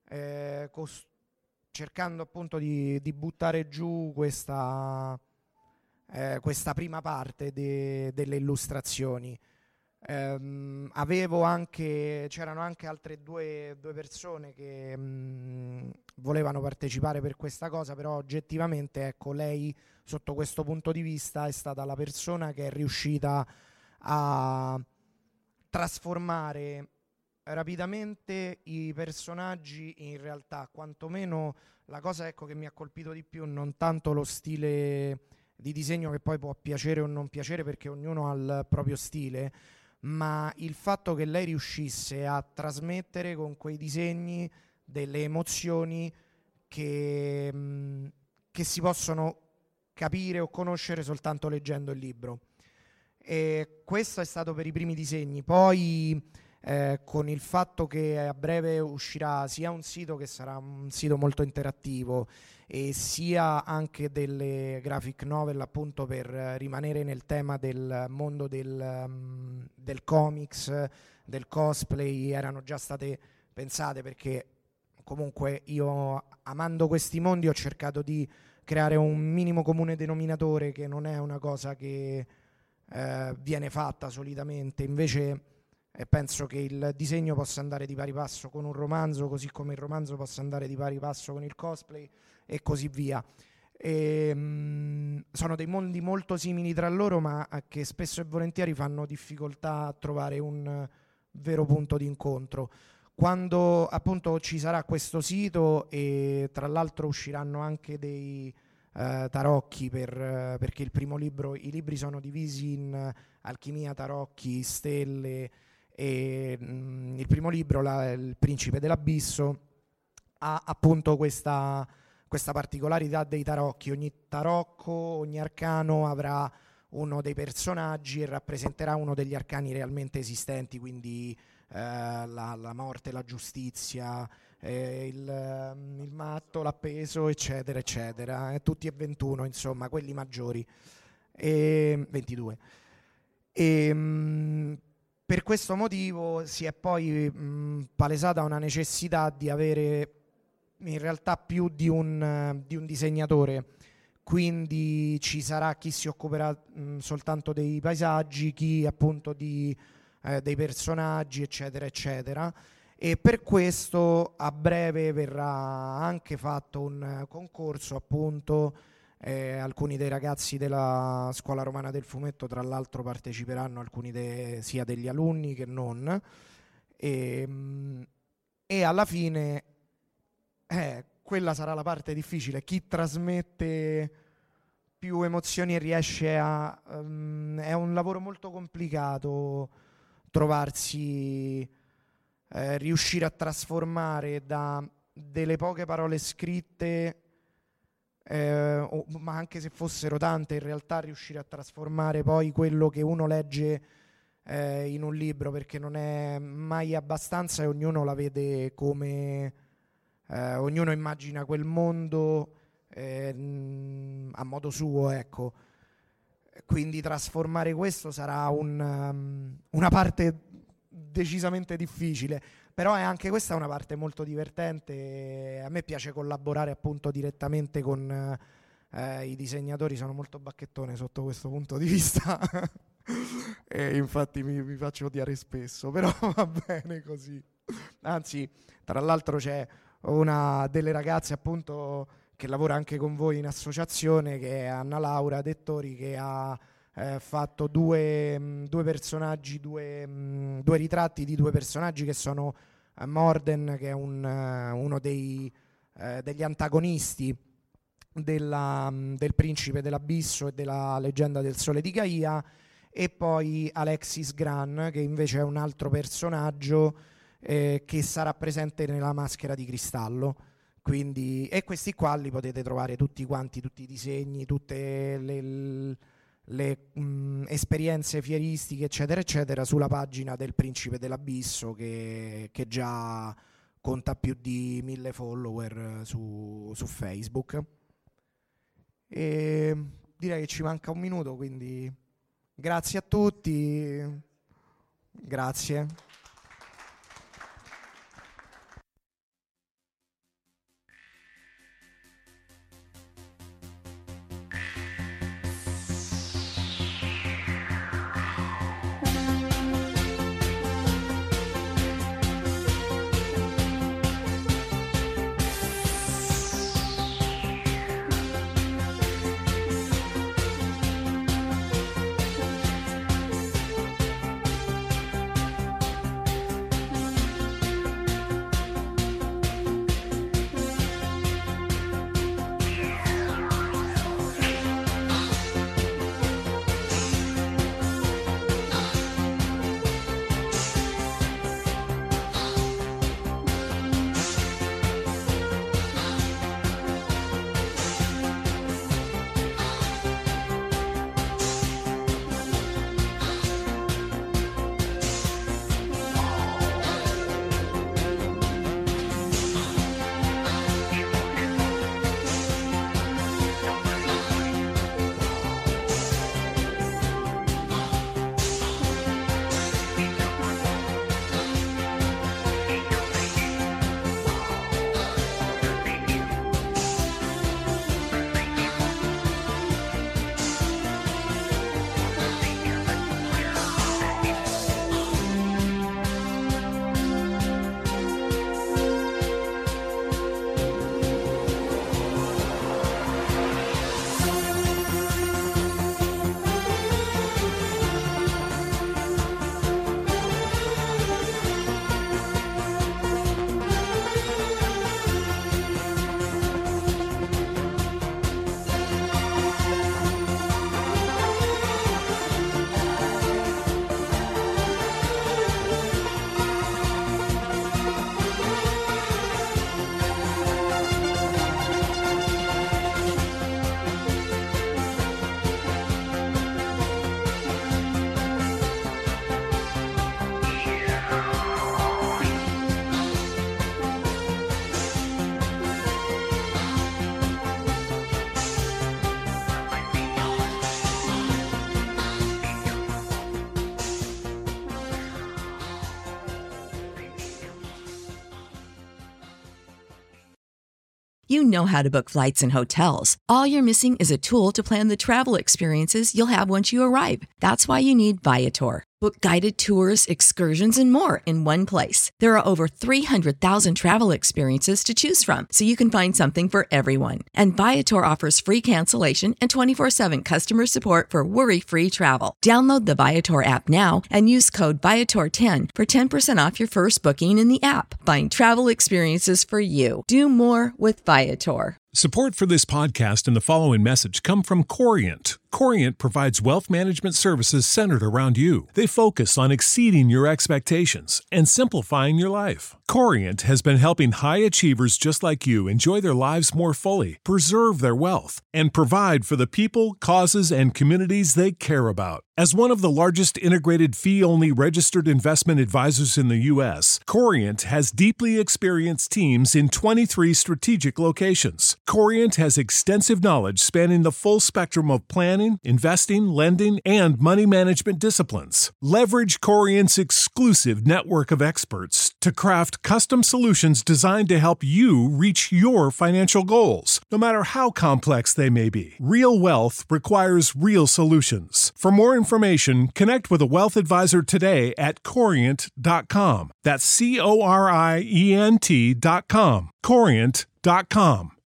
cercando appunto di buttare giù questa prima parte delle illustrazioni. C'erano anche altre due persone che volevano partecipare per questa cosa, però oggettivamente, ecco, lei sotto questo punto di vista è stata la persona che è riuscita a trasformare rapidamente i personaggi in realtà. Quantomeno la cosa, ecco, che mi ha colpito di più, non tanto lo stile di disegno, che poi può piacere o non piacere perché ognuno ha il proprio stile, ma il fatto che lei riuscisse a trasmettere con quei disegni delle emozioni che si possono capire o conoscere soltanto leggendo il libro. E questo è stato per i primi disegni. Poi con il fatto che a breve uscirà sia un sito che sarà un sito molto interattivo e sia anche delle graphic novel, appunto, per rimanere nel tema del mondo del comics, del cosplay, erano già state pensate, perché comunque io, amando questi mondi, ho cercato di creare un minimo comune denominatore, che non è una cosa che viene fatta solitamente. Invece penso che il disegno possa andare di pari passo con un romanzo, così come il romanzo possa andare di pari passo con il cosplay e così via. Sono dei mondi molto simili tra loro, ma che spesso e volentieri fanno difficoltà a trovare un vero punto di incontro. Quando appunto ci sarà questo sito, e tra l'altro usciranno anche dei tarocchi, perché il primo libro, i libri sono divisi in alchimia, tarocchi, stelle, e il primo libro, il Principe dell'Abisso, ha appunto questa particolarità dei tarocchi. Ogni tarocco, ogni arcano avrà uno dei personaggi e rappresenterà uno degli arcani realmente esistenti, quindi la morte, la giustizia, il matto, l'appeso, eccetera, eccetera. Tutti e 21, insomma, quelli maggiori, 22. Per questo motivo si è poi palesata una necessità di avere in realtà più di un disegnatore, quindi ci sarà chi si occuperà soltanto dei paesaggi, chi appunto dei personaggi, eccetera, eccetera. E per questo a breve verrà anche fatto un concorso, appunto. Alcuni dei ragazzi della Scuola Romana del Fumetto, tra l'altro, parteciperanno, alcuni sia degli alunni che non, e alla fine quella sarà la parte difficile: chi trasmette più emozioni e riesce a è un lavoro molto complicato trovarsi, riuscire a trasformare da delle poche parole scritte, ma anche se fossero tante, in realtà riuscire a trasformare poi quello che uno legge in un libro, perché non è mai abbastanza e ognuno la vede come ognuno immagina quel mondo a modo suo, ecco. Quindi trasformare questo sarà una parte decisamente difficile, però è anche questa una parte molto divertente. A me piace collaborare appunto direttamente con i disegnatori, sono molto bacchettone sotto questo punto di vista e infatti mi faccio odiare spesso, però va bene così. Anzi, tra l'altro c'è una delle ragazze appunto che lavora anche con voi in associazione, che è Anna Laura Dettori, che ha fatto due personaggi, due ritratti di due personaggi che sono Morden, che è uno degli antagonisti del Principe dell'Abisso e della Leggenda del Sole di Gaia, e poi Alexis Gran, che invece è un altro personaggio che sarà presente nella Maschera di Cristallo. Quindi, e questi qua li potete trovare tutti quanti, tutti i disegni, tutte le esperienze fieristiche, eccetera, eccetera, sulla pagina del Principe dell'Abisso, che già conta più di 1000 follower su Facebook. E direi che ci manca un minuto, quindi grazie a tutti. Grazie. You know how to book flights and hotels. All you're missing is a tool to plan the travel experiences you'll have once you arrive. That's why you need Viator. Book guided tours, excursions, and more in one place. There are over 300,000 travel experiences to choose from, so you can find something for everyone. And Viator offers free cancellation and 24/7 customer support for worry-free travel. Download the Viator app now and use code Viator10 for 10% off your first booking in the app. Find travel experiences for you. Do more with Viator. Support for this podcast and the following message come from Corient. Corient provides wealth management services centered around you. They focus on exceeding your expectations and simplifying your life. Corient has been helping high achievers just like you enjoy their lives more fully, preserve their wealth, and provide for the people, causes, and communities they care about. As one of the largest integrated fee-only registered investment advisors in the U.S., Corient has deeply experienced teams in 23 strategic locations. Corient has extensive knowledge spanning the full spectrum of planning, investing, lending, and money management disciplines. Leverage Corient's exclusive network of experts to craft custom solutions designed to help you reach your financial goals, no matter how complex they may be. Real wealth requires real solutions. For more information, connect with a wealth advisor today at Corient.com. That's Corient.com. Corient.com.